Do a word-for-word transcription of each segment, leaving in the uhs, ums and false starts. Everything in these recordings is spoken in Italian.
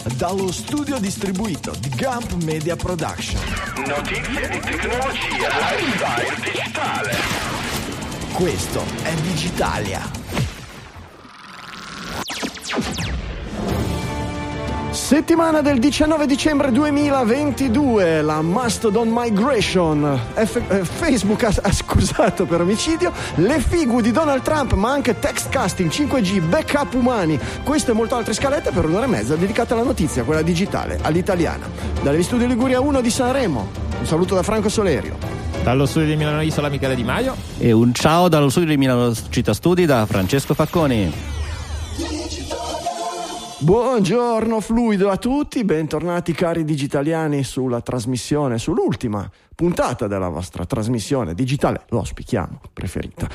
dallo studio distribuito di Gump Media Production. Notizie di tecnologia, lifestyle digitale. Questo è Digitalia. Settimana del diciannove dicembre duemilaventidue, la Mastodon Migration, F- eh, Facebook ha, ha scusato per omicidio, le figu di Donald Trump, ma anche text casting, cinque G, backup umani, questo e molte altre scalette per un'ora e mezza dedicata alla notizia, quella digitale, all'italiana. Dalle Studio Liguria uno di Sanremo, un saluto da Franco Solerio. Dallo studio di Milano Isola Michele Di Maio. E un ciao dallo studio di Milano Città Studi da Francesco Facconi. Buongiorno fluido a tutti, bentornati cari digitaliani sulla trasmissione, sull'ultima puntata della vostra trasmissione digitale, lo auspichiamo, preferita.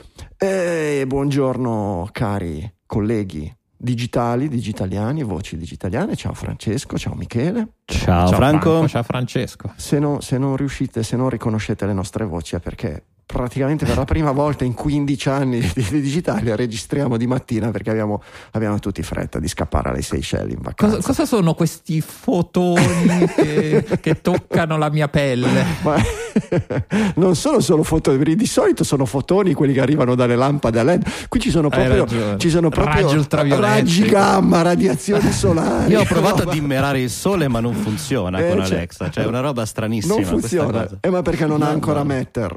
E buongiorno cari colleghi digitali, digitaliani, voci digitaliane, ciao Francesco, ciao Michele. Ciao, ciao Franco. Franco. Ciao Francesco. Se, no, se non riuscite, se non riconoscete le nostre voci è perché praticamente per la prima volta in quindici anni di, di Digitalia registriamo di mattina perché abbiamo, abbiamo tutti fretta di scappare alle Seychelles in vacanza. Cosa, cosa sono questi fotoni che, che toccano la mia pelle? Ma non sono solo fotoni, di solito sono fotoni quelli che arrivano dalle lampade a led. Qui ci sono proprio, ci sono proprio raggi ultravioletti, raggi gamma, radiazioni solari. Io ho provato a dimmerare il sole ma non funziona eh, con Alexa, cioè è una roba stranissima. Non funziona, eh, ma perché non no, ha ancora no. Metter.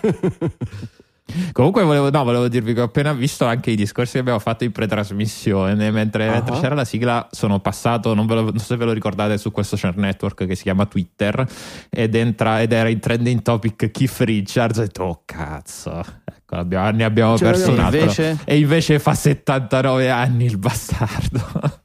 Comunque volevo, no, volevo dirvi che ho appena visto anche i discorsi che abbiamo fatto in pretrasmissione mentre, uh-huh. mentre c'era la sigla sono passato, non, ve lo, non so se ve lo ricordate, su quel social network che si chiama Twitter ed, entra, ed era in trending topic Keith Richards e ho detto oh cazzo, ecco, abbiamo, ne abbiamo cioè, perso un altro invece... e invece fa settantanove anni il bastardo.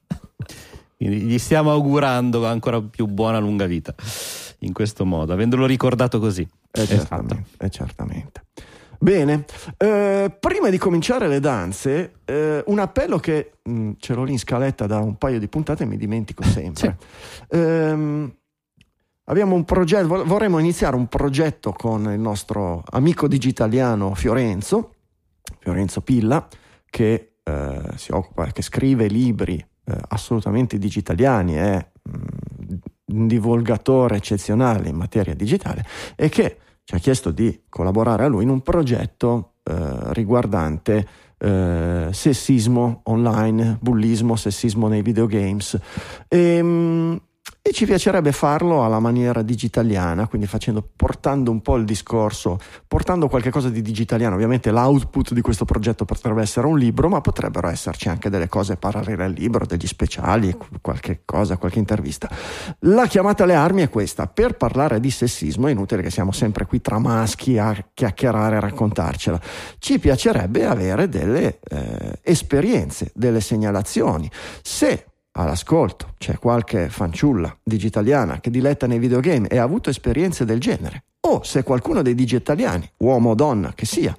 Gli stiamo augurando ancora più buona lunga vita in questo modo, avendolo ricordato così. Eh, certamente, eh, certamente. Bene, eh, prima di cominciare le danze, eh, un appello che mh, ce l'ho lì in scaletta da un paio di puntate e mi dimentico sempre. Sì. Eh, abbiamo un progetto, vorremmo iniziare un progetto con il nostro amico digitaliano Fiorenzo, Fiorenzo Pilla, che eh, si occupa, che scrive libri eh, assolutamente digitaliani, è mh, un divulgatore eccezionale in materia digitale e che ci ha chiesto di collaborare a lui in un progetto eh, riguardante eh, sessismo online, bullismo, sessismo nei videogames e, mh, e ci piacerebbe farlo alla maniera digitaliana, quindi facendo, portando un po' il discorso, portando qualche cosa di digitaliano. Ovviamente l'output di questo progetto potrebbe essere un libro, ma potrebbero esserci anche delle cose parallele al libro, degli speciali, qualche cosa, qualche intervista. La chiamata alle armi è questa: per parlare di sessismo è inutile che siamo sempre qui tra maschi a chiacchierare e raccontarcela. Ci piacerebbe avere delle eh, esperienze, delle segnalazioni. Se all'ascolto c'è qualche fanciulla digitaliana che diletta nei videogame e ha avuto esperienze del genere, o se qualcuno dei digitaliani, uomo o donna che sia,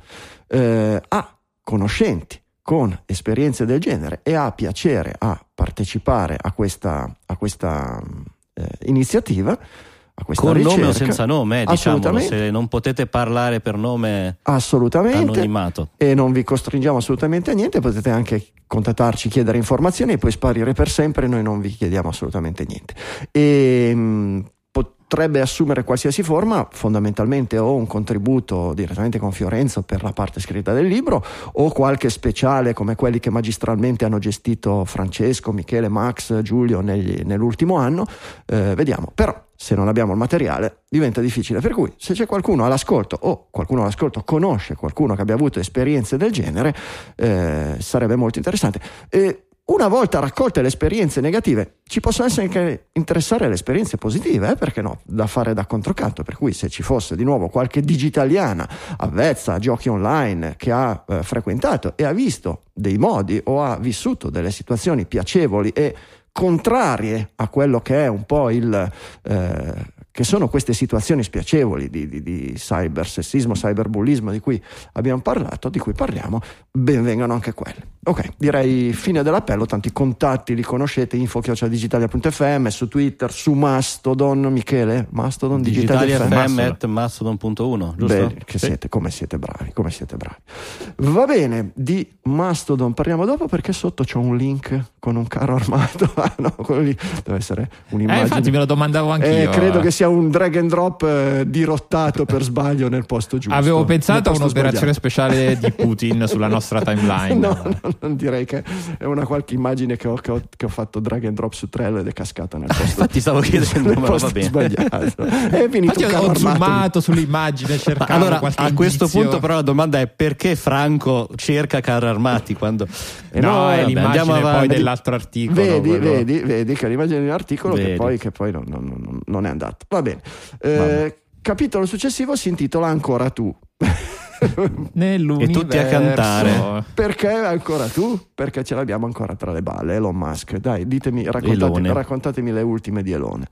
eh, ha conoscenti con esperienze del genere e ha piacere a partecipare a questa, a questa eh, iniziativa, a questa con ricerca, nome o senza nome, diciamolo, se non potete parlare per nome, assolutamente, anonimato, e non vi costringiamo assolutamente a niente, potete anche contattarci, chiedere informazioni e poi sparire per sempre, noi non vi chiediamo assolutamente niente. E mh, potrebbe assumere qualsiasi forma, fondamentalmente o un contributo direttamente con Fiorenzo per la parte scritta del libro, o qualche speciale come quelli che magistralmente hanno gestito Francesco, Michele, Max, Giulio negli, nell'ultimo anno, eh, vediamo. Però se non abbiamo il materiale diventa difficile, per cui se c'è qualcuno all'ascolto o qualcuno all'ascolto conosce qualcuno che abbia avuto esperienze del genere, eh, sarebbe molto interessante. E una volta raccolte le esperienze negative ci possono essere anche interessare le esperienze positive, eh? Perché no, da fare da controcanto, per cui se ci fosse di nuovo qualche digitaliana avvezza a giochi online che ha eh, frequentato e ha visto dei modi o ha vissuto delle situazioni piacevoli e contrarie a quello che è un po' il eh, che sono queste situazioni spiacevoli di, di, di cybersessismo, cyberbullismo di cui abbiamo parlato, di cui parliamo, ben vengano anche quelle. Ok, direi fine dell'appello, tanti contatti li conoscete, info chiocciola digitalia punto effe emme, su Twitter, su Mastodon, Michele, Mastodon, Digitalia Digitalia effe emme at mastodon punto uno, giusto? Beh, che sì. siete, come siete bravi, come siete bravi. Va bene, di Mastodon parliamo dopo, perché sotto c'ho un link con un carro armato. Ah, no, quello lì deve essere un'immagine. Eh, infatti me lo domandavo anch'io. Eh, credo che sia un drag and drop eh, dirottato per sbaglio nel posto giusto. Avevo pensato a un'operazione sbagliato. speciale di Putin sulla nostra timeline. No, no, non direi che è una qualche immagine che ho, che ho, che ho fatto drag and drop su Trello ed è cascata nel posto. Infatti stavo chiedendo, ma va bene. Sbagliato. È finito Infatti un carro ho armato. zoomato sull'immagine cercando allora, qualche a questo indizio. punto però la domanda è: perché Franco cerca carri armati quando Eh no, no, è vabbè, l'immagine andiamo poi avanti. dell'altro articolo. Vedi, quello- vedi, vedi che l'immagine dell'articolo che Vedi. poi, che poi non, non- non- non è andato. Va bene. Eh, Vabbè. capitolo successivo si intitola Ancora tu. Nell'universo. E tutti a cantare. Perché ancora tu? Perché ce l'abbiamo ancora tra le balle, Elon Musk. Dai, ditemi, raccontate, Elone. raccontatemi le ultime di Elone.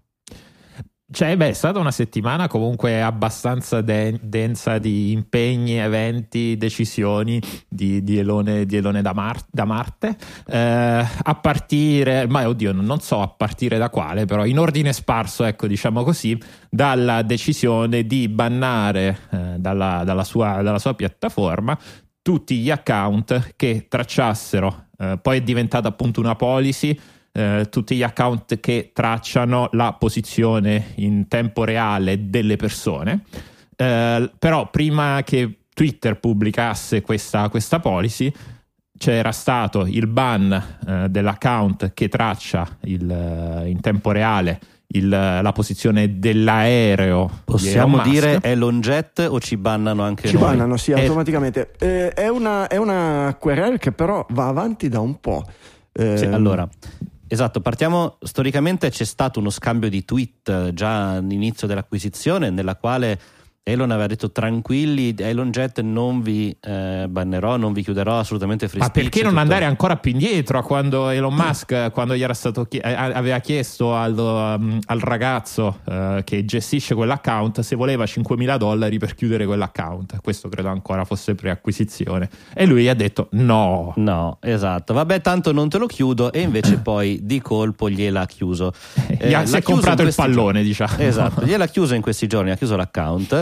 Cioè, beh, è stata una settimana comunque abbastanza de- densa di impegni, eventi, decisioni di, di Elone, di Elone da, Mar- da Marte. Eh, a partire, ma oddio, non so a partire da quale, però in ordine sparso, ecco, diciamo così, dalla decisione di bannare eh, dalla, dalla, sua, dalla sua piattaforma tutti gli account che tracciassero, eh, poi è diventata appunto una policy. Uh, tutti gli account che tracciano la posizione in tempo reale delle persone, uh, però prima che Twitter pubblicasse questa, questa policy c'era stato il ban uh, dell'account che traccia il, uh, in tempo reale il, la posizione dell'aereo. possiamo di Elon dire Musk. Elon Jet o ci bannano anche Ci noi? bannano, sì, È- automaticamente. Eh, è, una, è una querela che però va avanti da un po'. Eh, Sì, allora, esatto, partiamo storicamente. C'è stato uno scambio di tweet già all'inizio dell'acquisizione nella quale Elon aveva detto: tranquilli, Elon Jet non vi eh, bannerò, non vi chiuderò, assolutamente free Ma speech, perché non tutto. andare ancora più indietro a quando Elon Musk quando gli era stato chie- aveva chiesto al, um, al ragazzo uh, che gestisce quell'account se voleva cinquemila dollari per chiudere quell'account. Questo credo ancora fosse preacquisizione e lui gli ha detto no. No, esatto, vabbè, tanto non te lo chiudo, e invece poi di colpo gliel'ha chiuso. Gli ha- l'ha si è chiuso comprato in il questi pallone, giorni. diciamo. Esatto, gliel'ha chiuso in questi giorni, ha chiuso l'account.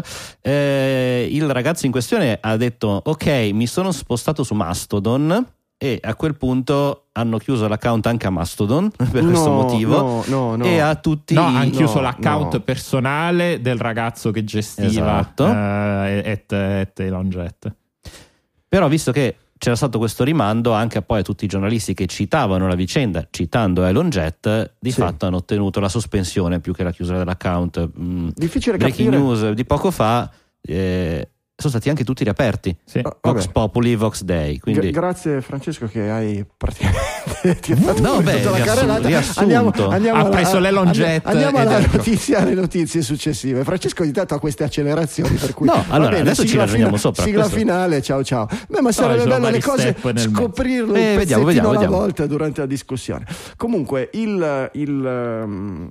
Eh, il ragazzo in questione ha detto: ok, mi sono spostato su Mastodon, e a quel punto hanno chiuso l'account anche a Mastodon per no, questo motivo, no, no, no. e a tutti No, hanno chiuso no, l'account no. personale del ragazzo che gestiva Esatto. eh, at, at Elon Jet. Però, visto che c'era stato questo rimando anche a poi a tutti i giornalisti che citavano la vicenda, citando Elon Jet, di Sì. fatto hanno ottenuto la sospensione più che la chiusura dell'account. Mm, Difficile breaking capire. news di poco fa, eh, sono stati anche tutti riaperti. Sì. Ah, Vox vabbè. Populi, Vox Day. Quindi Gra- grazie Francesco che hai praticamente ti hai fatto No, tutta beh, la riassun- carrellata. riassunto. Andiamo, andiamo Ha alla- preso l'Elon andiamo- Jet Andiamo ed alla ecco. notizia, alle notizie successive. Francesco ogni tanto ha queste accelerazioni per cui No, va allora, bene, adesso ci sigla ragioniamo fina- sopra, sigla questo- finale, ciao ciao. Beh, ma ci sarebbe sono bello le vari cose step nel mezzo. scoprirle un Eh, vediamo, pezzettino vediamo, alla vediamo. volta durante la discussione. Comunque il, il um,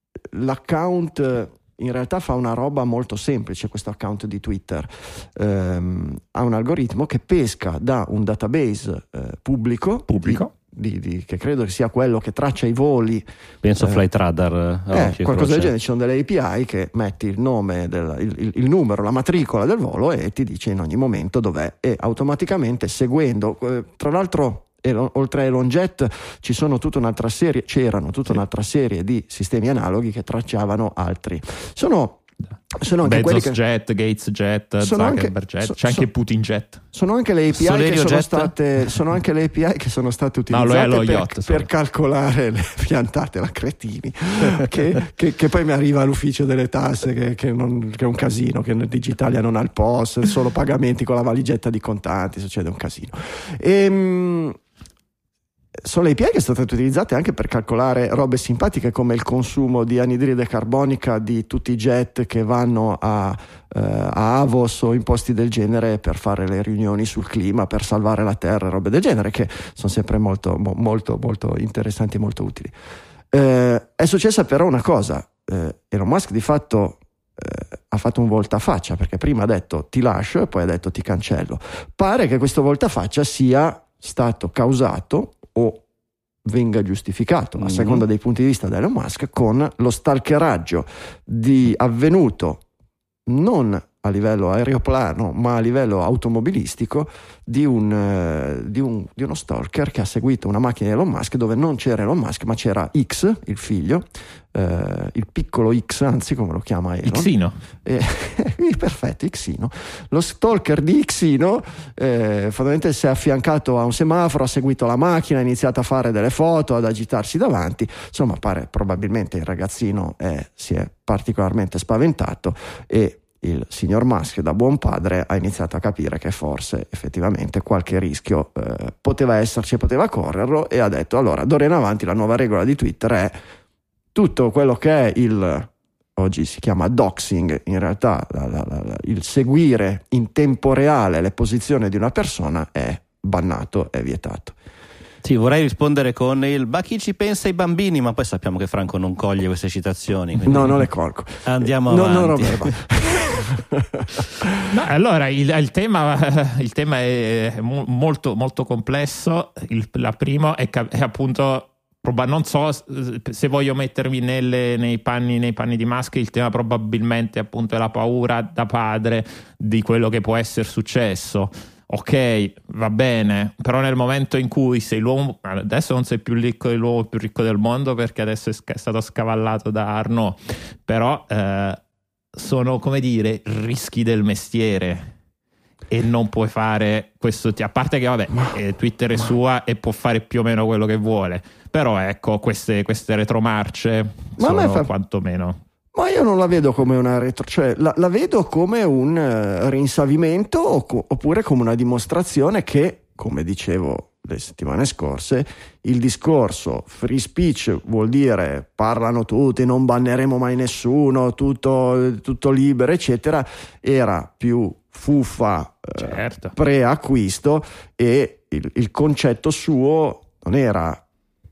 l'account in realtà fa una roba molto semplice. Questo account di Twitter ehm, ha un algoritmo che pesca da un database eh, pubblico, Pubblico. di, di, che credo che sia quello che traccia i voli, penso Eh, Flight Radar, eh, a occhio e qualcosa del croce. genere. Ci sono delle A P I che metti il nome, del, il, il- il numero, la matricola del volo e ti dice in ogni momento dov'è, e automaticamente seguendo, eh, tra l'altro Elon- oltre a Elon Jet ci sono tutta un'altra serie, c'erano tutta un'altra serie di sistemi analoghi che tracciavano altri. Sono, sono anche quelli Bezos che Jet, Gates Jet, Sono anche- Zuckerberg Jet, so- c'è so- anche Putin Jet. sono anche le A P I Solerio che sono Jet? state sono anche le A P I che sono state No, lo è utilizzate lo per, yacht, solo. per calcolare le piantate, la cretini che, che- che poi mi arriva all'ufficio delle tasse che, che non- che è un casino, che nel Digitalia non ha il P O S, solo pagamenti con la valigetta di contanti, succede un casino. Ehm sono le A P I che sono state utilizzate anche per calcolare robe simpatiche come il consumo di anidride carbonica di tutti i jet che vanno a, eh, a Avos o in posti del genere per fare le riunioni sul clima, per salvare la terra, robe del genere, che sono sempre molto, mo- molto, molto interessanti e molto utili. Eh, è successa però una cosa. eh, Elon Musk di fatto eh, ha fatto un voltafaccia, perché prima ha detto ti lascio e poi ha detto ti cancello. Pare che questo voltafaccia sia stato causato o venga giustificato, a mm-hmm. seconda dei punti di vista di Elon Musk, con lo stalkeraggio di avvenuto non a livello aeroplano ma a livello automobilistico di, un, eh, di, un, di uno stalker che ha seguito una macchina di Elon Musk dove non c'era Elon Musk ma c'era X, il figlio, eh, il piccolo X, anzi come lo chiama Elon, Xino, eh, perfetto, Xino. Lo stalker di Xino eh, fondamentalmente si è affiancato a un semaforo, ha seguito la macchina, ha iniziato a fare delle foto, ad agitarsi davanti, insomma pare probabilmente il ragazzino è, si è particolarmente spaventato e il signor Musk, da buon padre, ha iniziato a capire che forse effettivamente qualche rischio eh, poteva esserci e poteva correrlo, e ha detto allora d'ora in avanti la nuova regola di Twitter è tutto quello che è il, oggi si chiama doxing, in realtà la, la, la, il seguire in tempo reale le posizioni di una persona è bannato, è vietato. Sì, vorrei rispondere con il ma chi ci pensa ai bambini, ma poi sappiamo che Franco non coglie queste citazioni. No, non le colgo. Andiamo no, avanti. No, no, no, allora il, il, tema, il tema è molto, molto complesso. Il, la prima è, è appunto, non so se voglio mettermi nelle, nei, panni, nei panni di Musk, il tema probabilmente appunto è la paura da padre di quello che può essere successo. Ok, va bene, però nel momento in cui sei l'uomo, adesso non sei più ricco, l'uomo più ricco del mondo perché adesso è stato scavallato da Arnaud, però eh, sono, come dire, rischi del mestiere e non puoi fare questo, a parte che vabbè, eh, Twitter è sua e può fare più o meno quello che vuole, però ecco, queste, queste retromarce Ma sono a me fa... quantomeno... Ma io non la vedo come una retro, cioè la, la vedo come un uh, rinsavimento o co- oppure come una dimostrazione che, come dicevo le settimane scorse, il discorso free speech vuol dire parlano tutti, non banneremo mai nessuno, tutto, tutto libero eccetera, era più fuffa uh, certo. pre-acquisto, e il, il concetto suo non era,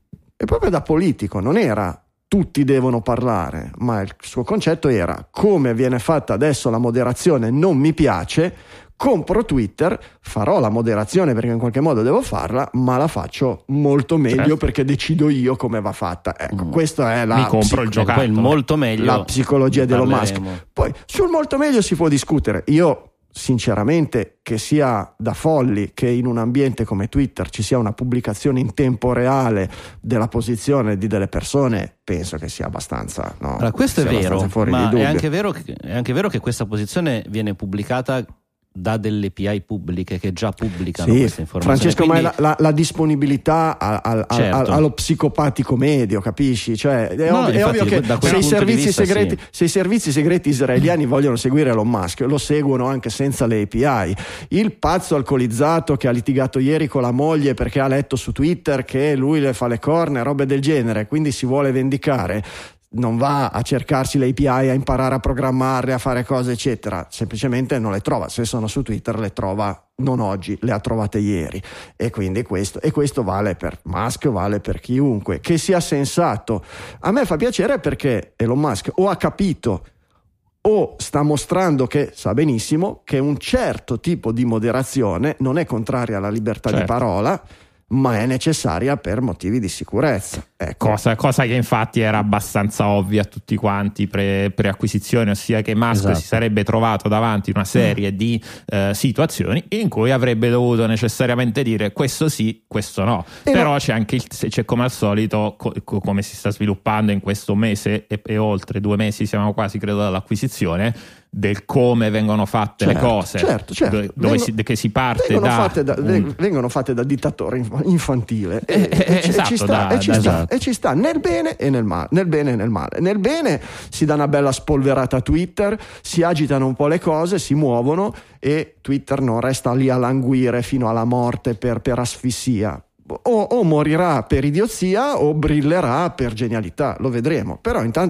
è proprio da politico, non era tutti devono parlare, ma il suo concetto era come viene fatta adesso la moderazione non mi piace, compro Twitter, farò la moderazione perché in qualche modo devo farla, ma la faccio molto meglio certo. perché decido io come va fatta. Ecco, mm. questa è la mi compro il giocattolo, poi molto meglio, la psicologia di Elon Musk. Poi sul molto meglio si può discutere. Io sinceramente, che sia da folli che in un ambiente come Twitter ci sia una pubblicazione in tempo reale della posizione di delle persone, penso che sia abbastanza, no? Allora, questo sia è vero, ma è anche vero, che, è anche vero che questa posizione viene pubblicata da delle A P I pubbliche che già pubblicano sì, queste informazioni. Francesco, quindi... ma è la, la, la disponibilità a, a, certo. a, allo psicopatico medio, capisci? Cioè, è, no, ov- è ovvio che se i, servizi vista, segreti, sì. se i servizi segreti israeliani vogliono seguire Elon Musk, lo seguono anche senza le A P I. Il pazzo alcolizzato che ha litigato ieri con la moglie perché ha letto su Twitter che lui le fa le corna e robe del genere, quindi si vuole vendicare, non va a cercarsi le A P I, a imparare a programmarle, a fare cose eccetera, semplicemente non le trova. Se sono su Twitter le trova non oggi, le ha trovate ieri, e quindi questo e questo vale per Musk, vale per chiunque che sia sensato. A me fa piacere perché Elon Musk o ha capito o sta mostrando che sa benissimo che un certo tipo di moderazione non è contraria alla libertà certo. di parola, ma è necessaria per motivi di sicurezza. Ecco. Cosa, cosa che infatti era abbastanza ovvia a tutti quanti pre, pre-acquisizione, ossia che Musk esatto. si sarebbe trovato davanti una serie mm. di uh, situazioni in cui avrebbe dovuto necessariamente dire questo sì, questo no. E Però no. c'è anche il, c'è come al solito, co, co, come si sta sviluppando in questo mese e, e oltre due mesi, siamo quasi credo dall'acquisizione, del come vengono fatte certo, le cose, certo, certo. dove vengono, si, che si parte vengono da, fatte da un... vengono fatte da dittatore infantile e, eh, e, esatto, e, ci sta, da, e, ci da, sta, esatto. e ci sta nel bene e nel male, nel bene e nel male. Nel bene si dà una bella spolverata a Twitter, si agitano un po' le cose, si muovono e Twitter non resta lì a languire fino alla morte per, per asfissia. O, o morirà per idiozia o brillerà per genialità, lo vedremo. Però intanto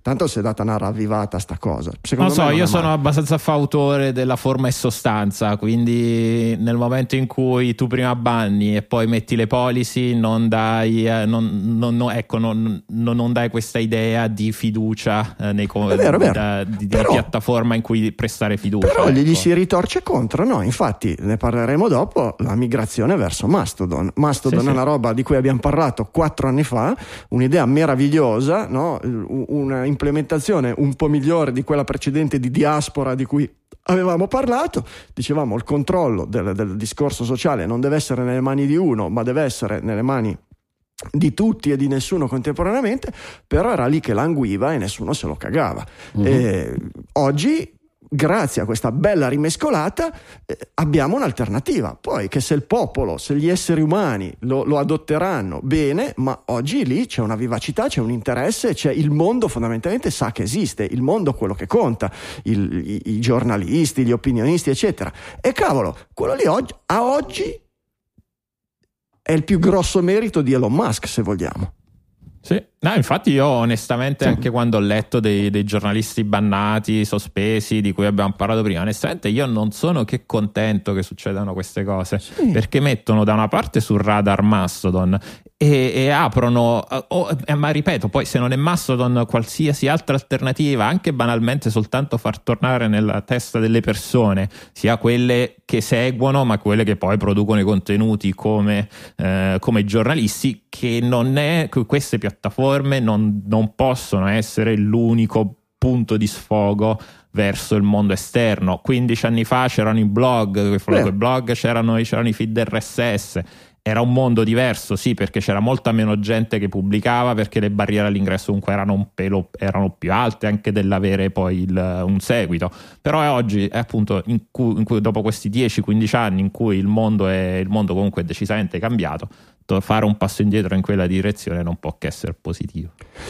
tanto si è data una ravvivata sta cosa. Secondo non so, me non io è sono male. abbastanza fautore della forma e sostanza, quindi nel momento in cui tu prima banni e poi metti le policy non dai, eh, non, non, no, ecco, non, non, non dai questa idea di fiducia eh, nei, È vero, è vero. da, di, Però, di piattaforma in cui prestare fiducia. Però ecco. gli si ritorce contro, no? Infatti ne parleremo dopo, la migrazione verso Mastodon. Mastodon Sì, è sì. una roba di cui abbiamo parlato quattro anni fa, un'idea meravigliosa, no? Una implementazione un po' migliore di quella precedente di diaspora di cui avevamo parlato. Dicevamo il controllo del, del discorso sociale non deve essere nelle mani di uno, ma deve essere nelle mani di tutti e di nessuno contemporaneamente, però era lì che languiva e nessuno se lo cagava. Uh-huh. E oggi, grazie a questa bella rimescolata, eh, abbiamo un'alternativa. Poi che se il popolo, se gli esseri umani lo, lo adotteranno, bene, ma oggi lì c'è una vivacità, c'è un interesse, c'è il mondo fondamentalmente sa che esiste, il mondo quello che conta, il, i, i giornalisti, gli opinionisti, eccetera. E cavolo, quello lì oggi, a oggi è il più grosso merito di Elon Musk, se vogliamo. Sì, no, infatti io onestamente Sì. anche quando ho letto dei, dei giornalisti bannati, sospesi, di cui abbiamo parlato prima, onestamente io non sono che contento che succedano queste cose, Sì. perché mettono da una parte sul radar Mastodon e, e aprono, oh, eh, ma ripeto, poi se non è Mastodon qualsiasi altra alternativa, anche banalmente soltanto far tornare nella testa delle persone, sia quelle che seguono ma quelle che poi producono i contenuti come, eh, come giornalisti, che non è, queste piattaforme non, non possono essere l'unico punto di sfogo verso il mondo esterno. quindici anni fa c'erano i blog, con i blog c'erano, c'erano i feed R S S. Era un mondo diverso, sì, perché c'era molta meno gente che pubblicava, perché le barriere all'ingresso comunque erano un pelo, erano più alte anche dell'avere poi il, un seguito. Però è oggi, è appunto in cui, in cui dopo questi dieci quindici anni in cui il mondo è il mondo comunque è decisamente cambiato, fare un passo indietro in quella direzione non può che essere positivo.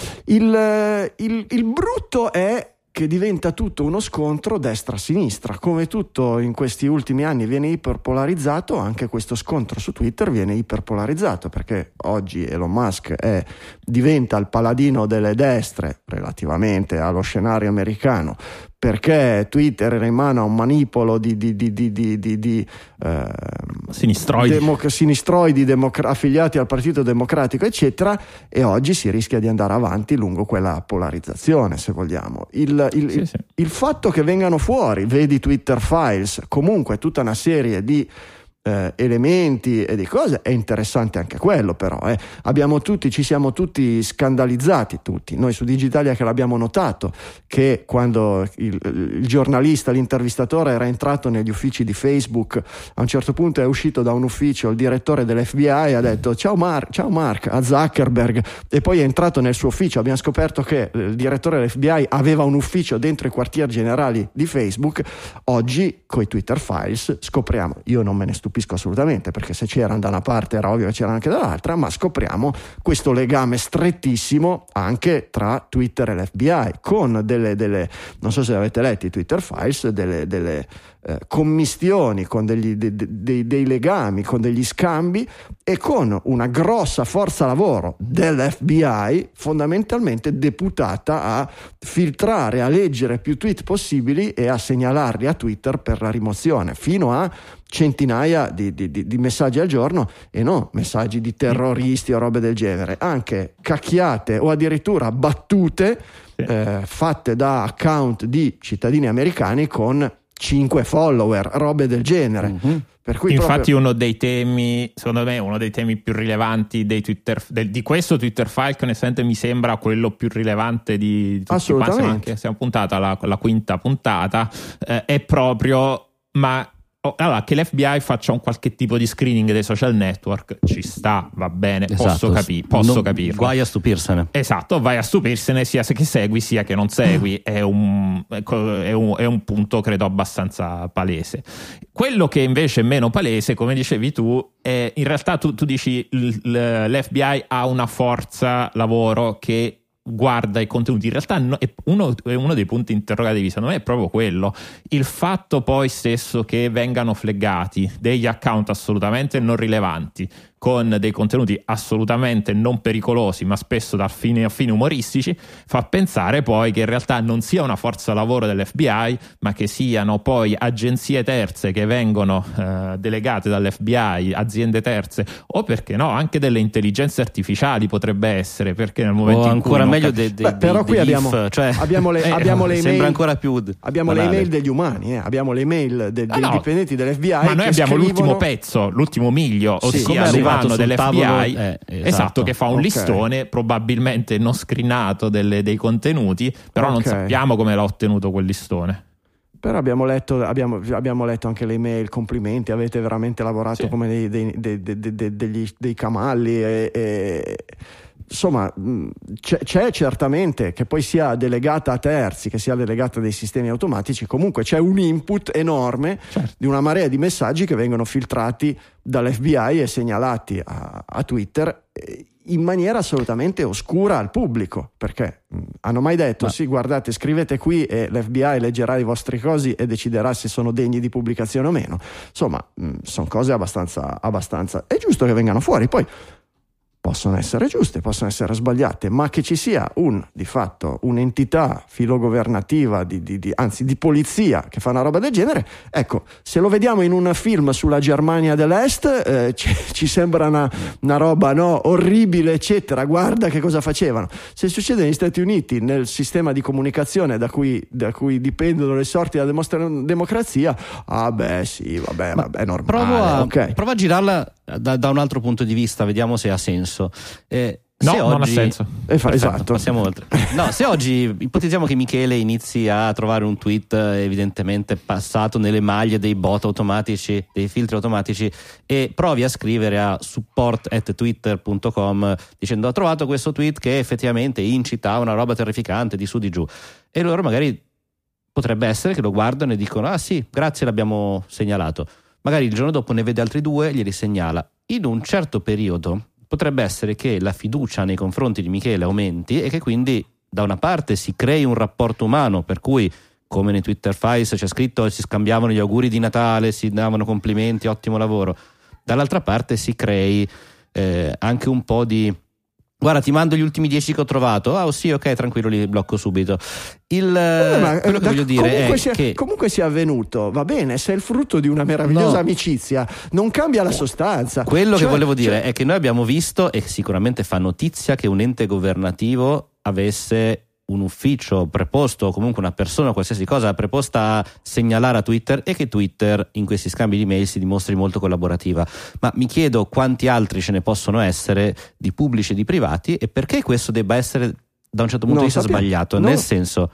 Il, il, il brutto è che diventa tutto uno scontro destra-sinistra. Come tutto in questi ultimi anni viene iperpolarizzato, anche questo scontro su Twitter viene iperpolarizzato, perché oggi Elon Musk è, diventa il paladino delle destre relativamente allo scenario americano, perché Twitter era in mano a un manipolo di, di, di, di, di, di, di eh, sinistroidi, democ- sinistroidi democ- affiliati al Partito Democratico, eccetera, e oggi si rischia di andare avanti lungo quella polarizzazione, se vogliamo. Il, il, sì, il, sì. il fatto che vengano fuori, vedi Twitter Files, comunque tutta una serie di Eh, elementi e di cose, è interessante anche quello, però eh. abbiamo tutti, ci siamo tutti scandalizzati, tutti noi su Digitalia, che l'abbiamo notato, che quando il, il giornalista, l'intervistatore era entrato negli uffici di Facebook, a un certo punto è uscito da un ufficio il direttore dell'F B I e ha detto ciao Mark, ciao Mark a Zuckerberg, e poi è entrato nel suo ufficio. Abbiamo scoperto che il direttore dell'F B I aveva un ufficio dentro i quartier generali di Facebook. Oggi coi Twitter Files scopriamo, io non me ne stupisco assolutamente, perché se c'erano da una parte era ovvio che c'erano anche dall'altra, ma scopriamo questo legame strettissimo anche tra Twitter e l'F B I, con delle, delle non so se avete letto i Twitter Files, delle, delle eh, commistioni, con degli, de, de, dei, dei legami, con degli scambi, e con una grossa forza lavoro dell'F B I fondamentalmente deputata a filtrare, a leggere più tweet possibili e a segnalarli a Twitter per la rimozione, fino a centinaia di, di, di messaggi al giorno, e non messaggi di terroristi o robe del genere, anche cacchiate o addirittura battute sì. eh, fatte da account di cittadini americani con cinque follower, robe del genere. Mm-hmm. Per cui infatti proprio... uno dei temi, secondo me uno dei temi più rilevanti dei Twitter, del, di questo Twitter File, che onestamente mi sembra quello più rilevante di, di tutti. Assolutamente. Siamo, anche, siamo puntata alla, alla quinta puntata, eh, è proprio ma Oh, allora, che l'F B I faccia un qualche tipo di screening dei social network ci sta, va bene, esatto. posso, capi- posso non, capirlo. Guai a stupirsene. Esatto, vai a stupirsene sia che segui sia che non segui, è un, è un, è un punto credo abbastanza palese. Quello che invece è meno palese, come dicevi tu, è in realtà tu, tu dici l'F B I ha una forza lavoro che guarda i contenuti. In realtà no, è uno, è uno dei punti interrogativi, secondo me è proprio quello, il fatto poi stesso che vengano flaggati degli account assolutamente non rilevanti con dei contenuti assolutamente non pericolosi, ma spesso da fini a fini umoristici, fa pensare poi che in realtà non sia una forza lavoro dell'F B I, ma che siano poi agenzie terze che vengono eh, delegate dall'F B I, aziende terze, o perché no, anche delle intelligenze artificiali potrebbe essere, perché nel momento o in ancora cui meglio cap- dei, dei, Beh, però dei, qui dei abbiamo, if, cioè, abbiamo le, eh, abbiamo le sembra email, ancora più abbiamo banale. le email degli umani, eh, abbiamo le email de- dei Ah, no. dipendenti dell'F B I, ma noi che abbiamo scrivono... l'ultimo pezzo, l'ultimo miglio, Sì, ossia come è arrivato l'umano sul dell'F B I, tavolo, eh, esatto. esatto, che fa un Ok. listone probabilmente non screenato delle- dei contenuti, però non Ok. sappiamo come l'ha ottenuto quel listone. Però abbiamo letto, abbiamo, abbiamo letto anche le email, complimenti, avete veramente lavorato Sì. come dei, dei, dei, dei, dei- degli, dei camalli e, e- insomma mh, c'è, c'è certamente, che poi sia delegata a terzi, che sia delegata a dei sistemi automatici, comunque c'è un input enorme Certo. di una marea di messaggi che vengono filtrati dall'F B I e segnalati a, a Twitter eh, in maniera assolutamente oscura al pubblico, perché mh, hanno mai detto Ma- sì, guardate, scrivete qui e l'F B I leggerà i vostri cosi e deciderà se sono degni di pubblicazione o meno. Insomma, sono cose abbastanza abbastanza è giusto che vengano fuori. Poi possono essere giuste, possono essere sbagliate, ma che ci sia un, di fatto, un'entità filogovernativa, di, di, di, anzi di polizia, che fa una roba del genere, ecco, se lo vediamo in un film sulla Germania dell'Est, eh, ci, ci sembra una, una roba, no, orribile, eccetera, guarda che cosa facevano. Se succede negli Stati Uniti, nel sistema di comunicazione da cui, da cui dipendono le sorti della demostra- democrazia, ah beh sì, vabbè, Ma vabbè, è normale, provo a, ok. provo a girarla da, da un altro punto di vista, vediamo se ha senso. Eh, No, se non oggi... ha senso. Eh, fa- Perfetto, esatto. passiamo oltre. No, se oggi ipotizziamo che Michele inizi a trovare un tweet eh, evidentemente passato nelle maglie dei bot automatici, dei filtri automatici, e provi a scrivere a support at twitter punto com dicendo ho trovato questo tweet che effettivamente incita a una roba terrificante di su di giù, e loro magari potrebbe essere che lo guardano e dicono ah sì, grazie, l'abbiamo segnalato. Magari il giorno dopo ne vede altri due, glieli segnala. In un certo periodo potrebbe essere che la fiducia nei confronti di Michele aumenti e che quindi da una parte si crei un rapporto umano, per cui come nei Twitter Files c'è scritto si scambiavano gli auguri di Natale, si davano complimenti, ottimo lavoro, dall'altra parte si crei eh, anche un po' di guarda ti mando gli ultimi dieci che ho trovato, ah oh, sì ok tranquillo li blocco subito. Il, Eh, ma, quello che da- voglio dire comunque è sia, che comunque sia avvenuto, va bene, se è il frutto di una meravigliosa No. amicizia, non cambia la sostanza. quello Cioè- che volevo dire cioè- è che noi abbiamo visto, e sicuramente fa notizia, che un ente governativo avesse un ufficio preposto, o comunque una persona, qualsiasi cosa preposta a segnalare a Twitter, e che Twitter in questi scambi di mail si dimostri molto collaborativa. Ma mi chiedo quanti altri ce ne possono essere, di pubblici e di privati, e perché questo debba essere da un certo punto Non di vista sappiamo. sbagliato, No. nel senso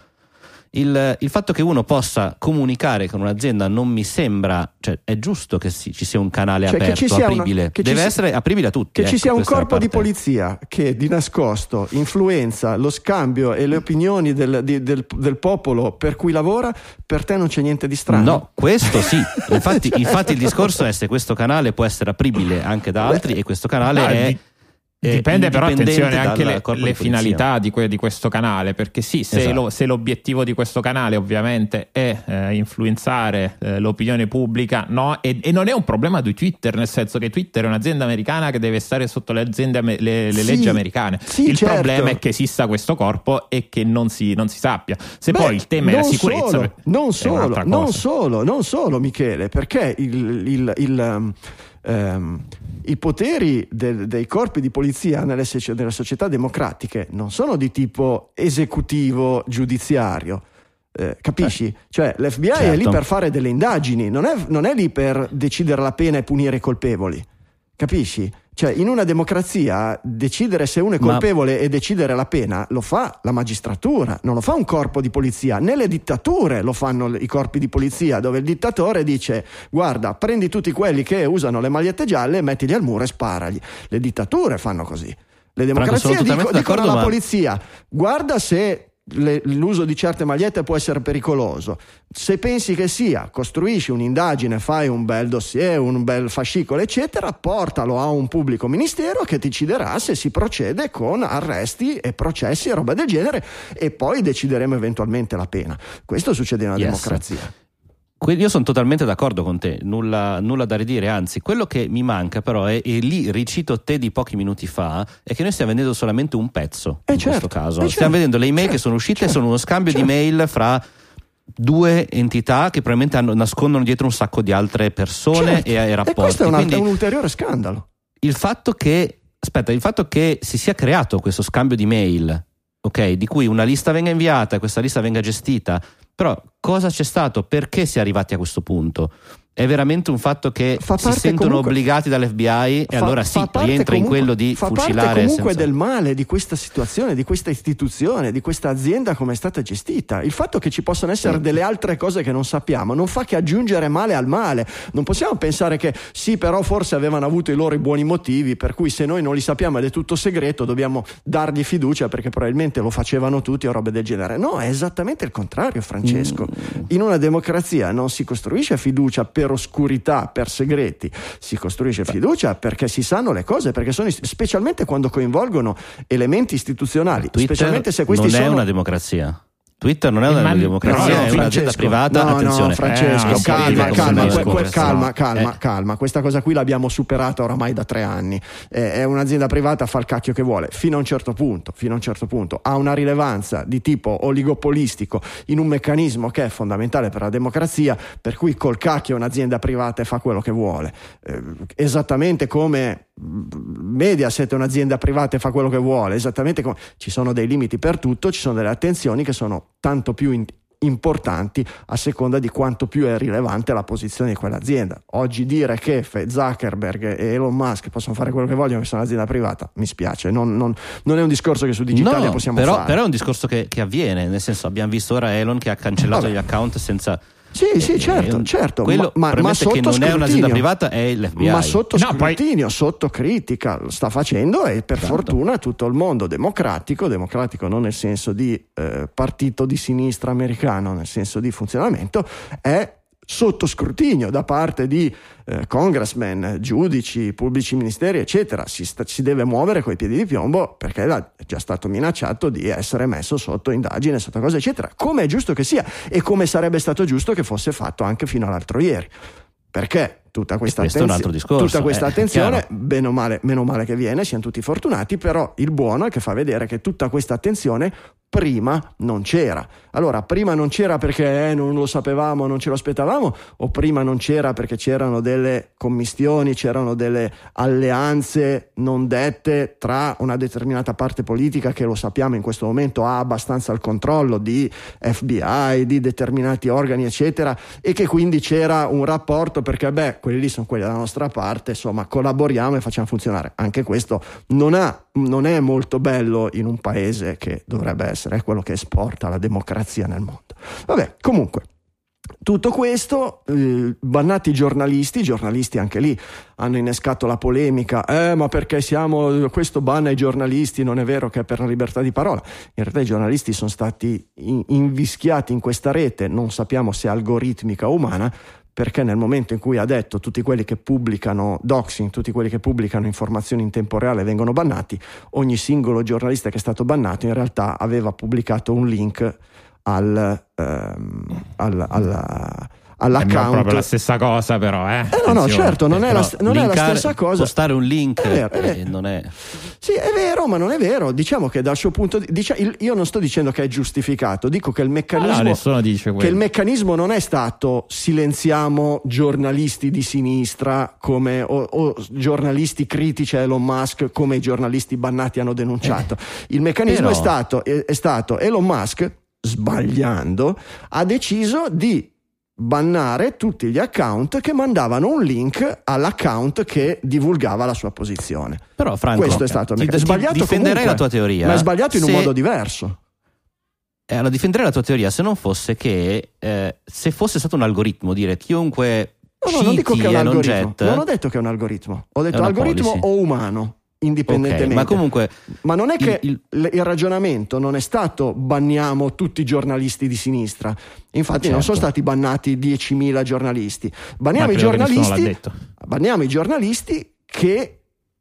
il, il fatto che uno possa comunicare con un'azienda non mi sembra, cioè è giusto che si- ci sia un canale Cioè, che aperto, ci sia una- apribile, che ci deve sia- essere apribile a tutti, Che ci ecco, sia un questa è la corpo di parte. polizia che di nascosto influenza lo scambio e le opinioni del, di- del- del popolo per cui lavora, per te non c'è niente di strano? No, questo sì. Infatti, infatti il discorso è se questo canale può essere apribile anche da altri, e questo canale Ah, è di- Dipende però, indipendente attenzione, anche dal le, corpo le di polizia. finalità di, que- di questo canale, perché sì, se, Esatto. lo- se l'obiettivo di questo canale ovviamente è eh, influenzare eh, l'opinione pubblica, no? E, e non è un problema di Twitter, nel senso che Twitter è un'azienda americana che deve stare sotto le, aziende, ame- le, le Sì, leggi americane. sì, il certo. problema è che esista questo corpo e che non si, non si sappia. Se Beh, poi il tema è la non sicurezza, solo, non è solo, un'altra non cosa. solo, non solo, Michele, perché il, il- il, um, ehm, i poteri del- dei corpi di polizia nelle, soci- nelle società democratiche non sono di tipo esecutivo giudiziario. Eh, capisci? Cioè l'F B I è lì Certo. per fare delle indagini, non è, non è lì per decidere la pena e punire i colpevoli. Capisci? Cioè, in una democrazia decidere se uno è Ma- colpevole e decidere la pena lo fa la magistratura, non lo fa un corpo di polizia. Nelle dittature lo fanno i corpi di polizia, dove il dittatore dice guarda, prendi tutti quelli che usano le magliette gialle, mettili al muro e sparagli. Le dittature fanno così. Le democrazie sono dico- totalmente dicono d'accordo, alla ma- polizia guarda se le- l'uso di certe magliette può essere pericoloso. Se pensi che sia, costruisci un'indagine, fai un bel dossier, un bel fascicolo eccetera, portalo a un pubblico ministero che ti deciderà se si procede con arresti e processi e roba del genere, e poi decideremo eventualmente la pena. Questo succede in una Yes. democrazia. io sono totalmente d'accordo con te, nulla, nulla da ridire, anzi quello che mi manca però è, e lì ricito te di pochi minuti fa, è che noi stiamo vendendo solamente un pezzo eh in certo, questo caso, eh stiamo certo, vedendo le email certo, che sono uscite, certo, sono uno scambio certo. di mail fra due entità che probabilmente hanno, nascondono dietro un sacco di altre persone certo. e, e rapporti. E questo è, una, Quindi, è un ulteriore scandalo. Il fatto che aspetta, il fatto che si sia creato questo scambio di mail, ok, di cui una lista venga inviata e questa lista venga gestita, però cosa c'è stato? Perché si è arrivati a questo punto? È veramente un fatto che fa si sentono comunque, obbligati dall'F B I e fa, allora sì, rientra comunque, in quello di fa fucilare. Fa parte comunque senza... del male di questa situazione, di questa istituzione, di questa azienda come è stata gestita. Il fatto che ci possano essere sì. delle altre cose che non sappiamo non fa che aggiungere male al male. Non possiamo pensare che sì, però forse avevano avuto i loro buoni motivi, per cui se noi non li sappiamo ed è tutto segreto dobbiamo dargli fiducia perché probabilmente lo facevano tutti o robe del genere. No, è esattamente il contrario, Francesco. Mm. In una democrazia non si costruisce fiducia per oscurità, per segreti, si costruisce fiducia perché si sanno le cose, perché sono, specialmente quando coinvolgono elementi istituzionali, Twitter specialmente se questi non sono è una democrazia. Twitter non è una Man- democrazia, no, no, è un'azienda privata. No, attenzione, no, Francesco, eh, calma, sì, calma, sì, que- que- sì, calma, sì. calma, Eh. calma. Questa cosa qui l'abbiamo superata oramai da tre anni. Eh, è un'azienda privata, fa il cacchio che vuole, fino a un certo punto, fino a un certo punto. Ha una rilevanza di tipo oligopolistico in un meccanismo che è fondamentale per la democrazia, per cui col cacchio è un'azienda privata e fa quello che vuole. Eh, esattamente come Mediaset è un'azienda privata e fa quello che vuole, esattamente come ci sono dei limiti per tutto, ci sono delle attenzioni che sono tanto più in, importanti a seconda di quanto più è rilevante la posizione di quell'azienda. Oggi dire che Zuckerberg e Elon Musk possono fare quello che vogliono, che sono un'azienda privata, mi spiace, non, non, non è un discorso che su Digitalia no, possiamo però, fare. Però è un discorso che, che avviene, nel senso abbiamo visto ora Elon che ha cancellato Vabbè. gli account senza... Sì, sì, certo, eh, certo. Quello ma, ma, ma sotto che non scrutinio. è un'azienda privata è l'F B I. Ma sotto No, scrutinio, poi... sotto critica lo sta facendo e per Esatto. fortuna tutto il mondo democratico, democratico non nel senso di eh, partito di sinistra americano, nel senso di funzionamento, è sotto scrutinio da parte di eh, congressmen, giudici, pubblici ministeri, eccetera. Si, sta, si deve muovere coi piedi di piombo perché è già stato minacciato di essere messo sotto indagine, sotto cose, eccetera. Come è giusto che sia e come sarebbe stato giusto che fosse fatto anche fino all'altro ieri. Perché tutta questa, questo è un altro discorso, tutta questa eh, attenzione, chiaro. bene o male, meno male che viene, siamo tutti fortunati, però il buono è che fa vedere che tutta questa attenzione prima non c'era. Allora, prima non c'era perché eh, non lo sapevamo, non ce lo aspettavamo, o prima non c'era perché c'erano delle commistioni, c'erano delle alleanze non dette tra una determinata parte politica che, lo sappiamo, in questo momento ha abbastanza il controllo di F B I, di determinati organi, eccetera, e che quindi c'era un rapporto perché, beh, quelli lì sono quelli dalla nostra parte, insomma, collaboriamo e facciamo funzionare. Anche questo non ha, non è molto bello in un paese che dovrebbe essere quello che esporta la democrazia nel mondo. Vabbè, comunque, tutto questo, eh, bannati i giornalisti, i giornalisti anche lì hanno innescato la polemica, eh ma perché siamo, questo banna i giornalisti, non è vero che è per la libertà di parola. In realtà i giornalisti sono stati in, invischiati in questa rete, non sappiamo se algoritmica o umana, perché nel momento in cui ha detto tutti quelli che pubblicano doxing, tutti quelli che pubblicano informazioni in tempo reale vengono bannati, ogni singolo giornalista che è stato bannato in realtà aveva pubblicato un link al, ehm, al, alla, all'account. È proprio la stessa cosa, però, eh? eh no, no, certo, non, è la, non è la stessa cosa. Postare un link è vero, è vero. Eh, non è... Sì, è vero, ma non è vero. Diciamo che dal suo punto di vista, io non sto dicendo che è giustificato, dico che il meccanismo, ah, no, nessuno dice che il meccanismo non è stato silenziamo giornalisti di sinistra come o, o giornalisti critici a Elon Musk come i giornalisti bannati hanno denunciato. Eh, il meccanismo però... è stato è, è stato Elon Musk, sbagliando, ha deciso di bannare tutti gli account che mandavano un link all'account che divulgava la sua posizione. Però Franco, questo è stato ti, è sbagliato ti difenderei comunque, la tua teoria, ma è sbagliato in se... un modo diverso. Eh, allora difenderei la tua teoria se non fosse che eh, se fosse stato un algoritmo dire chiunque no, no, non dico che è un Elon algoritmo. Jet, non ho detto che è un algoritmo, ho detto algoritmo policy. o umano, indipendentemente. Okay, ma comunque ma non è che il, il... il ragionamento non è stato banniamo tutti i giornalisti di sinistra, infatti certo. non sono stati bannati diecimila giornalisti, banniamo i giornalisti banniamo i giornalisti che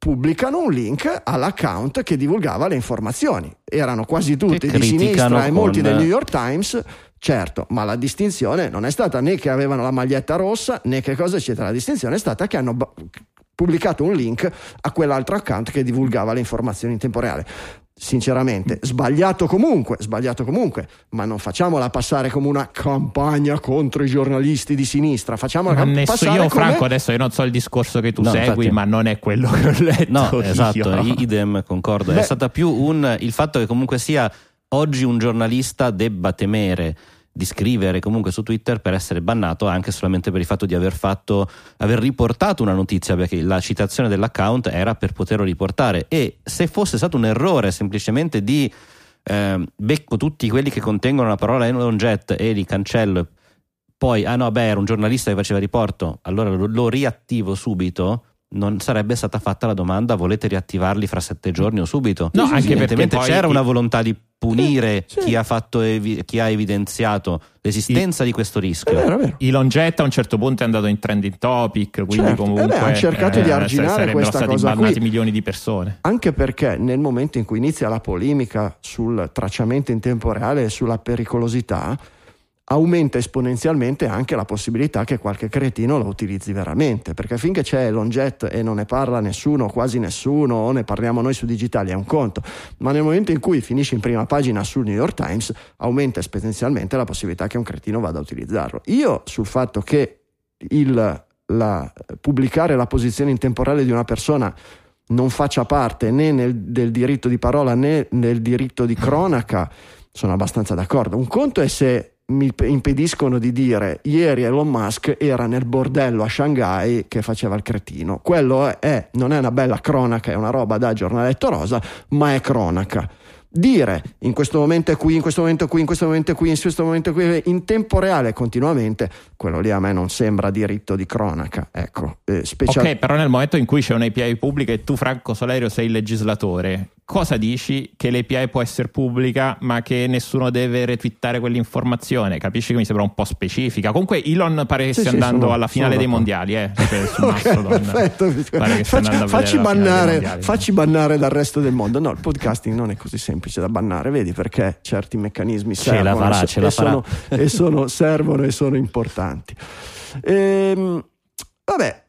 pubblicano un link all'account che divulgava le informazioni. Erano quasi tutti Che di sinistra e criticano molti con- del New York Times. Certo, ma la distinzione non è stata né che avevano la maglietta rossa né che cosa eccetera, la distinzione è stata che hanno ba- pubblicato un link a quell'altro account che divulgava le informazioni in tempo reale. Sinceramente, sbagliato comunque, sbagliato comunque, ma non facciamola passare come una campagna contro i giornalisti di sinistra. Facciamola Ma cam- nessuno, passare io come... Franco adesso io non so il discorso che tu No, segui, infatti- ma non è quello che ho letto No, io. esatto, idem, concordo. Beh- È stata più un il fatto che comunque sia oggi un giornalista debba temere di scrivere comunque su Twitter per essere bannato anche solamente per il fatto di aver fatto aver riportato una notizia, perché la citazione dell'account era per poterlo riportare, e se fosse stato un errore semplicemente di eh, becco tutti quelli che contengono la parola Elon Jet e li cancello, poi ah no beh era un giornalista che faceva riporto, allora lo, lo riattivo subito, non sarebbe stata fatta la domanda volete riattivarli fra sette giorni o subito. No, anche perché Evidentemente poi c'era chi- una volontà di punire Sì, sì. chi ha fatto evi- chi ha evidenziato l'esistenza di questo È rischio. vero, è vero. Elon Jet a un certo punto è andato in trending topic, quindi Certo, comunque eh beh, ha cercato di arginare sarebbero questa stati cosa bannati qui. milioni di persone. Anche perché nel momento in cui inizia la polemica sul tracciamento in tempo reale e sulla pericolosità, aumenta esponenzialmente anche la possibilità che qualche cretino lo utilizzi veramente, perché finché c'è Elon Jet e non ne parla nessuno, quasi nessuno, o ne parliamo noi su Digitali è un conto, ma nel momento in cui finisce in prima pagina sul New York Times aumenta esponenzialmente la possibilità che un cretino vada a utilizzarlo. Io sul fatto che il, la, pubblicare la posizione in tempo reale di una persona non faccia parte né nel, del diritto di parola né nel diritto di cronaca sono abbastanza d'accordo. Un conto è se mi impediscono di dire ieri Elon Musk era nel bordello a Shanghai che faceva il cretino. Quello è, è non è una bella cronaca, è una roba da giornaletto rosa, ma è cronaca. Dire in questo momento è qui, in questo momento è qui, in questo momento è qui, in questo momento è qui, in tempo reale continuamente, quello lì a me non sembra diritto di cronaca. Ecco, eh, special- Ok, però nel momento in cui c'è un'A P I pubblica e tu, Franco Solerio, sei il legislatore, cosa dici? Che l'A P I può essere pubblica ma che nessuno deve retweetare quell'informazione? Capisci che mi sembra un po' specifica. Comunque Elon pare che Sì, stia sì, andando sono- alla finale sono dei d'accordo. mondiali, eh, cioè, su Ok, Mastodon. perfetto. Pare che stia Facci, andando a facci vedere la finale dei bannare, mondiali. facci bannare dal resto del mondo. No, il podcasting non è così semplice da bannare, vedi, perché certi meccanismi Ce la servono farà, e, ce la e sono, farà. e sono servono e sono importanti. Ehm, vabbè,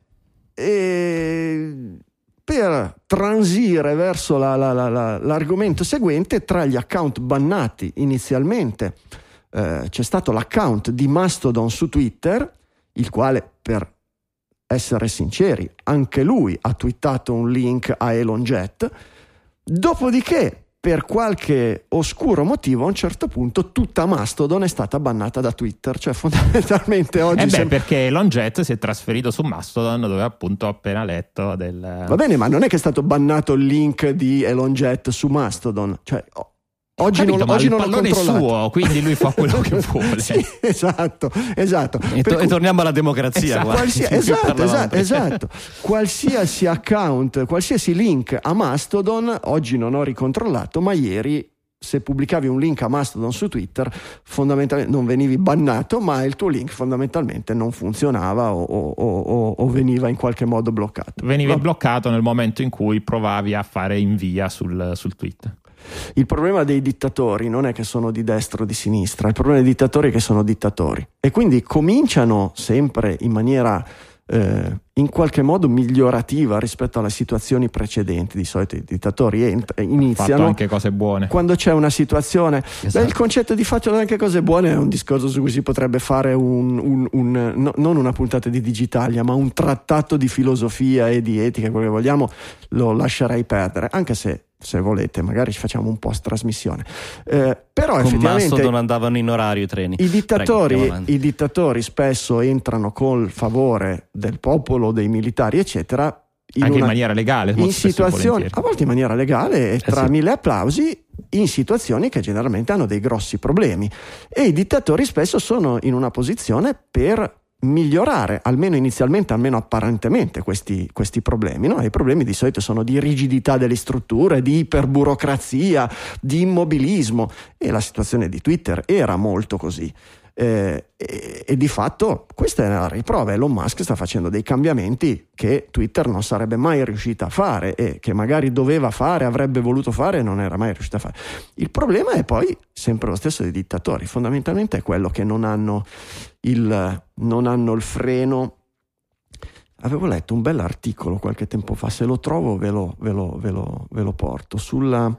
e per transire verso la- la- la- la- l'argomento seguente, tra gli account bannati inizialmente eh, c'è stato l'account di Mastodon su Twitter, il quale, per essere sinceri, anche lui ha twittato un link a Elon Jet. Dopodiché, per qualche oscuro motivo, a un certo punto tutta Mastodon è stata bannata da Twitter, cioè fondamentalmente oggi Eh beh, sembra- perché Elon Jet si è trasferito su Mastodon, dove appunto ho appena letto del... va bene, ma non è che è stato bannato il link di Elon Jet su Mastodon, cioè o- oggi Capito, non, ma oggi il non l'ho pallone è controllato. suo, quindi lui fa quello che vuole. Sì, esatto, esatto. E, Per to- e cui- torniamo alla democrazia. Esatto. qua. Qualsia- Di cui esatto, parlavamo esatto, prima. esatto. Qualsiasi account, qualsiasi link a Mastodon, oggi non ho ricontrollato, ma ieri se pubblicavi un link a Mastodon su Twitter fondamentalmente non venivi bannato, ma il tuo link fondamentalmente non funzionava o, o- o- o veniva in qualche modo bloccato. Venivi Va- bloccato nel momento in cui provavi a fare invia sul, sul tweet. Il problema dei dittatori non è che sono di destra o di sinistra, il problema dei dittatori è che sono dittatori e quindi cominciano sempre in maniera eh, in qualche modo migliorativa rispetto alle situazioni precedenti. Di solito i dittatori ent- Fatto iniziano anche cose buone. quando c'è una situazione. Esatto. Beh, il concetto di faccio anche cose buone è un discorso su cui si potrebbe fare un, un- un- no- non una puntata di Digitalia, ma un trattato di filosofia e di etica, quello che vogliamo, lo lascerei perdere, anche se se volete magari ci facciamo un post trasmissione. Eh, però Con effettivamente Mastodon andavano in orario i treni. i dittatori, Prego, andiamo avanti. i dittatori spesso entrano col favore del popolo, dei militari, eccetera, in Anche una- in maniera legale, in molto spesso e situazioni, volentieri. a volte in maniera legale e tra sì. mille applausi, in situazioni che generalmente hanno dei grossi problemi. E i dittatori spesso sono in una posizione per migliorare, almeno inizialmente, almeno apparentemente, questi, questi problemi, no? I problemi di solito sono di rigidità delle strutture, di iperburocrazia, di immobilismo, e la situazione di Twitter era molto così. Eh, e, e di fatto questa è la riprova. Elon Musk sta facendo dei cambiamenti che Twitter non sarebbe mai riuscita a fare e che magari doveva fare, avrebbe voluto fare e non era mai riuscita a fare. Il problema è poi sempre lo stesso dei dittatori, fondamentalmente è quello che non hanno il, non hanno il freno. Avevo letto un bell'articolo qualche tempo fa, se lo trovo ve lo, ve lo, ve lo, ve lo porto, sulla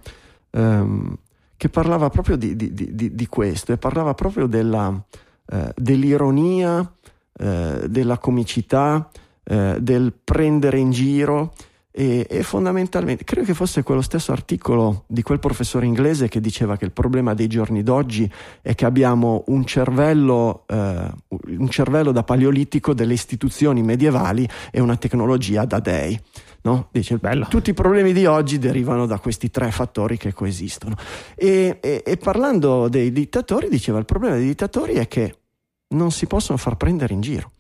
um, che parlava proprio di, di, di, di questo e parlava proprio della, eh, dell'ironia, eh, della comicità, eh, del prendere in giro e, e fondamentalmente credo che fosse quello stesso articolo di quel professore inglese che diceva che il problema dei giorni d'oggi è che abbiamo un cervello, eh, un cervello da paleolitico delle istituzioni medievali e una tecnologia da dei. No? Dice, Bello. Tutti i problemi di oggi derivano da questi tre fattori che coesistono e, e, e parlando dei dittatori diceva il problema dei dittatori è che non si possono far prendere in giro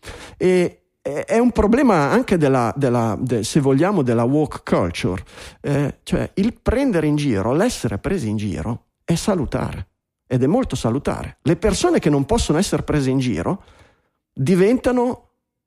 e e, è un problema anche della, della de, se vogliamo della woke culture, eh, cioè il prendere in giro, l'essere presi in giro è salutare ed è molto salutare. Le persone che non possono essere prese in giro diventano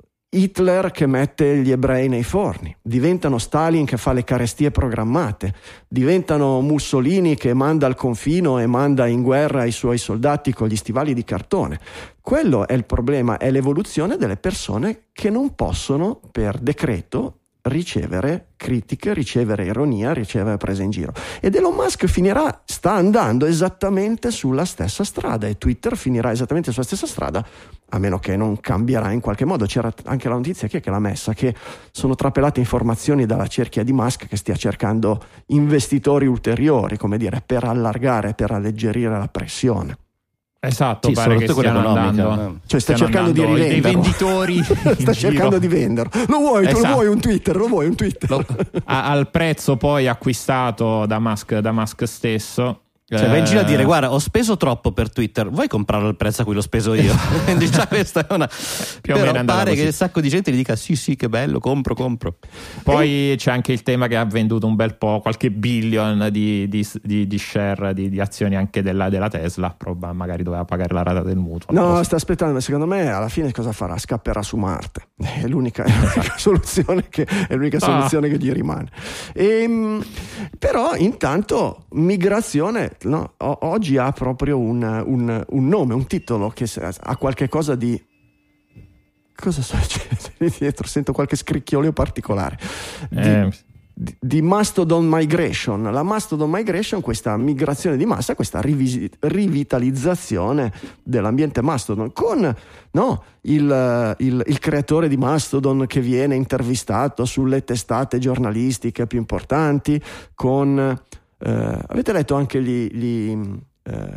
Hitler che mette gli ebrei nei forni, diventano Stalin che fa le carestie programmate, diventano Mussolini che manda al confino e manda in guerra i suoi soldati con gli stivali di cartone. Quello è il problema, è l'evoluzione delle persone che non possono per decreto ricevere critiche, ricevere ironia, ricevere prese in giro. Ed Elon Musk finirà, sta andando esattamente sulla stessa strada e Twitter finirà esattamente sulla stessa strada, a meno che non cambierà in qualche modo. C'era anche la notizia, chi è che l'ha messa, che sono trapelate informazioni dalla cerchia di Musk che stia cercando investitori ulteriori, come dire, per allargare, per alleggerire la pressione. Esatto, sì, pare che stiano andando, cioè sta stiano cercando andando di rivenderlo. Dei venditori sta cercando di venderlo. Lo vuoi, esatto. tu lo vuoi un Twitter, lo vuoi un Twitter. Lo, a, al prezzo poi acquistato da Musk, da Musk stesso. Cioè vai in giro a dire guarda ho speso troppo per Twitter, vuoi comprarlo al prezzo a cui l'ho speso io? Quindi già questa è una più o però meno pare così. che un sacco di gente gli dica sì sì che bello, compro compro. Poi e... c'è anche il tema che ha venduto un bel po', qualche billion di, di, di, di share di, di azioni anche della, della Tesla, probabilmente magari doveva pagare la rata del mutuo. No, sta aspettando, secondo me alla fine cosa farà? Scapperà su Marte, è l'unica, è l'unica soluzione che è l'unica soluzione ah. che gli rimane. E, però intanto migrazione, no, oggi ha proprio un, un, un nome, un titolo che ha qualche cosa di... Cosa succede dietro? Sento qualche scricchiolio particolare. Di, eh. di, di Mastodon Migration. La Mastodon Migration, questa migrazione di massa, questa rivisi, rivitalizzazione dell'ambiente Mastodon con no, il, il, il creatore di Mastodon che viene intervistato sulle testate giornalistiche più importanti, con... Uh, avete letto anche gli, gli, uh,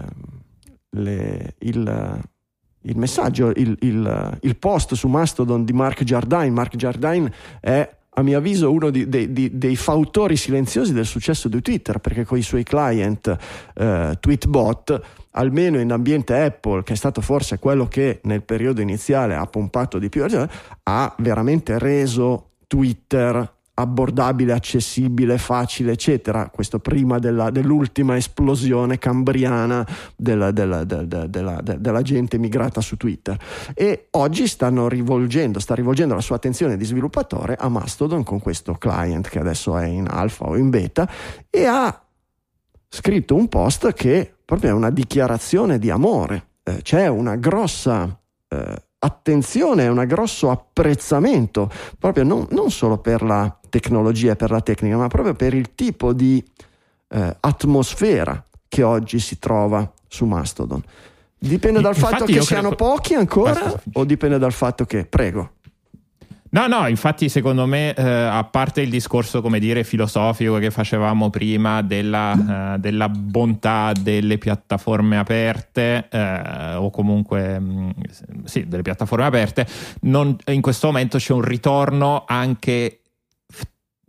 le, il, il messaggio, il, il, il post su Mastodon di Mark Jardine? Mark Jardine è a mio avviso uno di, dei, di, dei fautori silenziosi del successo di Twitter, perché con i suoi client uh, Tweetbot, almeno in ambiente Apple, che è stato forse quello che nel periodo iniziale ha pompato di più, ha veramente reso Twitter abbordabile, accessibile, facile, eccetera. Questo prima della, dell'ultima esplosione cambriana della, della, della, della, della gente migrata su Twitter. E oggi stanno rivolgendo, sta rivolgendo la sua attenzione di sviluppatore a Mastodon con questo client che adesso è in alfa o in beta, e ha scritto un post che proprio è una dichiarazione di amore. Eh, c'è una grossa eh, attenzione, un grosso apprezzamento proprio non, non solo per la tecnologia e per la tecnica, ma proprio per il tipo di eh, atmosfera che oggi si trova su Mastodon. Dipende dal Infatti fatto che siano credo... pochi ancora o dipende dal fatto che... Prego. No, no, infatti secondo me, eh, a parte il discorso, come dire, filosofico che facevamo prima della, eh, della bontà delle piattaforme aperte, eh, o comunque mh, sì, delle piattaforme aperte, non, in questo momento c'è un ritorno anche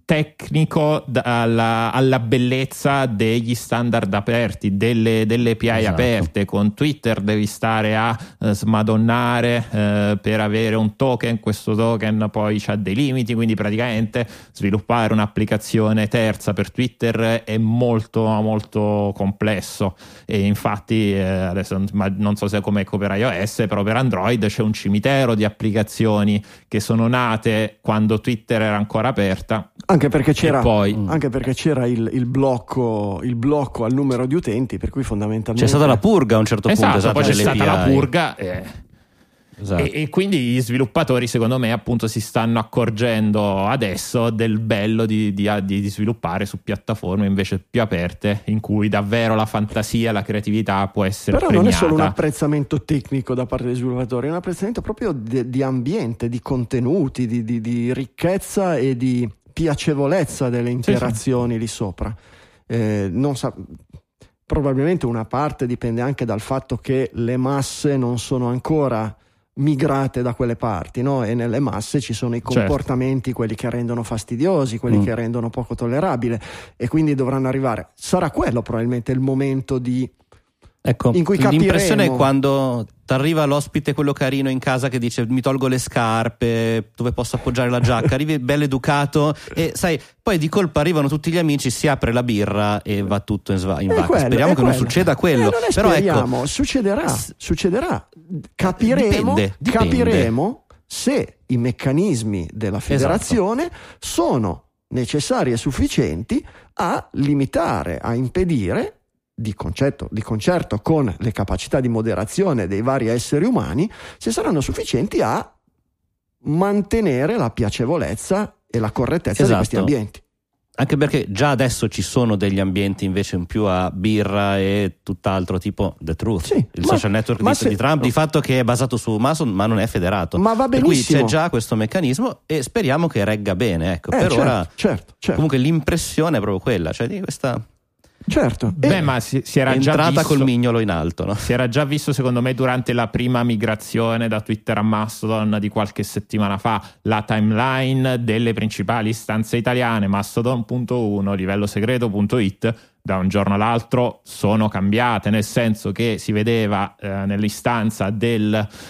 tecnico alla, alla bellezza degli standard aperti, delle, delle A P I esatto. aperte. Con Twitter devi stare a eh, smadonnare eh, per avere un token, questo token poi c'ha dei limiti, quindi praticamente sviluppare un'applicazione terza per Twitter è molto molto complesso, e infatti eh, adesso non so se come per iOS, però per Android c'è un cimitero di applicazioni che sono nate quando Twitter era ancora aperta. Anche perché c'era, poi, anche perché c'era il, il, blocco, il blocco al numero di utenti, per cui fondamentalmente c'è stata la purga a un certo esatto, punto. Esatto, poi c'è stata A P I. la purga e, esatto. e, e quindi gli sviluppatori secondo me appunto si stanno accorgendo adesso del bello di, di, di sviluppare su piattaforme invece più aperte, in cui davvero la fantasia, la creatività può essere però premiata. Non è solo un apprezzamento tecnico da parte degli sviluppatori, è un apprezzamento proprio di, di ambiente, di contenuti, di, di, di ricchezza e di piacevolezza delle interazioni sì, sì. lì sopra. Eh, non sa- probabilmente una parte dipende anche dal fatto che le masse non sono ancora migrate da quelle parti, no? E nelle masse ci sono i comportamenti, certo. quelli che rendono fastidiosi, quelli mm. che rendono poco tollerabile, e quindi dovranno arrivare. Sarà quello probabilmente il momento di ecco, in cui l'impressione capiremo. è quando ti arriva l'ospite, quello carino in casa, che dice mi tolgo le scarpe, dove posso appoggiare la giacca, arrivi bello educato e sai, poi di colpo arrivano tutti gli amici, si apre la birra e va tutto in, sva- in vacca. Quello, speriamo che quello. non succeda quello, eh, non però speriamo, ecco, succederà, succederà. Capiremo, dipende, dipende. capiremo se i meccanismi della federazione esatto. sono necessari e sufficienti a limitare, a impedire, di concetto, di concerto con le capacità di moderazione dei vari esseri umani, se saranno sufficienti a mantenere la piacevolezza e la correttezza esatto. di questi ambienti. Anche perché già adesso ci sono degli ambienti invece in più a birra e tutt'altro, tipo The Truth, sì, il ma, social network di, se, di Trump, di fatto che è basato su Mastodon ma non è federato. Ma va benissimo. Per cui c'è già questo meccanismo e speriamo che regga bene. Ecco, eh, per certo, ora certo, certo. comunque l'impressione è proprio quella, cioè di questa... Certo. Beh, ma si, si era già entrata visto, col mignolo in alto, no? Si era già visto secondo me durante la prima migrazione da Twitter a Mastodon di qualche settimana fa, la timeline delle principali istanze italiane, Mastodon punto uno, livello segreto punto it, da un giorno all'altro sono cambiate, nel senso che si vedeva eh, nell'istanza del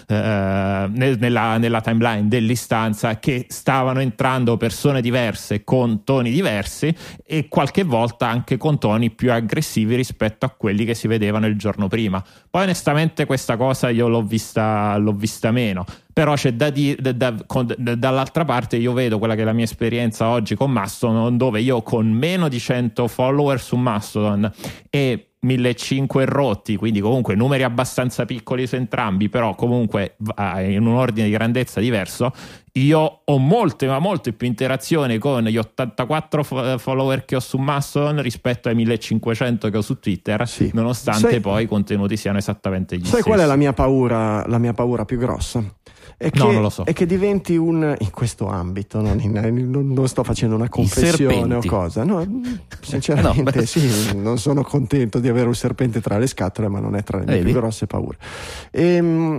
eh, nel, nella, nella timeline dell'istanza che stavano entrando persone diverse con toni diversi e qualche volta anche con toni più aggressivi rispetto a quelli che si vedevano il giorno prima. Poi onestamente questa cosa io l'ho vista l'ho vista meno, però c'è da dire da, da, con, da, dall'altra parte io vedo quella che è la mia esperienza oggi con Mastodon, dove io con meno di cento follower su Mastodon e millecinquecento rotti, quindi comunque numeri abbastanza piccoli su entrambi, però comunque in un ordine di grandezza diverso, io ho molte ma molte più interazioni con gli ottantaquattro follower che ho su Mastodon rispetto ai millecinquecento che ho su Twitter, sì. nonostante sai, poi i contenuti siano esattamente gli sai stessi. Sai qual è la mia paura, la mia paura più grossa? È che, no, non lo so. È che diventi un, in questo ambito, non, in, non, non sto facendo una confessione o cosa, no, sinceramente no, sì, non sono contento di avere un serpente tra le scatole, ma non è tra le mie più grosse paure. Ehm,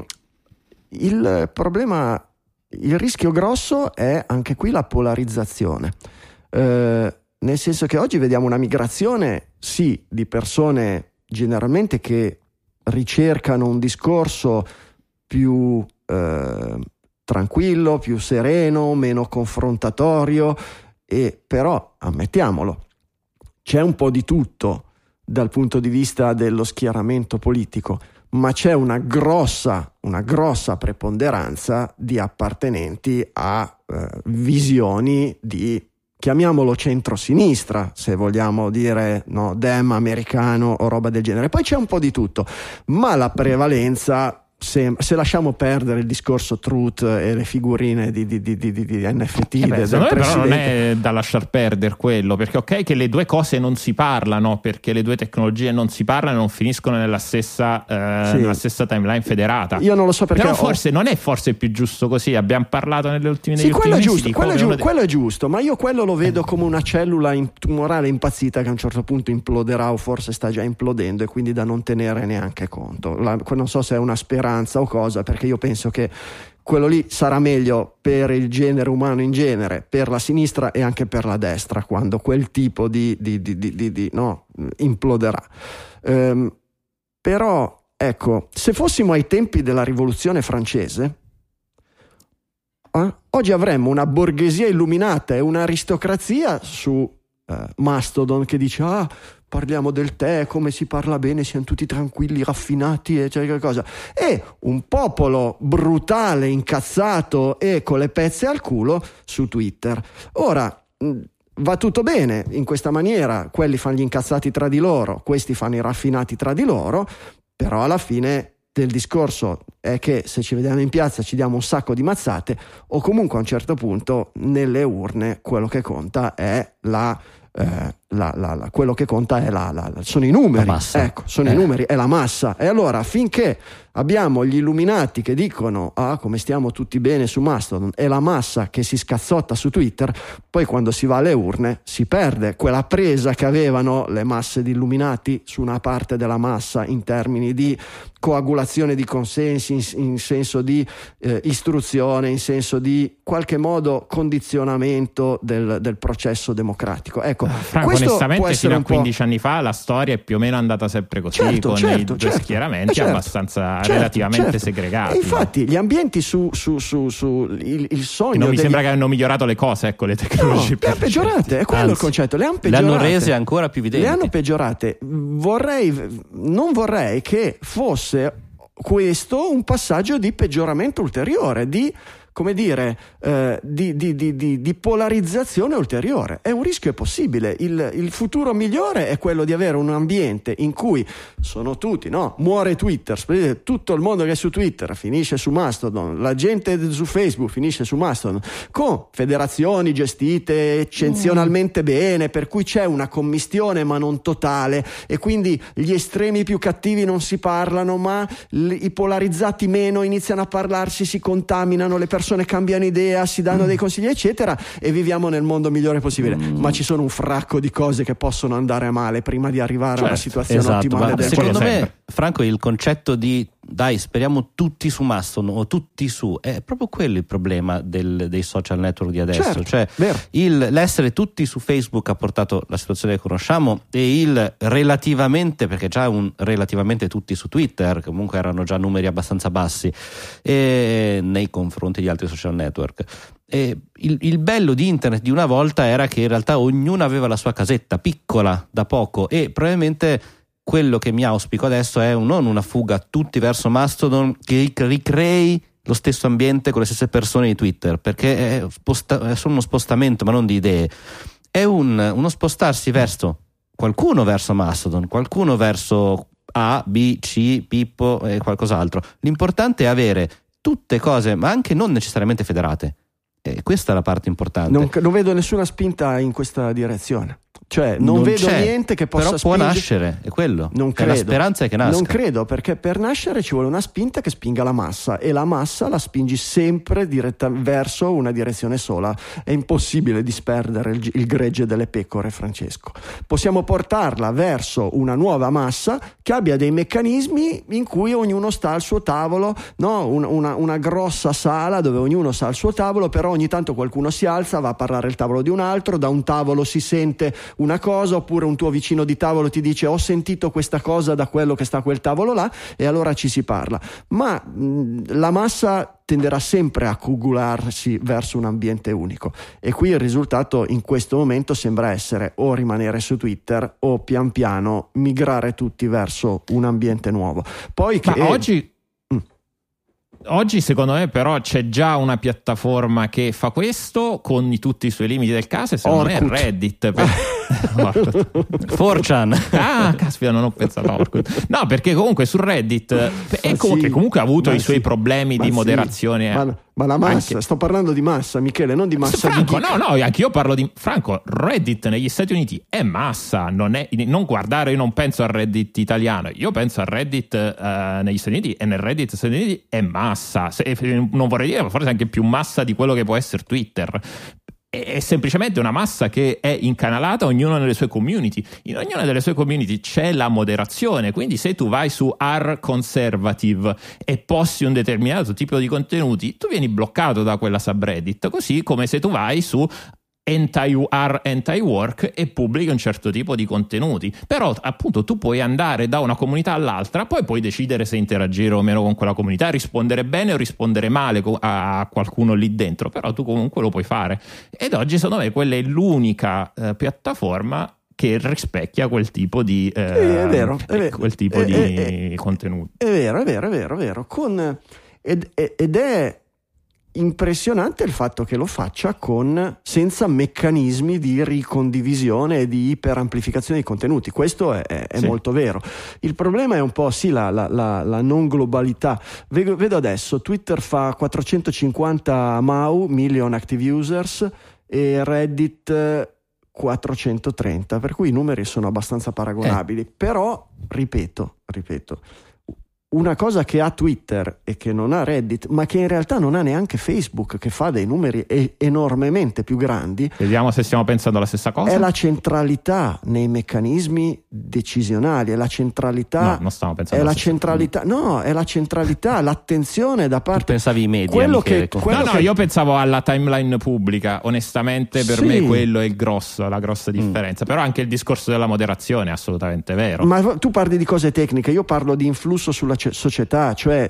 il problema, il rischio grosso è anche qui la polarizzazione, eh, nel senso che oggi vediamo una migrazione, sì, di persone generalmente che ricercano un discorso più Eh, tranquillo, più sereno, meno confrontatorio, e però ammettiamolo, c'è un po' di tutto dal punto di vista dello schieramento politico, ma c'è una grossa, una grossa preponderanza di appartenenti a eh, visioni di, chiamiamolo centro-sinistra, se vogliamo dire, no, dem americano o roba del genere. Poi c'è un po' di tutto, ma la prevalenza, Se, se lasciamo perdere il discorso truth e le figurine di, di, di, di, di N F T eh beh, del, del però non è da lasciar perdere quello, perché ok che le due cose non si parlano, perché le due tecnologie non si parlano e non finiscono nella stessa, eh, sì. nella stessa timeline federata. Io non lo so perché però ho... forse non è forse più giusto così. Abbiamo parlato nelle ultime, sì, quello è giusto, quello, è giu- de... quello è giusto, ma io quello lo vedo come una cellula in- tumorale impazzita che a un certo punto imploderà o forse sta già implodendo, e quindi da non tenere neanche conto. La, non so se è una speranza o cosa, perché io penso che quello lì sarà meglio per il genere umano in genere, per la sinistra e anche per la destra, quando quel tipo di, di, di, di, di, di no, imploderà. Ehm, però, ecco, se fossimo ai tempi della rivoluzione francese, eh, oggi avremmo una borghesia illuminata e un'aristocrazia su eh, Mastodon che dice ah, parliamo del tè, come si parla bene, siamo tutti tranquilli, raffinati e cioè cosa. E un popolo brutale, incazzato e con le pezze al culo su Twitter. Ora mh, va tutto bene in questa maniera, quelli fanno gli incazzati tra di loro, questi fanno i raffinati tra di loro, però alla fine del discorso è che se ci vediamo in piazza ci diamo un sacco di mazzate, o comunque a un certo punto nelle urne quello che conta è la Eh, la, la, la, quello che conta è la, la, sono i numeri, ecco, sono eh. i numeri, è la massa. E allora finché abbiamo gli illuminati che dicono ah come stiamo tutti bene su Mastodon e la massa che si scazzotta su Twitter, poi quando si va alle urne si perde quella presa che avevano le masse di illuminati su una parte della massa in termini di coagulazione di consensi, in, in senso di eh, istruzione, in senso di qualche modo condizionamento del, del processo democratico. Ecco, Franco, onestamente fino a quindici anni fa la storia è più o meno andata sempre così, certo, con certo, i due certo, schieramenti certo, abbastanza certo, relativamente certo. segregati. E infatti gli ambienti su, su, su, su il, il sogno e non mi degli... sembra che hanno migliorato le cose, ecco, le tecnologie. No, le hanno peggiorate, è quello Anzi, il concetto, le hanno le peggiorate. hanno rese ancora più evidenti. Le hanno peggiorate. Vorrei, non vorrei che fosse questo un passaggio di peggioramento ulteriore, di come dire, eh, di, di, di, di, di polarizzazione ulteriore. È un rischio possibile. Il, il futuro migliore è quello di avere un ambiente in cui sono tutti, no? Muore Twitter, tutto il mondo che è su Twitter finisce su Mastodon, la gente su Facebook finisce su Mastodon, con federazioni gestite eccezionalmente mm. bene, per cui c'è una commistione ma non totale, e quindi gli estremi più cattivi non si parlano, ma l- i polarizzati meno iniziano a parlarsi, si contaminano, le persone cambiano idea, si danno mm. dei consigli eccetera, e viviamo nel mondo migliore possibile. Mm. Ma ci sono un fracco di cose che possono andare male prima di arrivare certo, a una situazione esatto, ottimale del secondo me sempre. Franco, il concetto di dai speriamo tutti su Mastodon o tutti su è proprio quello il problema del, dei social network di adesso, certo, cioè il, l'essere tutti su Facebook ha portato la situazione che conosciamo, e il relativamente, perché già un relativamente tutti su Twitter comunque erano già numeri abbastanza bassi e, nei confronti di altri social network. E il, il bello di internet di una volta era che in realtà ognuno aveva la sua casetta piccola da poco, e probabilmente quello che mi auspico adesso è un, non una fuga tutti verso Mastodon che ricrei lo stesso ambiente con le stesse persone di Twitter, perché è, sposta, è solo uno spostamento ma non di idee, è un, uno spostarsi verso qualcuno verso Mastodon, qualcuno verso A, B, C, Pippo e qualcos'altro. L'importante è avere tutte cose, ma anche non necessariamente federate. E questa è la parte importante. Non, non vedo nessuna spinta in questa direzione. Cioè non, non vedo c'è, niente che possa però può spingere. nascere, è quello. Non Cioè, credo. la speranza è che nasca. Non credo, perché per nascere ci vuole una spinta che spinga la massa, e la massa la spingi sempre diretta verso una direzione sola. È impossibile disperdere il, il gregge delle pecore, Francesco. Possiamo portarla verso una nuova massa che abbia dei meccanismi in cui ognuno sta al suo tavolo, no? una, una, una grossa sala dove ognuno sta al suo tavolo, però ogni tanto qualcuno si alza, va a parlare al tavolo di un altro, da un tavolo si sente una cosa, oppure un tuo vicino di tavolo ti dice ho sentito questa cosa da quello che sta a quel tavolo là, e allora ci si parla. Ma mh, la massa tenderà sempre a coagularsi verso un ambiente unico, e qui il risultato in questo momento sembra essere o rimanere su Twitter o pian piano migrare tutti verso un ambiente nuovo. Poi che Ma oggi Oggi secondo me però c'è già una piattaforma che fa questo con i, tutti i suoi limiti del caso, e secondo Orkut. me è Reddit. Per... four chan. Ah, caspita, non ho pensato a Orkut. No, perché comunque su Reddit è comunque, sì, comunque ha avuto i sì, suoi problemi di sì, moderazione. Ma, ma la massa, anche... sto parlando di massa, Michele, non di massa. Franco, di no, no, anche io parlo di Franco. Reddit negli Stati Uniti è massa, non è, non guardare, io non penso al Reddit italiano, io penso al Reddit uh, negli Stati Uniti, e nel Reddit Stati Uniti è massa. Se, non vorrei dire, ma forse anche più massa di quello che può essere Twitter. è semplicemente una massa che è incanalata, ognuno nelle sue community. In ognuna delle sue community c'è la moderazione, quindi se tu vai su R conservative e posti un determinato tipo di contenuti, tu vieni bloccato da quella subreddit, così come se tu vai su anti-R, anti-work e pubblichi un certo tipo di contenuti. Però appunto tu puoi andare da una comunità all'altra, poi puoi decidere se interagire o meno con quella comunità, rispondere bene o rispondere male a qualcuno lì dentro, però tu comunque lo puoi fare. Ed oggi secondo me quella è l'unica eh, piattaforma che rispecchia quel tipo di eh, sì, è vero, è vero. quel tipo è, di è, contenuti. È vero, è vero, è vero, è vero. Con, ed, ed è impressionante il fatto che lo faccia con senza meccanismi di ricondivisione e di iperamplificazione dei contenuti. Questo è, è sì. molto vero. Il problema è un po' sì la, la, la, la non globalità. Vedo, vedo adesso Twitter fa quattrocentocinquanta M A U, million active users, e Reddit quattrocentotrenta, per cui i numeri sono abbastanza paragonabili. Eh. Però ripeto, ripeto una cosa che ha Twitter e che non ha Reddit, ma che in realtà non ha neanche Facebook, che fa dei numeri e- enormemente più grandi. Vediamo se stiamo pensando alla stessa cosa. È la centralità nei meccanismi decisionali, è la centralità. No, non stiamo pensando. È la alla centralità. Cosa. No, è la centralità, l'attenzione da parte. Tu pensavi ai media? Quello Michele, che, quello no, no, che... io pensavo alla timeline pubblica. Onestamente, per sì. me quello è il grosso, la grossa differenza. Mm. Però anche il discorso della moderazione è assolutamente vero. Ma tu parli di cose tecniche, io parlo di influsso sulla società, cioè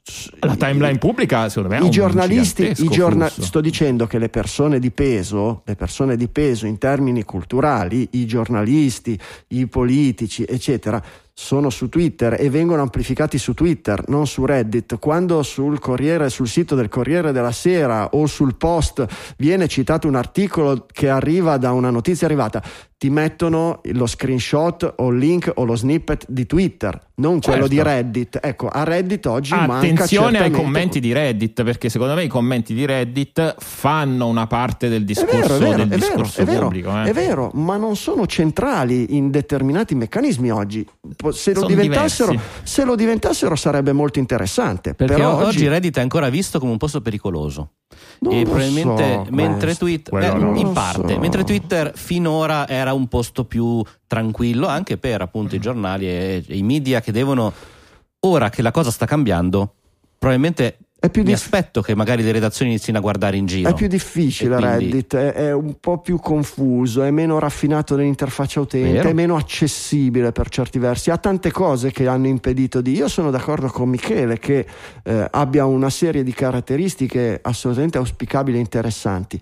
la timeline pubblica secondo me è i un giornalisti, i giorna- flusso. sto dicendo che le persone di peso, le persone di peso in termini culturali, i giornalisti, i politici, eccetera, sono su Twitter e vengono amplificati su Twitter, non su Reddit. Quando sul Corriere, sul sito del Corriere della Sera o sul Post viene citato un articolo che arriva da una notizia arrivata, ti mettono lo screenshot o il link o lo snippet di Twitter, non certo. quello di Reddit. Ecco, a Reddit oggi manca attenzione ai certamente... commenti di Reddit, perché secondo me i commenti di Reddit fanno una parte del discorso, è vero, è vero, del è discorso vero, pubblico. È vero, eh. è vero, ma non sono centrali in determinati meccanismi oggi. Se lo, sono diventassero, diversi. se lo diventassero sarebbe molto interessante. Perché però oggi... oggi Reddit è ancora visto come un posto pericoloso. Non e lo probabilmente so, mentre questo. Twitter Quello eh, non in lo parte so. mentre Twitter finora era un posto più tranquillo anche per appunto i giornali e, e i media che devono, ora che la cosa sta cambiando, probabilmente è più mi dif- aspetto che magari le redazioni inizino a guardare in giro. È più difficile E quindi- Reddit, è, è un po' più confuso, è meno raffinato nell'interfaccia utente, Vero. è meno accessibile per certi versi, ha tante cose che hanno impedito di... Io sono d'accordo con Michele che eh, abbia una serie di caratteristiche assolutamente auspicabili e interessanti,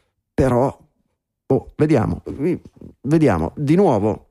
però oh, vediamo, vediamo di nuovo.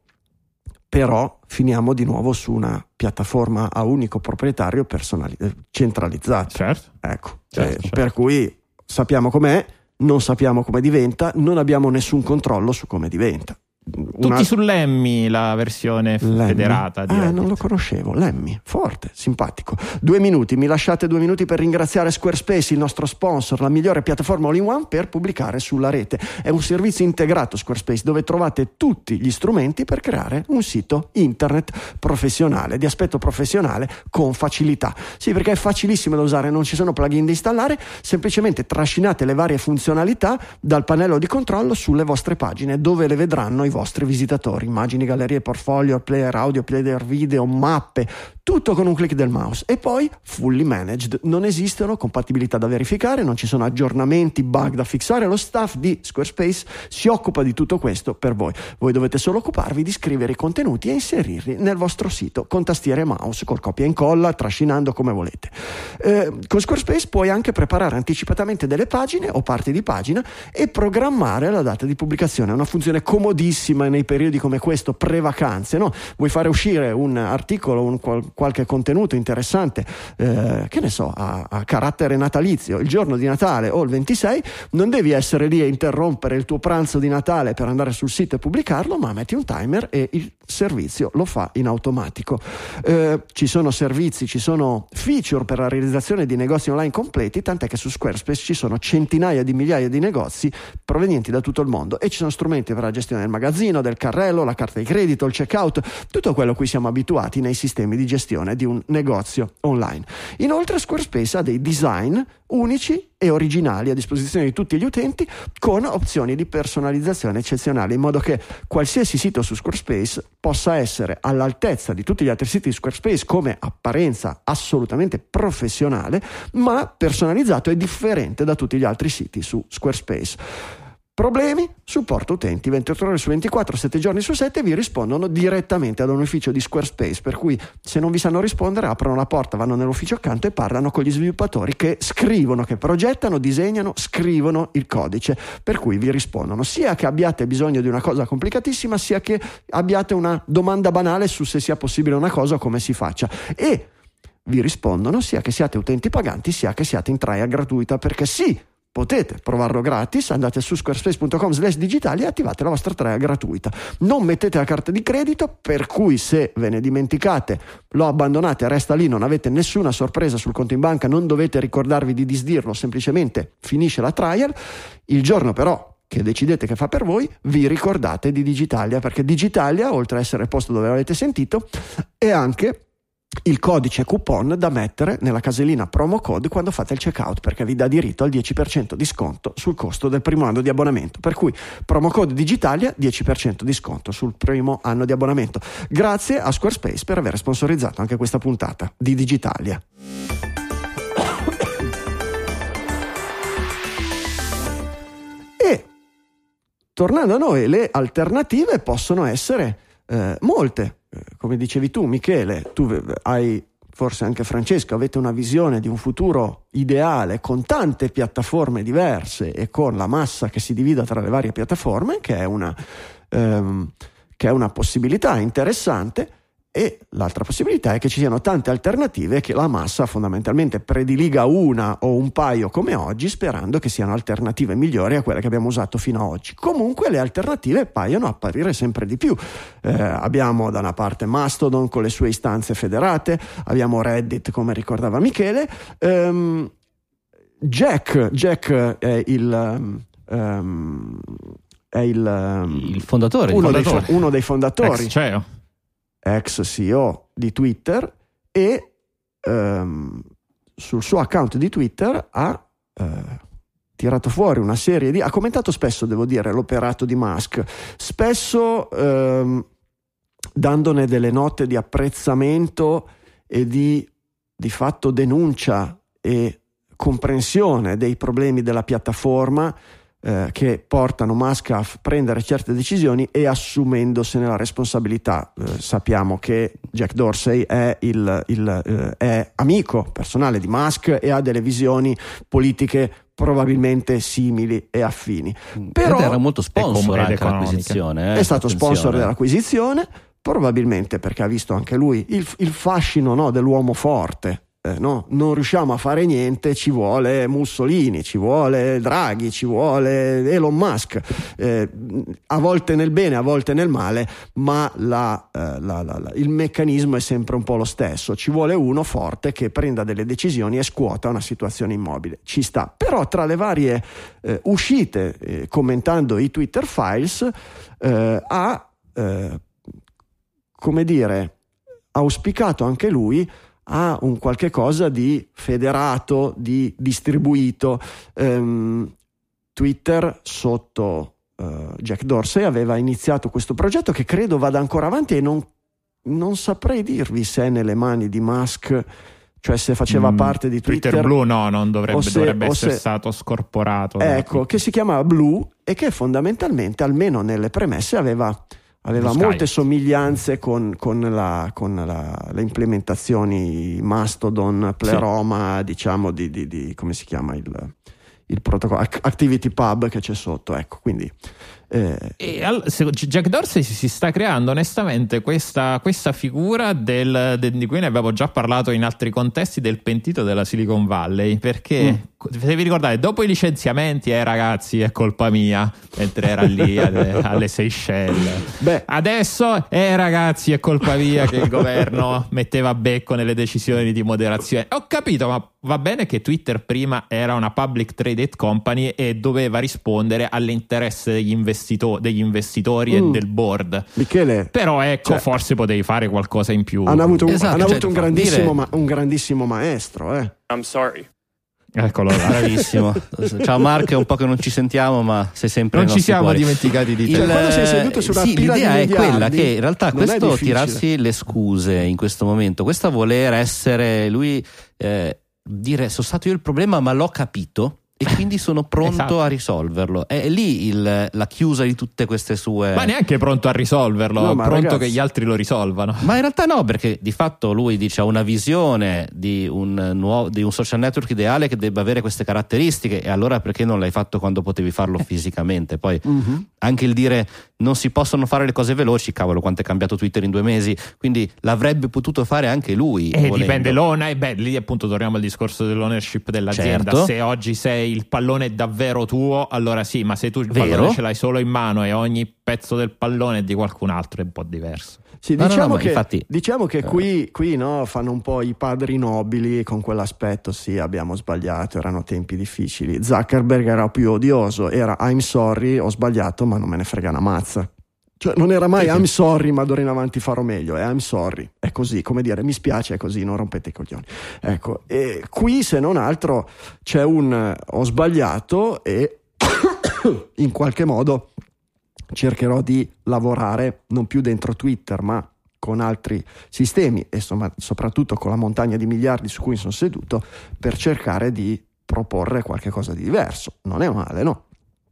Però finiamo di nuovo su una piattaforma a unico proprietario personali- centralizzata. Certo. Ecco, Certo, eh, certo. per cui sappiamo com'è, non sappiamo come diventa, non abbiamo nessun controllo su come diventa. Tutti Una... su Lemmy, la versione Lemmy? federata di Ah, Reddit. non lo conoscevo. Lemmy, forte, simpatico. Due minuti, mi lasciate due minuti per ringraziare Squarespace, il nostro sponsor, la migliore piattaforma all-in-one per pubblicare sulla rete. È un servizio integrato Squarespace dove trovate tutti gli strumenti per creare un sito internet professionale, di aspetto professionale, con facilità. Sì, perché è facilissimo da usare, non ci sono plugin da installare, semplicemente trascinate le varie funzionalità dal pannello di controllo sulle vostre pagine, dove le vedranno i vostri visitatori, immagini, gallerie, portfolio, player audio, player video, mappe, tutto con un click del mouse. E poi fully managed, non esistono compatibilità da verificare, non ci sono aggiornamenti, bug da fissare, lo staff di Squarespace si occupa di tutto questo per voi. Voi dovete solo occuparvi di scrivere i contenuti e inserirli nel vostro sito con tastiere e mouse, col copia e incolla, trascinando come volete. Eh, con Squarespace puoi anche preparare anticipatamente delle pagine o parti di pagina e programmare la data di pubblicazione. È una funzione comodissima nei periodi come questo, pre-vacanze, no? Vuoi fare uscire un articolo, un qual- qualche contenuto interessante, eh, che ne so, a, a carattere natalizio, il giorno di Natale o il ventisei, non devi essere lì a interrompere il tuo pranzo di Natale per andare sul sito e pubblicarlo, ma metti un timer e il servizio lo fa in automatico. Eh, ci sono servizi, ci sono feature per la realizzazione di negozi online completi, tant'è che su Squarespace ci sono centinaia di migliaia di negozi provenienti da tutto il mondo e ci sono strumenti per la gestione del magazzino, del carrello, la carta di credito, il checkout, tutto quello a cui siamo abituati nei sistemi di gestione gestione di un negozio online. Inoltre Squarespace ha dei design unici e originali a disposizione di tutti gli utenti, con opzioni di personalizzazione eccezionali, in modo che qualsiasi sito su Squarespace possa essere all'altezza di tutti gli altri siti di Squarespace come apparenza assolutamente professionale, ma personalizzato e differente da tutti gli altri siti su Squarespace. Problemi? Supporto utenti ventotto ore su ventiquattro, sette giorni su sette, vi rispondono direttamente ad un ufficio di Squarespace, per cui se non vi sanno rispondere aprono la porta, vanno nell'ufficio accanto e parlano con gli sviluppatori che scrivono, che progettano, disegnano, scrivono il codice, per cui vi rispondono sia che abbiate bisogno di una cosa complicatissima, sia che abbiate una domanda banale su se sia possibile una cosa o come si faccia, e vi rispondono sia che siate utenti paganti sia che siate in trial gratuita, perché sì, potete provarlo gratis, andate su squarespace punto com slash digitali e attivate la vostra trial gratuita. Non mettete la carta di credito, per cui se ve ne dimenticate, lo abbandonate, resta lì, non avete nessuna sorpresa sul conto in banca, non dovete ricordarvi di disdirlo, semplicemente finisce la trial. Il giorno però che decidete che fa per voi, vi ricordate di Digitalia, perché Digitalia, oltre a essere il posto dove l'avete sentito, è anche il codice coupon da mettere nella casellina promo code quando fate il checkout, perché vi dà diritto al dieci per cento di sconto sul costo del primo anno di abbonamento, per cui promo code Digitalia, dieci per cento di sconto sul primo anno di abbonamento. Grazie a Squarespace per aver sponsorizzato anche questa puntata di Digitalia. E tornando a noi, le alternative possono essere eh, molte. Come dicevi tu, Michele, tu hai, forse anche Francesco, avete una visione di un futuro ideale con tante piattaforme diverse e con la massa che si divida tra le varie piattaforme, che è una, ehm, che è una possibilità interessante. E l'altra possibilità è che ci siano tante alternative e che la massa fondamentalmente prediliga una o un paio come oggi, sperando che siano alternative migliori a quelle che abbiamo usato fino ad oggi. Comunque le alternative paiono apparire sempre di più. Eh, abbiamo da una parte Mastodon con le sue istanze federate, abbiamo Reddit come ricordava Michele, ehm, Jack, Jack è il... Um, è il, um, il fondatore, uno, il dei, fondatore. uno dei fondatori. Ex C E O. ex C E O di Twitter, e ehm, sul suo account di Twitter ha eh, tirato fuori una serie di... ha commentato spesso, devo dire, l'operato di Musk, spesso ehm, dandone delle note di apprezzamento e di, di fatto denuncia e comprensione dei problemi della piattaforma, Eh, che portano Musk a f- prendere certe decisioni e assumendosene la responsabilità. Eh, sappiamo che Jack Dorsey è, il, il, eh, è amico personale di Musk e ha delle visioni politiche probabilmente simili e affini. Però ed era molto sponsor ed anche economica. dell'acquisizione. Eh, è stato attenzione. sponsor dell'acquisizione, probabilmente perché ha visto anche lui il, il fascino, no, dell'uomo forte. Eh, no? Non riusciamo a fare niente, ci vuole Mussolini, ci vuole Draghi, ci vuole Elon Musk, eh, a volte nel bene, a volte nel male, ma la, eh, la, la, la, il meccanismo è sempre un po' lo stesso. Ci vuole uno forte che prenda delle decisioni e scuota una situazione immobile. Ci sta. Però tra le varie eh, uscite, eh, commentando i Twitter Files, eh, ha eh, come dire auspicato anche lui ha un qualche cosa di federato, di distribuito. Um, Twitter sotto uh, Jack Dorsey aveva iniziato questo progetto che credo vada ancora avanti e non, non saprei dirvi se è nelle mani di Musk, cioè se faceva mm, parte di Twitter. Twitter Blue no, non dovrebbe, se, dovrebbe essere se, stato scorporato. Ecco, che si chiamava Blue e che fondamentalmente, almeno nelle premesse, aveva... aveva molte somiglianze con, con, la, con la, le implementazioni Mastodon, Pleroma, sì. diciamo di, di, di come si chiama il, il protocollo Activity Pub che c'è sotto, ecco, quindi eh. E al, se, Jack Dorsey si, si sta creando onestamente questa, questa figura del, de, di cui ne avevo già parlato in altri contesti, del pentito della Silicon Valley, perché mm. se vi ricordate, dopo i licenziamenti eh ragazzi è colpa mia, mentre era lì alle, alle Seychelles. Beh. Adesso eh ragazzi è colpa mia che il governo metteva becco nelle decisioni di moderazione. Ho capito, ma va bene che Twitter prima era una public traded company e doveva rispondere all'interesse degli investitori investito- degli investitori mm. e del board. Michele, però ecco, cioè, forse potevi fare qualcosa in più. Hanno avuto un, esatto, hanno cioè, avuto un grandissimo, dire... ma, un grandissimo maestro, eh. I'm sorry. Eccolo là. Bravissimo. Ciao Marco, è un po' che non ci sentiamo, ma sei sempre non ci siamo cuori. dimenticati di te. Il, cioè, quando sei seduto su una sì, pila l'idea di è quella che in realtà questo tirarsi le scuse in questo momento, questo voler essere lui, eh, dire sono stato io il problema ma l'ho capito e quindi sono pronto esatto. a risolverlo. È lì il, la chiusa di tutte queste sue... Ma neanche pronto a risolverlo, no, pronto ragazzi... che gli altri lo risolvano. Ma in realtà no, perché di fatto lui dice ha una visione di un, nuovo, di un social network ideale che debba avere queste caratteristiche, e allora perché non l'hai fatto quando potevi farlo fisicamente? Poi uh-huh. anche il dire non si possono fare le cose veloci, cavolo quanto è cambiato Twitter in due mesi, quindi l'avrebbe potuto fare anche lui. E dipende l'ona, e beh lì appunto torniamo al discorso dell'ownership dell'azienda. Certo. Se oggi sei il pallone è davvero tuo, allora sì, ma se tu il Vero. pallone ce l'hai solo in mano e ogni pezzo del pallone è di qualcun altro è un po' diverso. Sì, no, diciamo, no, no, che, infatti, diciamo che qui, qui no, fanno un po' i padri nobili con quell'aspetto, sì abbiamo sbagliato, erano tempi difficili. Zuckerberg era più odioso, era I'm sorry, ho sbagliato ma non me ne frega una mazza. Cioè non era mai I'm sorry ma d'ora in avanti farò meglio, è I'm sorry, è così, come dire mi spiace, è così, non rompete i coglioni. Ecco, e qui se non altro c'è un ho sbagliato e in qualche modo cercherò di lavorare non più dentro Twitter ma con altri sistemi e insomma, soprattutto con la montagna di miliardi su cui sono seduto per cercare di proporre qualche cosa di diverso. Non è male, no?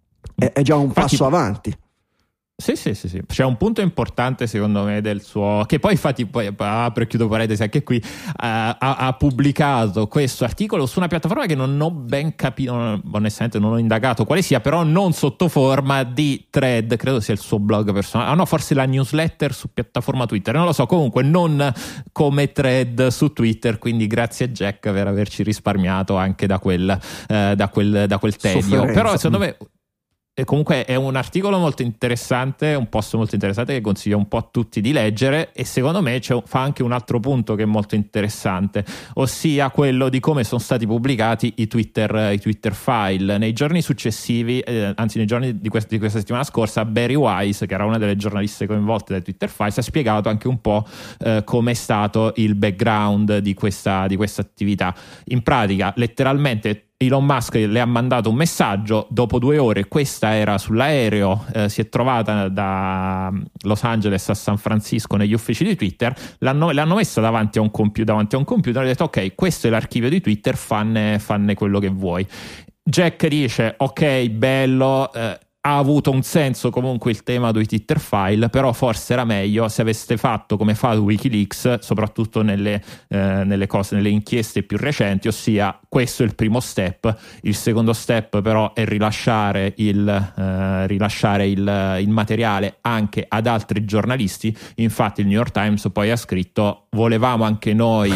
È, è già un passo Infatti... avanti. Sì, sì, sì, sì. C'è un punto importante secondo me del suo, che poi infatti poi apro e chiudo parentesi anche qui, uh, ha, ha pubblicato questo articolo su una piattaforma che non ho ben capito, non, onestamente non ho indagato quale sia, però non sotto forma di Thread, credo sia il suo blog personale, ah no, forse la newsletter su piattaforma Twitter, non lo so, comunque non come Thread su Twitter, quindi grazie a Jack per averci risparmiato anche da quel, uh, da quel, da quel tedio. Sofferenza. Però secondo me E comunque è un articolo molto interessante, un post molto interessante che consiglio un po' a tutti di leggere, e secondo me c'è, fa anche un altro punto che è molto interessante, ossia quello di come sono stati pubblicati i Twitter, i Twitter file. Nei giorni successivi, eh, anzi nei giorni di, quest- di questa settimana scorsa, Bari Weiss, che era una delle giornaliste coinvolte dai Twitter files, ha spiegato anche un po' eh, come è stato il background di questa, di questa attività. In pratica, letteralmente Elon Musk le ha mandato un messaggio, dopo due ore questa era sull'aereo, eh, si è trovata da Los Angeles a San Francisco negli uffici di Twitter, l'hanno, l'hanno messa davanti a un computer, davanti a un computer e ha detto ok, questo è l'archivio di Twitter, fanne, fanne quello che vuoi. Jack dice ok, bello, eh, ha avuto un senso comunque il tema dei Twitter file, però forse era meglio se aveste fatto come fa Wikileaks, soprattutto nelle, eh, nelle cose, nelle inchieste più recenti, ossia questo è il primo step, il secondo step però è rilasciare il, eh, rilasciare il, il materiale anche ad altri giornalisti. Infatti il New York Times poi ha scritto volevamo anche noi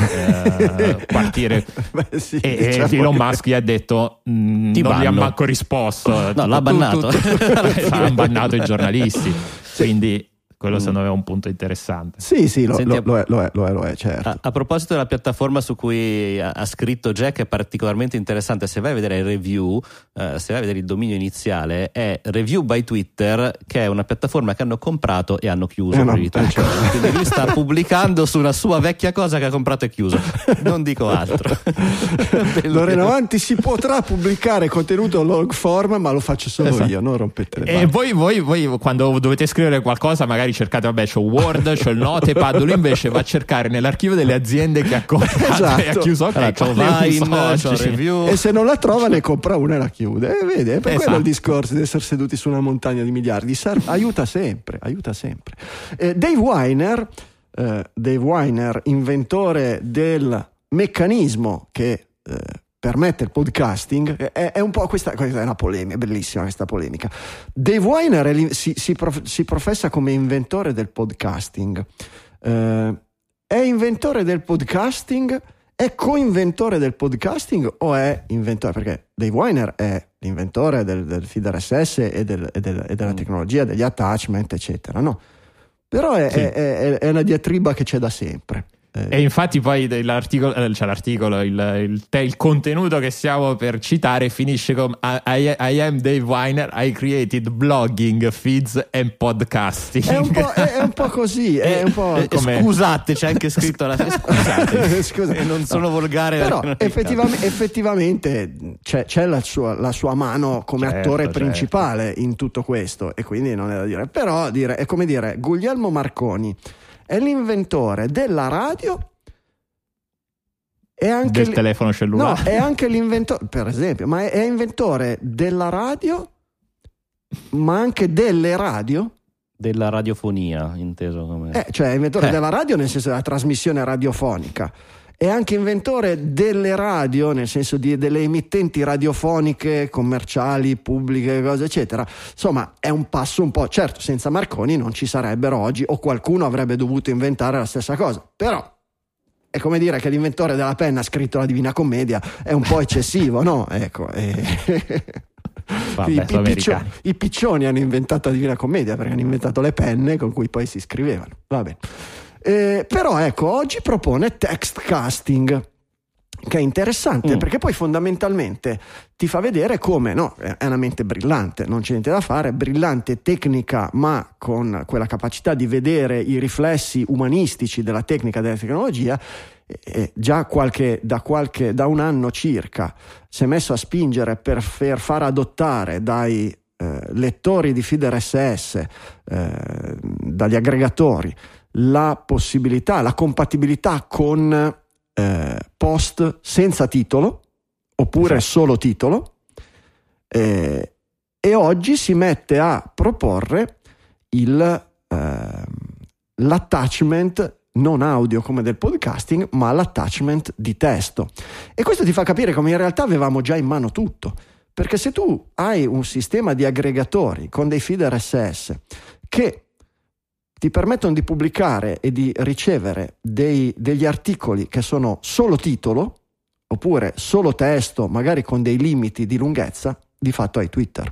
eh, partire. Beh, sì, e, diciamo e Elon che... Musk gli ha detto mh, non gli ha manco risposto, no, l'ha bannato. Tu, tu, tu, hanno bannato i giornalisti, sì. Quindi quello secondo me è un punto interessante. Sì, sì, lo, Senti, lo, lo, è, lo, è, lo è, lo è, certo. A, a proposito della piattaforma su cui ha, ha scritto Jack, è particolarmente interessante. Se vai a vedere il review, eh, se vai a vedere il dominio iniziale, è Review by Twitter, che è una piattaforma che hanno comprato e hanno chiuso. Eh no, certo. Quindi lui sta pubblicando su una sua vecchia cosa che ha comprato e chiuso. Non dico altro. D'ora in avanti si potrà pubblicare contenuto long form, ma lo faccio solo esatto. io, non rompete le balle. E voi, voi, voi quando dovete scrivere qualcosa magari cercate, vabbè, c'ho Word, c'ho il Notepad, lui invece va a cercare nell'archivio delle aziende che ha comprato esatto. e ha chiuso, ok, allora, c'ho Vine, c'ho review, e se non la trova ne compra una e la chiude, e vedi, è per esatto. quello il discorso di essere seduti su una montagna di miliardi, serve, aiuta sempre, aiuta sempre. Eh, Dave Winer, eh, Dave Winer, inventore del meccanismo che eh, permette il podcasting, è, è un po' questa, questa è una polemica, è bellissima questa polemica. Dave Winer è, si, si, prof, si professa come inventore del podcasting, eh, è inventore del podcasting, è coinventore del podcasting o è inventore? Perché Dave Winer è l'inventore del, del feed R S S e, del, e, del, e della tecnologia, degli attachment eccetera, no? Però è, sì. è, è, è una diatriba che c'è da sempre. Eh, e infatti poi l'articolo, cioè l'articolo il, il, te, il contenuto che stiamo per citare finisce con I, I am Dave Winer, I created blogging, feeds and podcasting. È un po', è, è un po' così, è un po' eh, scusate, c'è anche scritto la scusate, Scusa, non sono no. volgare, però effettivamente, effettivamente c'è, c'è la, sua, la sua mano come certo, attore certo. principale in tutto questo, e quindi non è da dire. Però dire, è come dire, Guglielmo Marconi è l'inventore della radio e anche del li- telefono cellulare. no, è anche l'inventore, per esempio, ma è, è inventore della radio, ma anche delle radio. Della radiofonia, inteso come Eh, cioè è inventore Eh. della radio nel senso della trasmissione radiofonica, è anche inventore delle radio nel senso di, delle emittenti radiofoniche commerciali, pubbliche, cose eccetera. Insomma, è un passo un po', certo, senza Marconi non ci sarebbero oggi, o qualcuno avrebbe dovuto inventare la stessa cosa, però è come dire che l'inventore della penna ha scritto la Divina Commedia, è un po' eccessivo, no? Ecco, e... Vabbè, I, i, sono piccio- americani. i piccioni hanno inventato la Divina Commedia perché hanno inventato le penne con cui poi si scrivevano. Va bene. Eh, però ecco, oggi propone text casting, che è interessante mm. perché poi fondamentalmente ti fa vedere come, no, è una mente brillante, non c'è niente da fare, brillante tecnica, ma con quella capacità di vedere i riflessi umanistici della tecnica, della tecnologia. E già qualche, da, qualche, da un anno circa si è messo a spingere per, per far adottare dai eh, lettori di feed R S S, eh, dagli aggregatori, la possibilità, la compatibilità con eh, post senza titolo oppure esatto. solo titolo, eh, e oggi si mette a proporre il, eh, l'attachment non audio come del podcasting, ma l'attachment di testo. E questo ti fa capire come in realtà avevamo già in mano tutto, perché se tu hai un sistema di aggregatori con dei feed R S S che ti permettono di pubblicare e di ricevere dei, degli articoli che sono solo titolo oppure solo testo, magari con dei limiti di lunghezza, di fatto hai Twitter.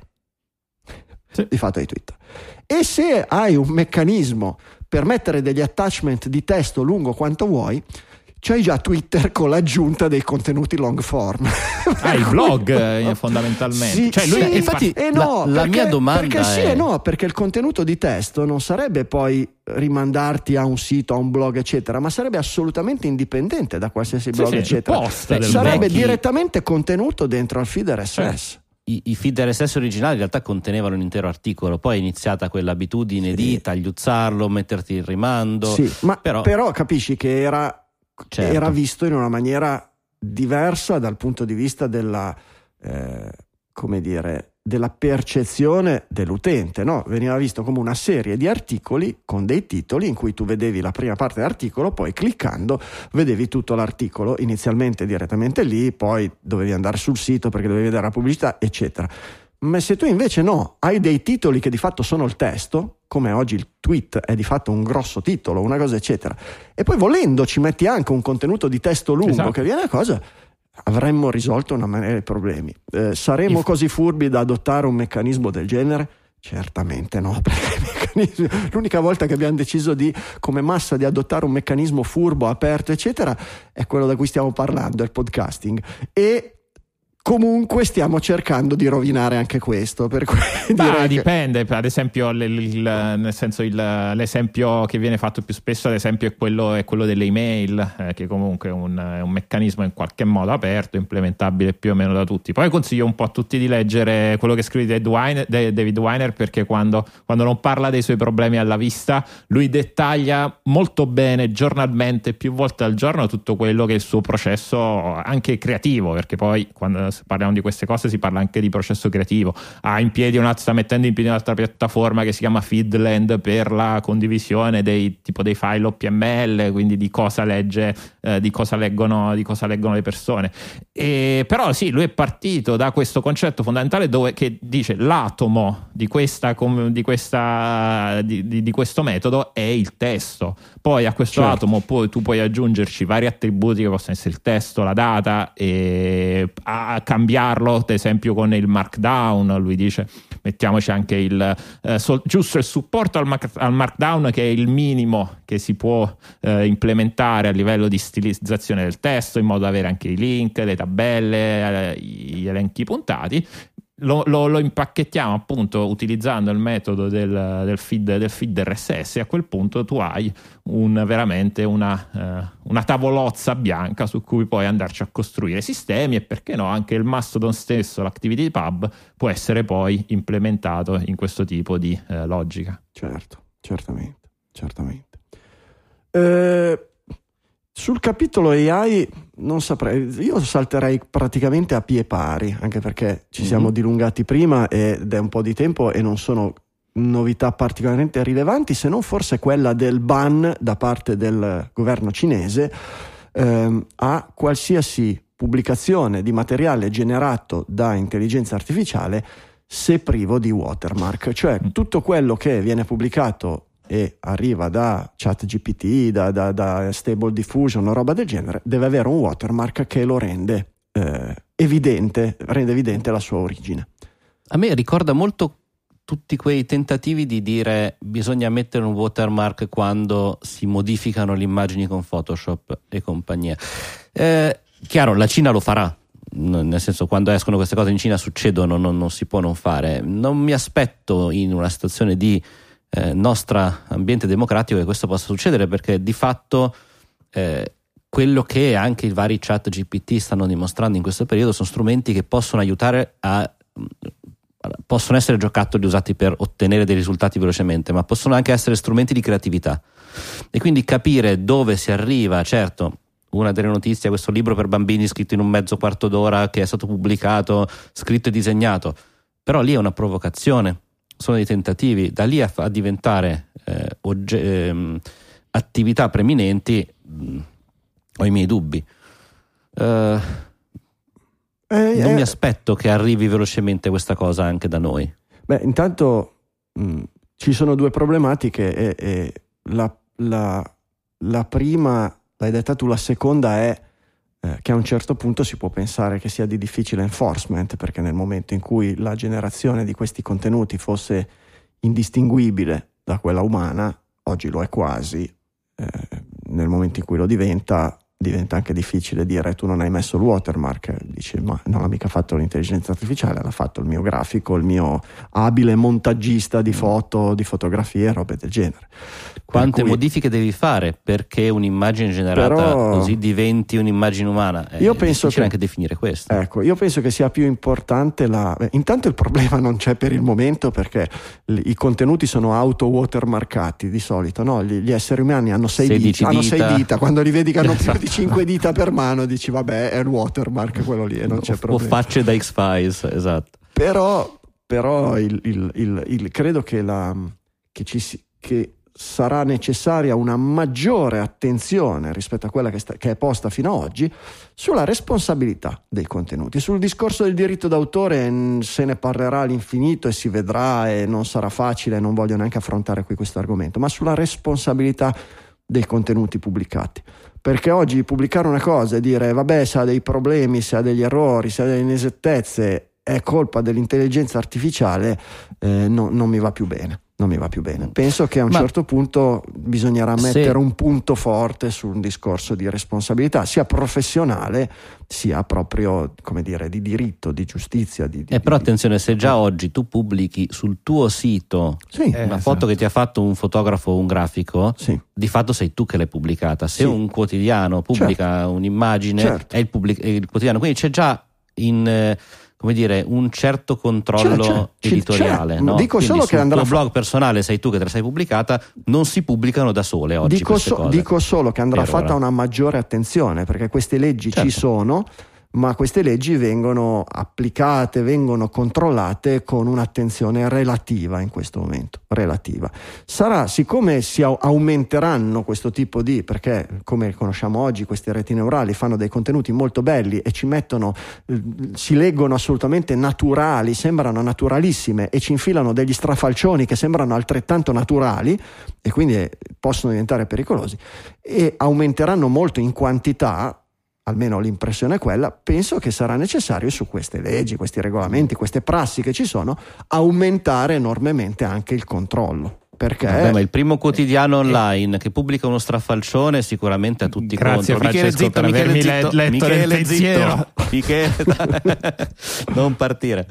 Sì. Di fatto hai Twitter. E se hai un meccanismo per mettere degli attachment di testo lungo quanto vuoi, c'hai già Twitter con l'aggiunta dei contenuti long form. Ah, il blog eh, fondamentalmente. Sì, cioè lui sì, è infatti, fa- eh no, la, la perché, mia domanda perché sì è... e no, perché il contenuto di testo non sarebbe poi rimandarti a un sito, a un blog, eccetera, ma sarebbe assolutamente indipendente da qualsiasi blog, sì, eccetera. Post del sarebbe blog. direttamente contenuto dentro al feed R S S. I, I feed R S S originali in realtà contenevano un intero articolo, poi è iniziata quell'abitudine sì. di tagliuzzarlo, metterti il rimando. Sì, ma però, però capisci che era, certo. era visto in una maniera diversa dal punto di vista della, eh, come dire, della percezione dell'utente, no? Veniva visto come una serie di articoli con dei titoli in cui tu vedevi la prima parte dell'articolo, poi cliccando vedevi tutto l'articolo, inizialmente direttamente lì, poi dovevi andare sul sito perché dovevi vedere la pubblicità, eccetera. Ma se tu invece no, hai dei titoli che di fatto sono il testo, come oggi il tweet è di fatto un grosso titolo, una cosa eccetera, e poi volendo ci metti anche un contenuto di testo lungo, esatto. che viene a cosa, avremmo risolto una maniera di problemi. Eh, saremo If... così furbi da adottare un meccanismo del genere? Certamente no, perché l'unica volta che abbiamo deciso di, come massa, di adottare un meccanismo furbo, aperto, eccetera, è quello da cui stiamo parlando, il podcasting. E comunque stiamo cercando di rovinare anche questo, per cui ah, che... dipende. Ad esempio il, il, nel senso il, l'esempio che viene fatto più spesso ad esempio è quello, è quello delle email, eh, che comunque è un, è un meccanismo in qualche modo aperto, implementabile più o meno da tutti. Poi consiglio un po' a tutti di leggere quello che scrive David Winer, David Winer perché quando, quando non parla dei suoi problemi alla vista, lui dettaglia molto bene giornalmente, più volte al giorno, tutto quello che è il suo processo anche creativo, perché poi quando parliamo di queste cose si parla anche di processo creativo. Ha in piedi una, sta mettendo in piedi un'altra piattaforma che si chiama Feedland per la condivisione dei tipo dei file O P M L, quindi di cosa legge, eh, di cosa leggono, di cosa leggono le persone. E però sì, lui è partito da questo concetto fondamentale dove che dice l'atomo di questa di questa di, di, di questo metodo è il testo. Poi a questo certo. atomo poi tu puoi aggiungerci vari attributi che possono essere il testo, la data, e a cambiarlo ad esempio con il markdown, lui dice, mettiamoci anche il eh, sol- giusto il supporto al, mark- al markdown, che è il minimo che si può eh, implementare a livello di stilizzazione del testo, in modo da avere anche i link, le tabelle, eh, gli elenchi puntati. Lo, lo, lo impacchettiamo appunto utilizzando il metodo del, del, feed, del feed R S S, e a quel punto tu hai un, veramente una, eh, una tavolozza bianca su cui puoi andarci a costruire sistemi, e perché no anche il Mastodon stesso, l'ActivityPub, può essere poi implementato in questo tipo di eh, logica. Certo, certamente, certamente. Eh... Sul capitolo A I non saprei, io salterei praticamente a pie pari, anche perché ci siamo mm-hmm. dilungati prima ed è un po' di tempo e non sono novità particolarmente rilevanti, se non forse quella del ban da parte del governo cinese ehm, a qualsiasi pubblicazione di materiale generato da intelligenza artificiale se privo di watermark, cioè tutto quello che viene pubblicato e arriva da ChatGPT, da, da, da Stable Diffusion o roba del genere, deve avere un watermark che lo rende eh, evidente, rende evidente la sua origine. A me ricorda molto tutti quei tentativi di dire bisogna mettere un watermark quando si modificano le immagini con Photoshop e compagnia. Eh, chiaro, la Cina lo farà, nel senso, quando escono queste cose in Cina succedono, non, non si può non fare. Non mi aspetto in una situazione di Eh, nostra ambiente democratico che questo possa succedere, perché di fatto eh, quello che anche i vari chat G P T stanno dimostrando in questo periodo sono strumenti che possono aiutare a possono essere giocattoli usati per ottenere dei risultati velocemente, ma possono anche essere strumenti di creatività, e quindi capire dove si arriva. Certo, una delle notizie è questo libro per bambini scritto in un mezzo quarto d'ora che è stato pubblicato, scritto e disegnato, però lì è una provocazione, sono dei tentativi. Da lì a, a diventare eh, ogge- ehm, attività preminenti mh, ho i miei dubbi. Uh, eh, non eh, mi aspetto che arrivi velocemente questa cosa anche da noi. Beh, intanto mh, ci sono due problematiche e, e la, la, la prima, l'hai detta tu, la seconda è eh, che a un certo punto si può pensare che sia di difficile enforcement, perché nel momento in cui la generazione di questi contenuti fosse indistinguibile da quella umana, oggi lo è quasi, eh, nel momento in cui lo diventa, diventa anche difficile dire tu non hai messo il watermark, dici ma non l'ha mica fatto l'intelligenza artificiale, l'ha fatto il mio grafico, il mio abile montaggista di foto, di fotografie e robe del genere. Quante cui, modifiche devi fare perché un'immagine generata però, così diventi un'immagine umana? È io penso difficile che, anche definire questo. Ecco, io penso che sia più importante la... Intanto il problema non c'è per il momento, perché i contenuti sono auto watermarkati di solito, no? Gli, gli esseri umani hanno sei dita, hanno sei dita, quando li vedi che hanno più di cinque dita per mano dici vabbè, è il watermark quello lì e non c'è problema. O facce da X-Files, esatto. Però, però il, il, il, il, credo che, la, che, ci si, che sarà necessaria una maggiore attenzione rispetto a quella che, sta, che è posta fino ad oggi sulla responsabilità dei contenuti. Sul discorso del diritto d'autore se ne parlerà all'infinito e si vedrà, e non sarà facile, non voglio neanche affrontare qui questo argomento, ma sulla responsabilità dei contenuti pubblicati. Perché oggi pubblicare una cosa e dire vabbè, se ha dei problemi, se ha degli errori, se ha delle inesattezze, è colpa dell'intelligenza artificiale, eh, no, non mi va più bene. Non mi va più bene. Penso che a un Ma certo punto bisognerà mettere se... un punto forte su un discorso di responsabilità, sia professionale, sia proprio, come dire, di diritto, di giustizia. Di, di, eh, però di, attenzione, se già oggi tu pubblichi sul tuo sito sì, una eh, foto esatto. che ti ha fatto un fotografo o un grafico, sì. di fatto sei tu che l'hai pubblicata. Se sì. un quotidiano pubblica certo. un'immagine, certo. è, il pubblic- è il quotidiano, quindi c'è già in... Eh, come dire, un certo controllo c'è, c'è, editoriale. C'è. No? Dico Quindi solo sul che andrà tuo blog personale sei tu che te la sei pubblicata, non si pubblicano da sole oggi dico, queste so, cose. Dico solo che andrà per fatta ora. una maggiore attenzione, perché queste leggi certo. ci sono, ma queste leggi vengono applicate, vengono controllate con un'attenzione relativa in questo momento, relativa. Sarà, siccome si aumenteranno questo tipo di, perché come conosciamo oggi queste reti neurali fanno dei contenuti molto belli e ci mettono, si leggono assolutamente naturali, sembrano naturalissime e ci infilano degli strafalcioni che sembrano altrettanto naturali e quindi possono diventare pericolosi, e aumenteranno molto in quantità. almeno l'impressione è quella, penso che sarà necessario su queste leggi, questi regolamenti, queste prassi che ci sono, aumentare enormemente anche il controllo. Perché Vabbè, ma il primo quotidiano online che pubblica uno strafalcione sicuramente a tutti Grazie contro. Michele Zitto per Michele avermi Zitto, letto Michele il pensiero. Zitto, Michele, non partire.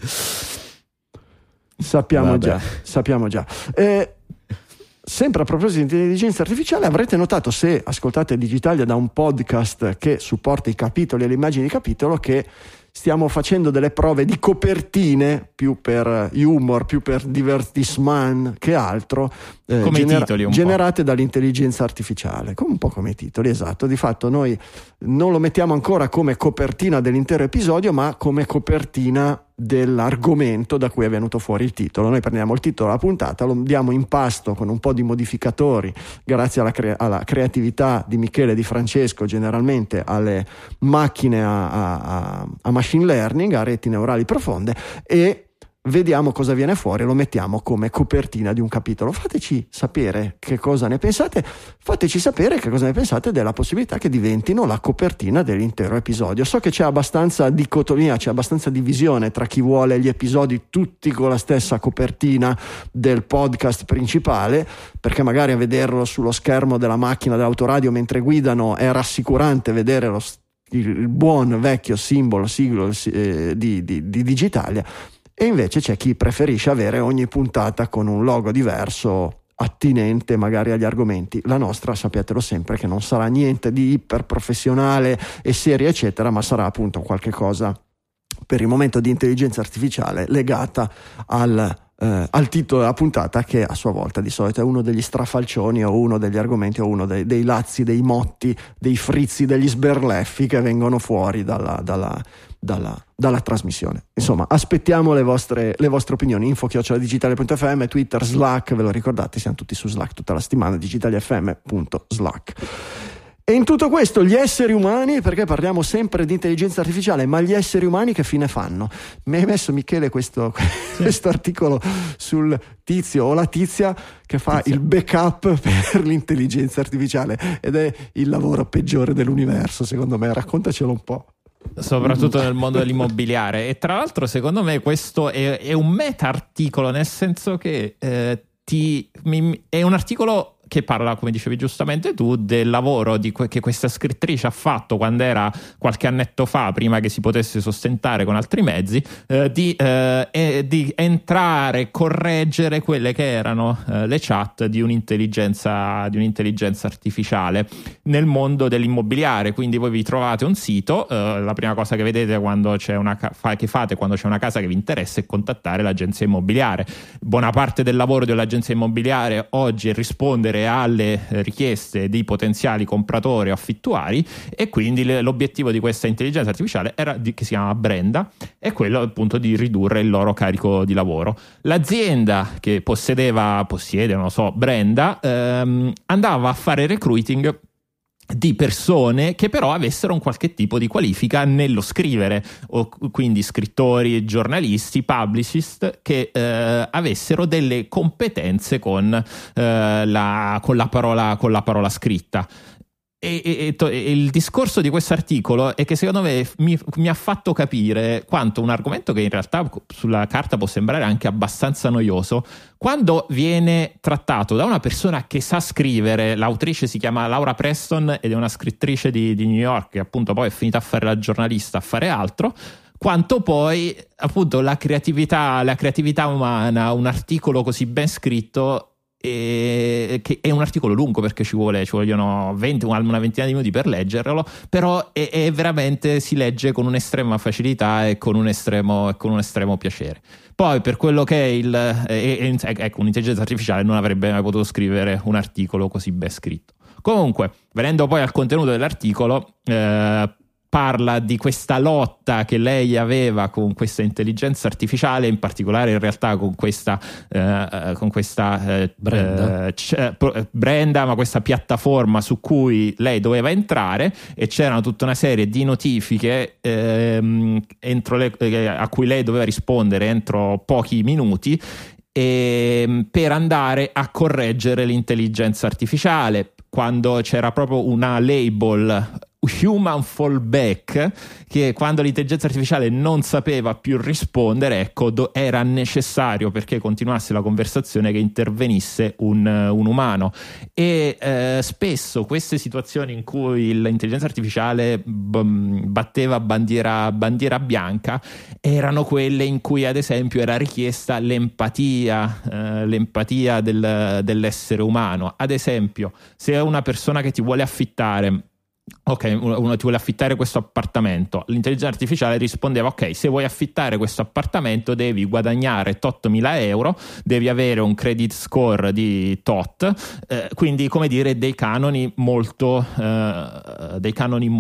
Sappiamo Vabbè. già, sappiamo già. Eh, sempre a proposito di intelligenza artificiale, avrete notato, se ascoltate Digitalia da un podcast che supporta i capitoli e le immagini di capitolo, che stiamo facendo delle prove di copertine più per humor, più per divertissement che altro, eh, come genera- i titoli un generate po'. dall'intelligenza artificiale, come un po' come i titoli, esatto. Di fatto noi non lo mettiamo ancora come copertina dell'intero episodio, ma come copertina dell'argomento da cui è venuto fuori il titolo. Noi prendiamo il titolo della puntata, lo diamo in pasto con un po' di modificatori, grazie alla, cre- alla creatività di Michele e di Francesco, generalmente alle macchine a, a, a machine learning, a reti neurali profonde, e vediamo cosa viene fuori, lo mettiamo come copertina di un capitolo. Fateci sapere che cosa ne pensate, fateci sapere che cosa ne pensate della possibilità che diventino la copertina dell'intero episodio. So che c'è abbastanza dicotomia, c'è abbastanza divisione tra chi vuole gli episodi tutti con la stessa copertina del podcast principale, perché magari a vederlo sullo schermo della macchina dell'autoradio mentre guidano è rassicurante vedere lo, il buon vecchio simbolo, siglo eh, di, di, di Digitalia. E invece c'è chi preferisce avere ogni puntata con un logo diverso, attinente magari agli argomenti. La nostra, sappiatelo sempre, che non sarà niente di iper professionale e seria eccetera, ma sarà appunto qualche cosa per il momento di intelligenza artificiale legata al, eh, al titolo della puntata, che a sua volta di solito è uno degli strafalcioni o uno degli argomenti o uno dei, dei lazzi, dei motti, dei frizzi, degli sberleffi che vengono fuori dalla, dalla Dalla, dalla trasmissione. Insomma, aspettiamo le vostre, le vostre opinioni. Info chiocciola digitale punto effe emme, Twitter, Slack, ve lo ricordate, siamo tutti su Slack tutta la settimana, digitaliefm punto slack. E in tutto questo gli esseri umani, perché parliamo sempre di intelligenza artificiale, ma gli esseri umani che fine fanno? Mi hai messo, Michele, questo, sì. questo articolo sul tizio o la tizia che fa tizia. il backup per l'intelligenza artificiale, ed è il lavoro peggiore dell'universo, secondo me. Raccontacelo un po'. Soprattutto nel mondo dell'immobiliare. E tra l'altro secondo me questo è, è un meta articolo, nel senso che eh, ti, mi, è un articolo che parla, come dicevi giustamente tu, del lavoro di que- che questa scrittrice ha fatto quando era qualche annetto fa, prima che si potesse sostentare con altri mezzi, eh, di, eh, e, di entrare, correggere quelle che erano eh, le chat di un'intelligenza, di un'intelligenza artificiale nel mondo dell'immobiliare. Quindi voi vi trovate un sito, eh, la prima cosa che vedete quando c'è una ca- fa- che fate quando c'è una casa che vi interessa è contattare l'agenzia immobiliare. Buona parte del lavoro dell'agenzia immobiliare oggi è rispondere alle richieste di potenziali compratori o affittuari, e quindi l'obiettivo di questa intelligenza artificiale era di, che si chiama Brenda, è quello appunto di ridurre il loro carico di lavoro. L'azienda che possedeva possiede non lo so Brenda ehm, andava a fare recruiting di persone che però avessero un qualche tipo di qualifica nello scrivere, o quindi scrittori, giornalisti, publicist che eh, avessero delle competenze con, eh, la, con, la, parola, con la parola scritta. E, e, e il discorso di questo articolo è che secondo me mi, mi ha fatto capire quanto un argomento che in realtà sulla carta può sembrare anche abbastanza noioso, quando viene trattato da una persona che sa scrivere. L'autrice si chiama Laura Preston ed è una scrittrice di, di New York, che appunto poi è finita a fare la giornalista, a fare altro, quanto poi appunto la creatività, la creatività umana, un articolo così ben scritto. E che è un articolo lungo, perché ci vuole ci vogliono venti, una ventina di minuti per leggerlo, però è, è veramente, si legge con un'estrema facilità e con un estremo, con un estremo piacere. Poi per quello che è il è, è, ecco, un'intelligenza artificiale non avrebbe mai potuto scrivere un articolo così ben scritto. Comunque, venendo poi al contenuto dell'articolo, eh, parla di questa lotta che lei aveva con questa intelligenza artificiale, in particolare in realtà con questa eh, con questa eh, Brenda. Eh, c- Brenda, ma questa piattaforma su cui lei doveva entrare, e c'erano tutta una serie di notifiche ehm, entro le, eh, a cui lei doveva rispondere entro pochi minuti, e, per andare a correggere l'intelligenza artificiale. Quando c'era proprio una label human fallback, che quando l'intelligenza artificiale non sapeva più rispondere, ecco, do- era necessario, perché continuasse la conversazione, che intervenisse un, un umano. E eh, spesso queste situazioni in cui l'intelligenza artificiale b- batteva bandiera, bandiera bianca erano quelle in cui, ad esempio, era richiesta l'empatia, eh, l'empatia del, dell'essere umano. Ad esempio, se è una persona che ti vuole affittare, ok, uno ti vuole affittare questo appartamento, l'intelligenza artificiale rispondeva: ok, se vuoi affittare questo appartamento devi guadagnare ottomila euro, devi avere un credit score di tot, eh, quindi, come dire, dei canoni molto eh, dei canoni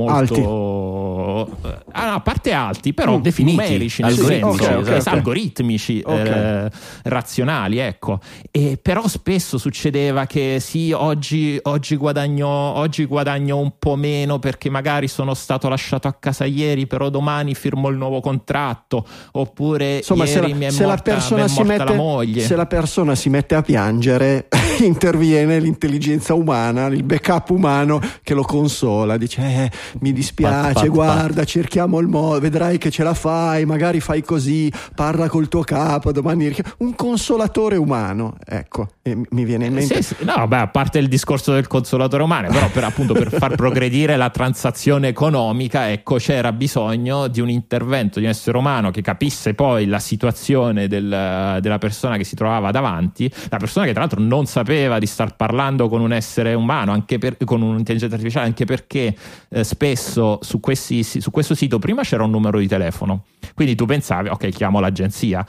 molto eh, a parte alti, però mm, definiti, numerici, nel algoritmici, senso, okay, okay, okay. algoritmici, okay. eh, razionali, ecco. E però spesso succedeva che sì, oggi, oggi guadagno oggi guadagno un po' meno perché magari sono stato lasciato a casa ieri, però domani firmo il nuovo contratto, oppure insomma, ieri se la, mi è se morta, la persona mi è si morta mette, la moglie. Se la persona si mette a piangere, interviene l'intelligenza umana, il backup umano che lo consola, dice eh, mi dispiace, pat, pat, guarda, pat. cerchiamo il modo, vedrai che ce la fai, magari fai così, parla col tuo capo, domani un consolatore umano, ecco, e mi viene in mente. Sì, sì. No, beh, a parte il discorso del consolatore umano, però per appunto per far progredire la transazione economica, ecco, c'era bisogno di un intervento di un essere umano che capisse poi la situazione del, della persona che si trovava davanti, la persona che tra l'altro non sapeva di star parlando con un essere umano, anche per, con un'intelligenza artificiale, anche perché eh, spesso su, questi, su questo sito prima c'era un numero di telefono, quindi tu pensavi ok, chiamo l'agenzia,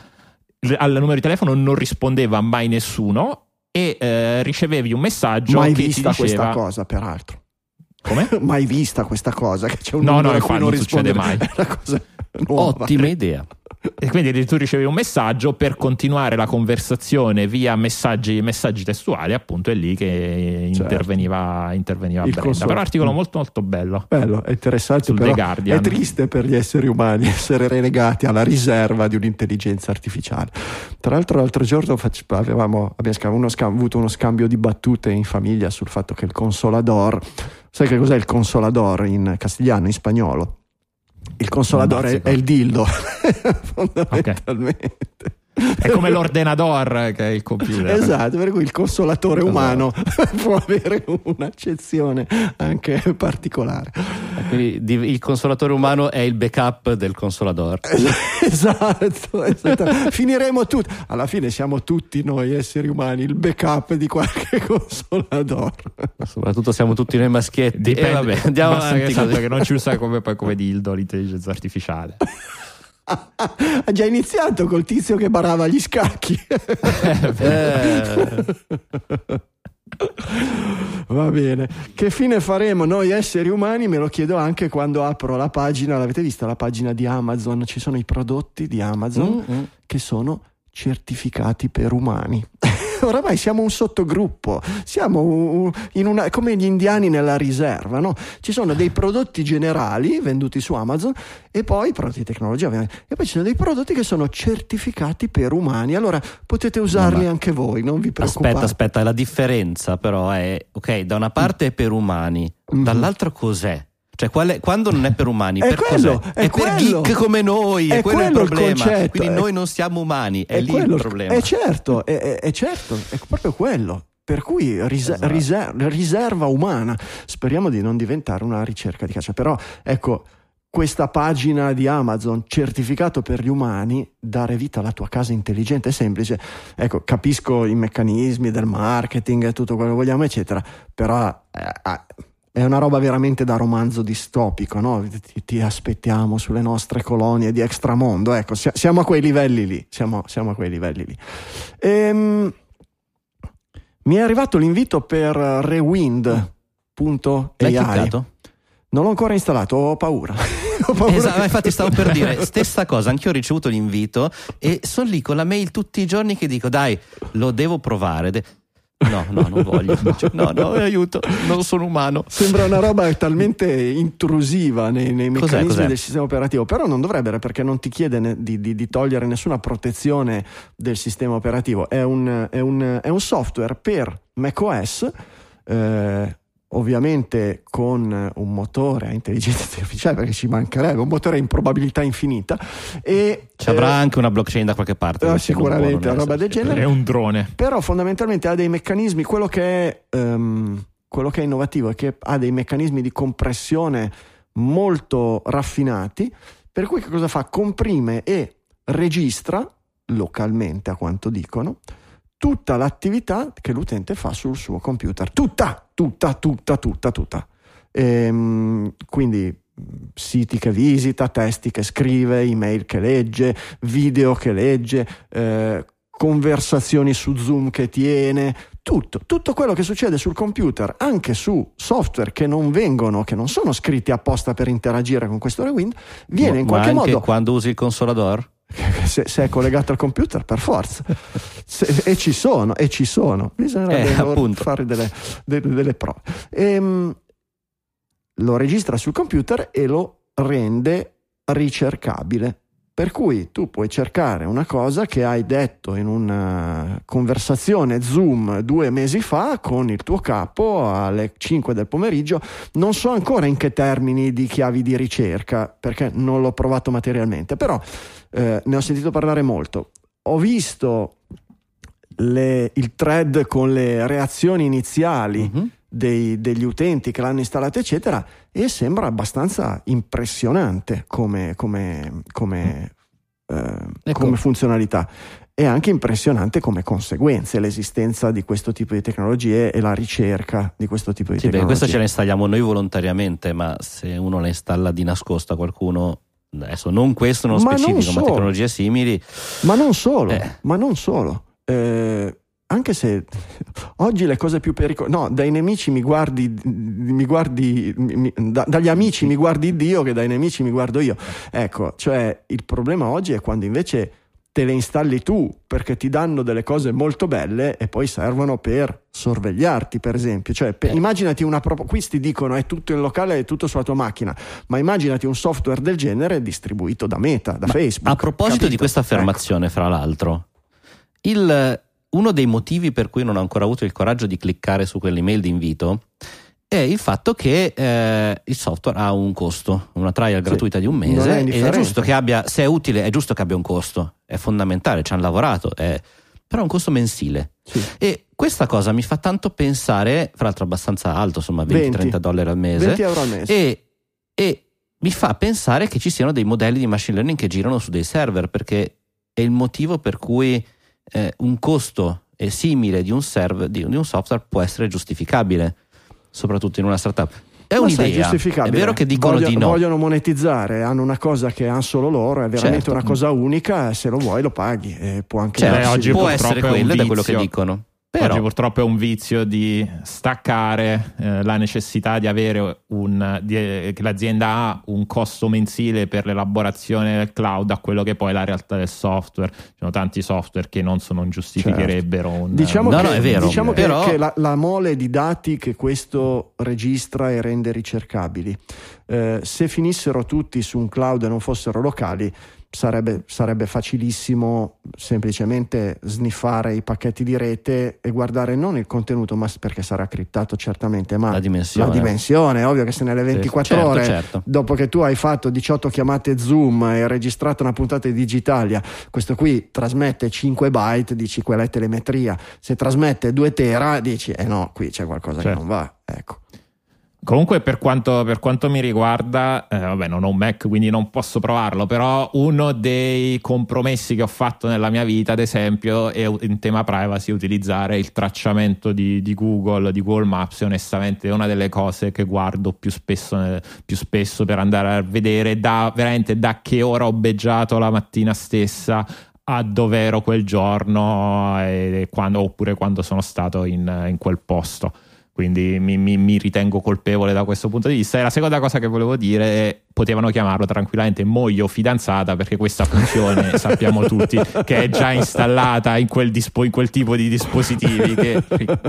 al numero di telefono non rispondeva mai nessuno e eh, ricevevi un messaggio mai che vista ti diceva... questa cosa, peraltro. Come? Mai vista questa cosa, che c'è un no, numero no, a cui infatti non non succede risponde mai. È una cosa nuova. Ottima idea. E quindi tu ricevi un messaggio per continuare la conversazione via messaggi, messaggi testuali, appunto è lì che certo. interveniva, interveniva Il Brenda. console. Però articolo molto molto bello. Bello, è interessante, Sul però The Guardian. è triste per gli esseri umani essere relegati alla riserva di un'intelligenza artificiale. Tra l'altro l'altro giorno fac- avevamo abbiamo uno scam- avuto uno scambio di battute in famiglia sul fatto che il consolador, sai che cos'è il consolador in castigliano, in spagnolo? Il consolador è, è il dildo, fondamentalmente. Okay. È come l'ordenador che è il computer. Esatto, per cui il consolatore umano può avere un'accezione anche particolare. Quindi il consolatore umano è il backup del consolador. Esatto, esatto. Finiremo tutti. Alla fine siamo tutti noi esseri umani il backup di qualche consolador. Soprattutto siamo tutti noi maschietti. Dipende, e vabbè, andiamo basta avanti che, esatto, così. che non ci usa come, come dildo l'intelligenza artificiale. Ha già iniziato col tizio che barava gli scacchi. eh. Va bene, che fine faremo noi esseri umani? Me lo chiedo anche quando apro la pagina. L'avete vista la pagina di Amazon? Ci sono i prodotti di Amazon mm-hmm. che sono certificati per umani. Oramai siamo un sottogruppo, siamo in una, come gli indiani nella riserva, no? Ci sono dei prodotti generali venduti su Amazon e poi prodotti di tecnologia ovviamente, e poi ci sono dei prodotti che sono certificati per umani. Allora potete usarli no, anche voi, non vi preoccupate. Aspetta, aspetta, la differenza però è, ok, da una parte è per umani, mm-hmm. dall'altra cos'è? Cioè, qual è, quando non è per umani, è per quello, cos'è? È, è quello, per geek come noi, è, è quello il problema. Il concetto, Quindi è, noi non siamo umani, è, è lì quello, il problema. È certo, è, è, è certo, è proprio quello. Per cui riser- esatto. riser- riserva umana. Speriamo di non diventare una ricerca di caccia. Però, ecco, questa pagina di Amazon, certificato per gli umani, dare vita alla tua casa intelligente, è semplice. Ecco, capisco i meccanismi del marketing e tutto quello che vogliamo, eccetera, però... Eh, è una roba veramente da romanzo distopico, no? Ti, ti aspettiamo sulle nostre colonie di extramondo. Ecco, siamo a quei livelli lì. Siamo, siamo a quei livelli lì. Ehm, mi è arrivato l'invito per rewind punto a i. L'hai cliccato? Non l'ho ancora installato, ho paura. ho paura esatto, che... infatti stavo per dire stessa cosa, anch'io ho ricevuto l'invito e sono lì con la mail tutti i giorni che dico dai, lo devo provare. De- No, no, non voglio. No, no, aiuto, non sono umano. Sembra una roba talmente intrusiva nei, nei meccanismi cos'è, cos'è? del sistema operativo, però non dovrebbe, perché non ti chiede ne, di, di, di togliere nessuna protezione del sistema operativo. È un, è un, è un software per macOS, eh, ovviamente con un motore a intelligenza artificiale, perché ci mancherebbe, un motore a improbabilità infinita, e ci avrà eh, anche una blockchain da qualche parte, eh, sicuramente una roba del genere, è un drone, però fondamentalmente ha dei meccanismi, quello che è um, quello che è innovativo è che ha dei meccanismi di compressione molto raffinati, per cui che cosa fa? Comprime e registra localmente, a quanto dicono, tutta l'attività che l'utente fa sul suo computer, tutta, tutta, tutta, tutta, tutta. Ehm, quindi siti che visita, testi che scrive, email che legge, video che legge, eh, conversazioni su Zoom che tiene, tutto, tutto quello che succede sul computer, anche su software che non vengono, che non sono scritti apposta per interagire con questo Rewind, viene ma, in qualche ma anche modo. Quando usi il consolador? Se, se è collegato al computer, per forza, se, e ci sono, e ci sono, bisognerebbe eh, fare delle, delle, delle prove. E, lo registra sul computer e lo rende ricercabile. Per cui tu puoi cercare una cosa che hai detto in una conversazione Zoom due mesi fa con il tuo capo alle cinque del pomeriggio. Non so ancora in che termini di chiavi di ricerca, perché non l'ho provato materialmente, però eh, ne ho sentito parlare molto. Ho visto le, il thread con le reazioni iniziali mm-hmm. dei, degli utenti che l'hanno installato, eccetera, e sembra abbastanza impressionante come, come, come, eh, ecco. come funzionalità. È anche impressionante come conseguenze l'esistenza di questo tipo di tecnologie e la ricerca di questo tipo di sì, tecnologie. Beh, questa ce la installiamo noi volontariamente, ma se uno la installa di nascosto a qualcuno, adesso non questo non ma specifico, non ma solo. tecnologie simili, ma non solo, eh. ma non solo. Eh, anche se oggi le cose più pericolose, no, dai nemici mi guardi, mi guardi mi, da, dagli amici mi guardi Dio, che dai nemici mi guardo io. Ecco, cioè il problema oggi è quando invece te le installi tu, perché ti danno delle cose molto belle e poi servono per sorvegliarti, per esempio. Cioè, per, immaginati una pro- qui ti dicono è tutto in locale, è tutto sulla tua macchina, ma immaginati un software del genere distribuito da Meta, da ma Facebook. A proposito capito? di questa affermazione, ecco. Fra l'altro, il uno dei motivi per cui non ho ancora avuto il coraggio di cliccare su quell'email di invito è il fatto che eh, il software ha un costo, una trial gratuita sì, di un mese, ed è giusto che abbia, se è utile, è giusto che abbia un costo, è fondamentale, ci hanno lavorato, è, però è un costo mensile. Sì. E questa cosa mi fa tanto pensare, fra l'altro abbastanza alto, insomma venti trenta dollari al mese, venti euro al mese. E, e mi fa pensare che ci siano dei modelli di machine learning che girano su dei server, perché è il motivo per cui Eh, un costo eh, simile di un server di, di un software può essere giustificabile, soprattutto in una startup. È ma un'idea, è vero che dicono Voglio, di no. Vogliono monetizzare, hanno una cosa che hanno solo loro, è veramente certo. una cosa unica, se lo vuoi lo paghi, e può anche cioè, darsi, oggi può essere quello, da quello che vizio. dicono. Però, oggi purtroppo è un vizio di staccare eh, la necessità di avere un di, eh, che l'azienda ha un costo mensile per l'elaborazione del cloud a quello che poi è la realtà del software. Ci sono tanti software che non sono giustificherebbero certo. un, diciamo no, che, no, è vero, diciamo però... che, che la, la mole di dati che questo registra e rende ricercabili, eh, se finissero tutti su un cloud e non fossero locali, Sarebbe, sarebbe facilissimo semplicemente sniffare i pacchetti di rete e guardare non il contenuto, ma perché sarà criptato certamente, ma la dimensione. La dimensione, ovvio che se nelle ventiquattro certo, ore certo. dopo che tu hai fatto diciotto chiamate Zoom e hai registrato una puntata di Digitalia, questo qui trasmette cinque byte, dici quella è telemetria, se trasmette due tera dici eh no, qui c'è qualcosa certo. che non va, ecco. Comunque per quanto, per quanto mi riguarda, eh, vabbè non ho un Mac quindi non posso provarlo, però uno dei compromessi che ho fatto nella mia vita ad esempio è in tema privacy utilizzare il tracciamento di, di Google, di Google Maps, e onestamente è una delle cose che guardo più spesso, più spesso per andare a vedere da, veramente da che ora ho beggiato la mattina stessa a dove ero quel giorno e quando, oppure quando sono stato in, in quel posto. Quindi mi, mi, mi ritengo colpevole da questo punto di vista. E la seconda cosa che volevo dire è: potevano chiamarlo tranquillamente moglie o fidanzata, perché questa funzione sappiamo tutti che è già installata in quel, dispo, in quel tipo di dispositivi, che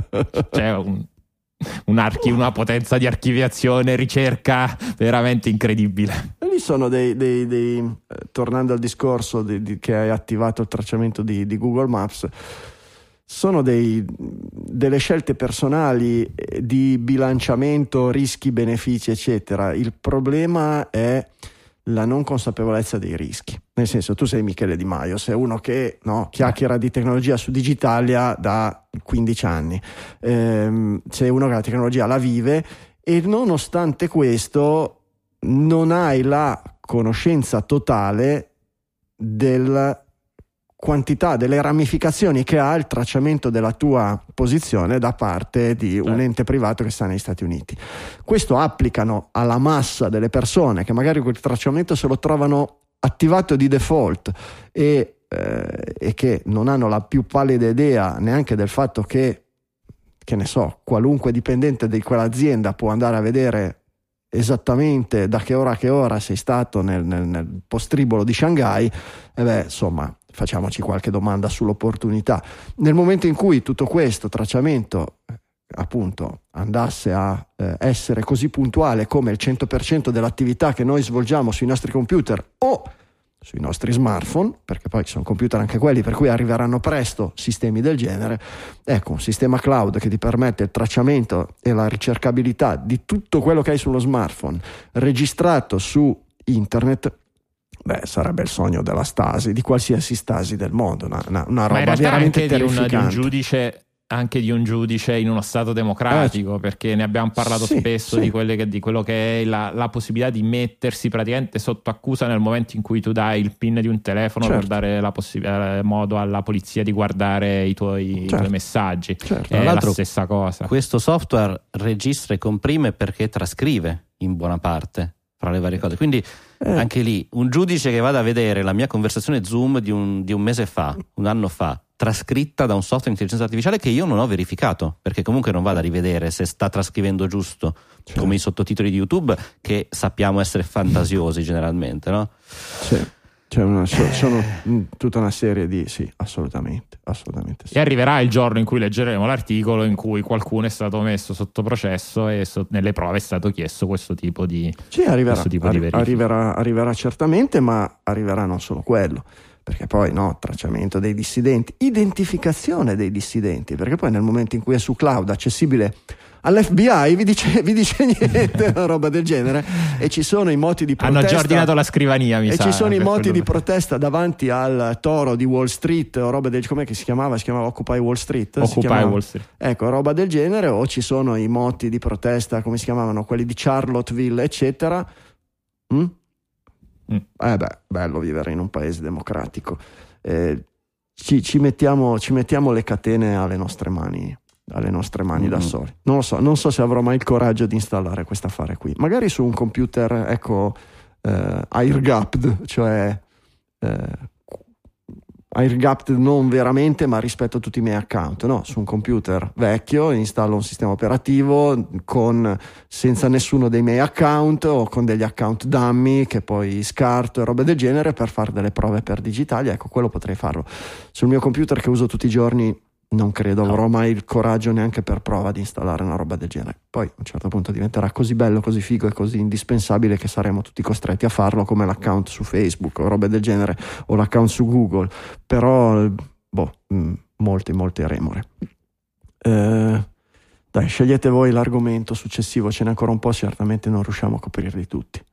c'è un, un archi, una potenza di archiviazione, ricerca veramente incredibile. E lì sono dei, dei, dei eh, tornando al discorso di, di, che hai attivato il tracciamento di, di Google Maps, sono dei, delle scelte personali di bilanciamento rischi-benefici eccetera. Il problema è la non consapevolezza dei rischi, nel senso, tu sei Michele Di Maio, sei uno che no, chiacchiera di tecnologia su Digitalia da quindici anni, ehm, sei uno che la tecnologia la vive e nonostante questo non hai la conoscenza totale della quantità, delle ramificazioni che ha il tracciamento della tua posizione da parte di un ente privato che sta negli Stati Uniti. Questo applicano alla massa delle persone che magari quel tracciamento se lo trovano attivato di default e, eh, e che non hanno la più pallida idea neanche del fatto che, che ne so, qualunque dipendente di quell'azienda può andare a vedere esattamente da che ora a che ora sei stato nel, nel, nel postribolo di Shanghai, e beh, insomma, facciamoci qualche domanda sull'opportunità. Nel momento in cui tutto questo tracciamento appunto andasse a eh, essere così puntuale come il cento per cento dell'attività che noi svolgiamo sui nostri computer o sui nostri smartphone, perché poi sono computer anche quelli, per cui arriveranno presto sistemi del genere, ecco, un sistema cloud che ti permette il tracciamento e la ricercabilità di tutto quello che hai sullo smartphone registrato su internet. Beh, sarebbe il sogno della Stasi, di qualsiasi Stasi del mondo, una, una, una roba veramente anche terrificante. Di un, di un giudice, anche di un giudice in uno stato democratico, eh, perché ne abbiamo parlato sì, spesso sì. Di, quelle che, di quello che è la, la possibilità di mettersi praticamente sotto accusa nel momento in cui tu dai il PIN di un telefono, certo, per dare la possi- modo alla polizia di guardare i tuoi, certo, i tuoi messaggi. Certo. È la stessa cosa. Questo software registra e comprime perché trascrive in buona parte fra le varie cose, quindi eh. anche lì un giudice che vada a vedere la mia conversazione Zoom di un, di un mese fa, un anno fa, trascritta da un software di intelligenza artificiale che io non ho verificato, perché comunque non vado a rivedere se sta trascrivendo giusto, certo, come i sottotitoli di YouTube, che sappiamo essere fantasiosi generalmente, no? Sì. C'è una, sono tutta una serie di sì, assolutamente, assolutamente sì. E arriverà il giorno in cui leggeremo l'articolo in cui qualcuno è stato messo sotto processo e so, nelle prove è stato chiesto questo tipo di sì, arriverà, questo tipo arri- di verifica. Arriverà, arriverà certamente, ma arriverà non solo quello, perché poi no, tracciamento dei dissidenti, identificazione dei dissidenti, perché poi nel momento in cui è su cloud accessibile all'F B I vi dice, vi dice niente, una roba del genere, e ci sono i moti di protesta. Hanno già ordinato la scrivania, mi e sa. E ci sono i moti di protesta davanti al toro di Wall Street o roba del, com'è che si chiamava? Si chiamava Occupy Wall Street? Occupy Wall Street. Ecco, roba del genere, o ci sono i moti di protesta, come si chiamavano? Quelli di Charlottesville, eccetera. Mm? Mm. Eh beh, bello vivere in un paese democratico. Eh, ci, ci, mettiamo, ci mettiamo le catene alle nostre mani. alle nostre mani mm. da soli. Non lo so, non so se avrò mai il coraggio di installare questo affare qui. Magari su un computer, ecco, eh, air-gapped, cioè eh, air-gapped non veramente, ma rispetto a tutti i miei account, no? Su un computer vecchio installo un sistema operativo con senza nessuno dei miei account o con degli account dummy che poi scarto e robe del genere per fare delle prove per Digitalia. Ecco, quello potrei farlo. Sul mio computer che uso tutti i giorni non credo avrò mai il coraggio neanche per prova di installare una roba del genere. Poi a un certo punto diventerà così bello, così figo e così indispensabile che saremo tutti costretti a farlo, come l'account su Facebook o robe del genere, o l'account su Google. Però boh, mh, molti molti remore. Eh, dai, scegliete voi l'argomento successivo, ce n'è ancora un po', certamente non riusciamo a coprirli tutti.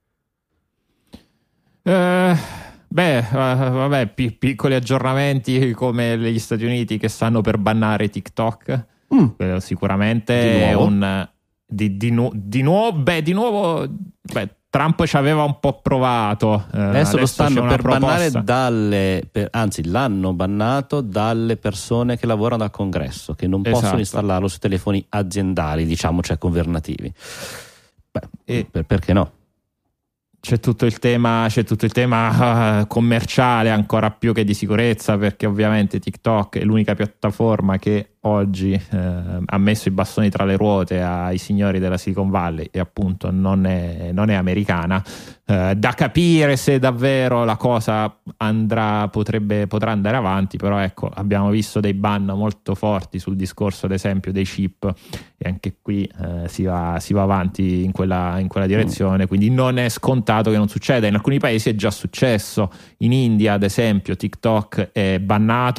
Eh Beh, uh, vabbè, p- piccoli aggiornamenti come gli Stati Uniti che stanno per bannare TikTok. Mm. Quello sicuramente di è nuovo? un di, di, nu- di nuovo, beh, di nuovo, beh, Trump ci aveva un po' provato. Eh, adesso, adesso lo stanno per proposta. bannare dalle, per, anzi, l'hanno bannato dalle persone che lavorano al Congresso, che non Esatto. possono installarlo su telefoni aziendali, diciamo, cioè governativi. Beh, e per, perché no? C'è tutto il tema, c'è tutto il tema uh, commerciale ancora più che di sicurezza, perché ovviamente TikTok è l'unica piattaforma che oggi eh, ha messo i bastoni tra le ruote ai signori della Silicon Valley e appunto non è, non è americana. Eh, da capire se davvero la cosa andrà, potrebbe, potrà andare avanti, però ecco, abbiamo visto dei ban molto forti sul discorso ad esempio dei chip e anche qui eh, si, va, si va avanti in quella, in quella direzione, quindi non è scontato che non succeda. In alcuni paesi è già successo, in India ad esempio TikTok è bannato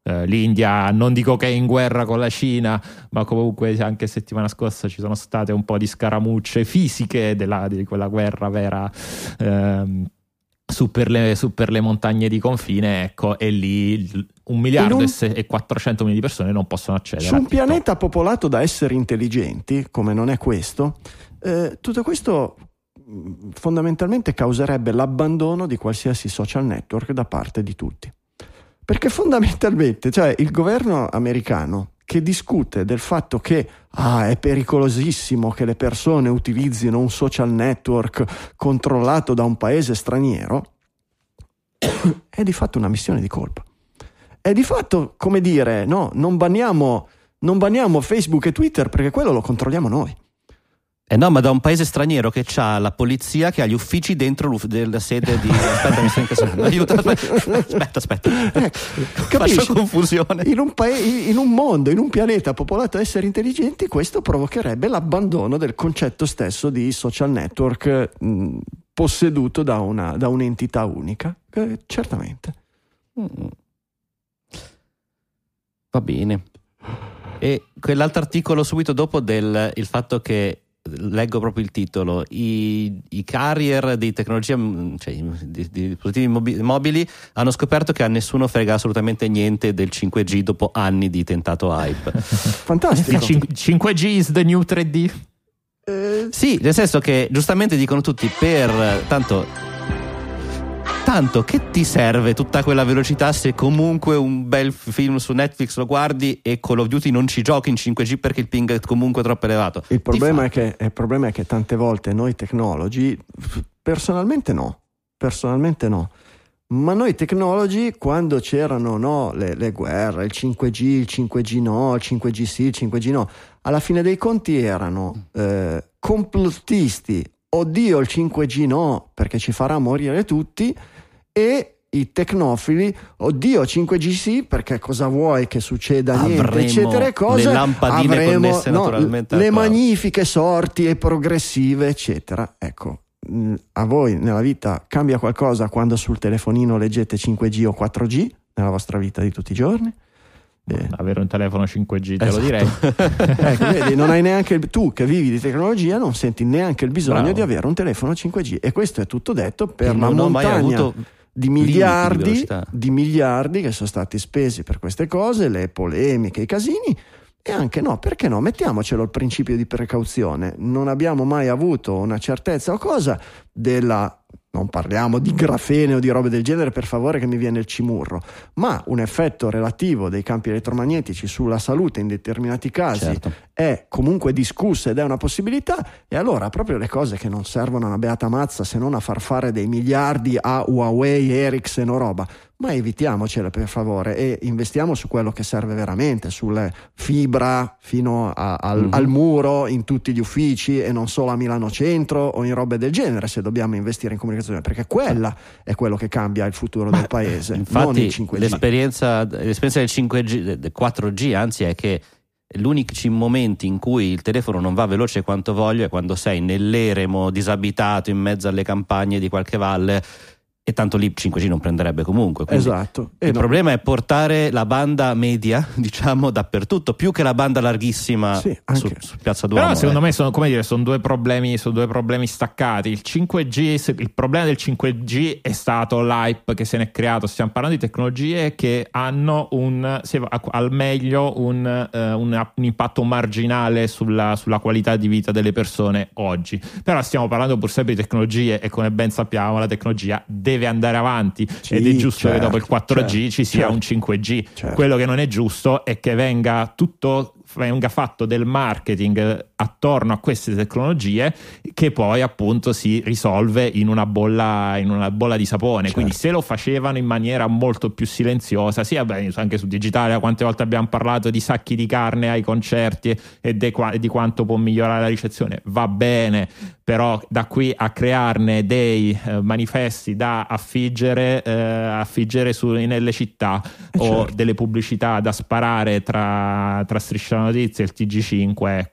eh, l'India, non dico che è in guerra con la Cina, ma comunque anche settimana scorsa ci sono state un po' di scaramucce fisiche della, di quella guerra vera ehm, su, per le, su per le montagne di confine, ecco, e lì un miliardo un... e quattrocento milioni di persone non possono accedere. Su un pianeta popolato da esseri intelligenti, come non è questo, eh, tutto questo fondamentalmente causerebbe l'abbandono di qualsiasi social network da parte di tutti, perché fondamentalmente, cioè, il governo americano che discute del fatto che ah, è pericolosissimo che le persone utilizzino un social network controllato da un paese straniero è di fatto una missione di colpa, è di fatto come dire no, non banniamo, non banniamo Facebook e Twitter perché quello lo controlliamo noi. Eh no, ma da un paese straniero che ha la polizia che ha gli uffici dentro la sede di... Aspetta, mi sta incazzando. Aiuto, aspetta, aspetta. aspetta. Ecco, capisci? Faccio confusione. In un, paese, in un mondo, in un pianeta popolato da esseri intelligenti, questo provocherebbe l'abbandono del concetto stesso di social network mh, posseduto da, una, da un'entità unica. Eh, certamente. Mm. Va bene. E quell'altro articolo subito dopo del il fatto che leggo proprio il titolo, i, i carrier di tecnologia, cioè di, di dispositivi mobi- mobili hanno scoperto che a nessuno frega assolutamente niente del cinque G dopo anni di tentato hype. Fantastico. Il cinque G is the new tre D. Eh, sì, nel senso che giustamente dicono tutti per tanto Tanto che ti serve tutta quella velocità se comunque un bel film su Netflix lo guardi e Call of Duty non ci giochi in cinque G perché il ping è comunque troppo elevato. Il problema, è che, il problema è che tante volte noi technology, personalmente no, personalmente no, ma noi technology quando c'erano no, le, le guerre, il cinque G, il cinque G no, il cinque G sì, il cinque G no, alla fine dei conti erano eh, complottisti, oddio il cinque G no perché ci farà morire tutti, e i tecnofili, oddio cinque G sì perché cosa vuoi che succeda, avremo niente eccetera e cosa, le lampadine avremo connesse no, naturalmente le al magnifiche sorti e progressive eccetera. Ecco, a voi nella vita cambia qualcosa quando sul telefonino leggete cinque G o quattro G nella vostra vita di tutti i giorni? Eh. Avere un telefono cinque G te esatto. lo direi. Ecco, vedi, non hai neanche il, tu che vivi di tecnologia non senti neanche il bisogno Bravo. di avere un telefono cinque G, e questo è tutto detto per e la non ho mai montagna avuto di miliardi di, di miliardi che sono stati spesi per queste cose, le polemiche, i casini. E anche no, perché no? Mettiamocelo il principio di precauzione. Non abbiamo mai avuto una certezza o cosa della, non parliamo di grafene o di robe del genere, per favore, che mi viene il cimurro, ma un effetto relativo dei campi elettromagnetici sulla salute in determinati casi certo. è comunque discussa ed è una possibilità. E allora proprio le cose che non servono a una beata mazza se non a far fare dei miliardi a Huawei, Ericsson o roba, ma evitiamocele per favore e investiamo su quello che serve veramente, sulle fibra fino a, al, mm-hmm. al muro in tutti gli uffici e non solo a Milano Centro o in robe del genere, se dobbiamo investire in comunicazione, perché quella è quello che cambia il futuro ma del paese. Infatti non il cinque G. L'esperienza, l'esperienza del cinque G, del quattro G anzi è che l'unici momenti in cui il telefono non va veloce quanto voglio è quando sei nell'eremo disabitato in mezzo alle campagne di qualche valle, e tanto lì cinque G non prenderebbe comunque. Quindi esatto. il no. problema è portare la banda media, diciamo, dappertutto, più che la banda larghissima sì, su, su Piazza Duomo. Però secondo eh. me sono, come dire, sono due problemi, sono due problemi staccati. Il cinque G, il problema del cinque G è stato l'hype che se ne è creato. Stiamo parlando di tecnologie che hanno un, al meglio un, uh, un, un impatto marginale sulla, sulla qualità di vita delle persone oggi. Però stiamo parlando pur sempre di tecnologie e, come ben sappiamo, la tecnologia deve andare avanti, sì, ed è giusto certo, che dopo il quattro G certo, ci sia certo, un cinque G. Certo. Quello che non è giusto è che venga tutto venga fatto del marketing attorno a queste tecnologie che poi appunto si risolve in una bolla in una bolla di sapone. Certo. Quindi se lo facevano in maniera molto più silenziosa, sì, vabbè, anche su Digitale quante volte abbiamo parlato di sacchi di carne ai concerti e de, di quanto può migliorare la ricezione, va bene, però da qui a crearne dei eh, manifesti da affiggere eh, affiggere su, nelle città eh o certo, delle pubblicità da sparare tra, tra Striscia la Notizia e il T G cinque, ecco,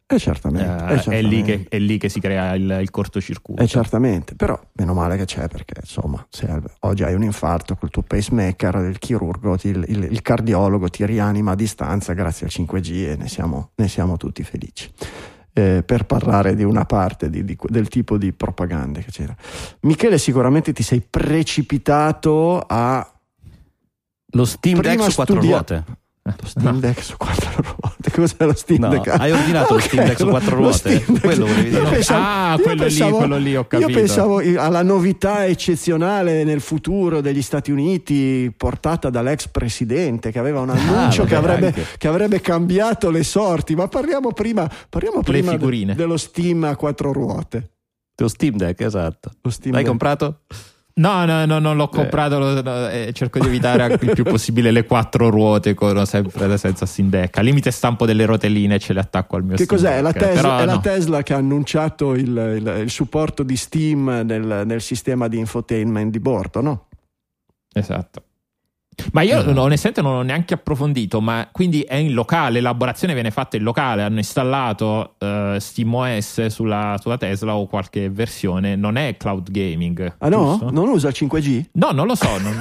Eh certamente, eh, eh, certamente. È, lì che, è lì che si crea il, il cortocircuito. Eh certamente, però meno male che c'è, perché insomma se oggi hai un infarto col tuo pacemaker, il chirurgo, il, il, il cardiologo ti rianima a distanza grazie al cinque G e ne siamo, ne siamo tutti felici. Eh, per parlare di una parte di, di, del tipo di propagande che c'era. Michele, sicuramente ti sei precipitato a lo Steam Deck su quattro studia- ruote. Lo Steam Deck su quattro ruote. Cos'è lo Steam No, Deck? hai ordinato ah, lo Steam Deck su quattro lo ruote? Steam Deck. Quello volevi dire? Io pensavo- Ah, io quello lì, pensavo- quello lì, ho capito. Io pensavo alla novità eccezionale nel futuro degli Stati Uniti portata dall'ex presidente, che aveva un annuncio vabbè, che, avrebbe, anche. che avrebbe cambiato le sorti. Ma parliamo prima, parliamo prima de- figurine. dello Steam a quattro ruote. Lo Steam Deck, esatto. Lo Steam L'hai Deck. comprato? No, no, no, non l'ho comprato, lo- no, eh, cerco di evitare il più possibile le quattro ruote, corro sempre senza Steam Deck. Al limite stampo delle rotelline e ce le attacco al mio Che Steam cos'è? Deck. La Tesla, Però è la no. Tesla che ha annunciato il, il- il supporto di Steam nel, nel sistema di infotainment di bordo, no? Esatto. Ma io no, onestamente non ho neanche approfondito, ma quindi è in locale, l'elaborazione viene fatta in locale, hanno installato uh, SteamOS sulla, sulla Tesla o qualche versione, non è cloud gaming. Ah no? giusto? Non usa il cinque G? No, non lo so, non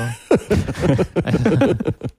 ho...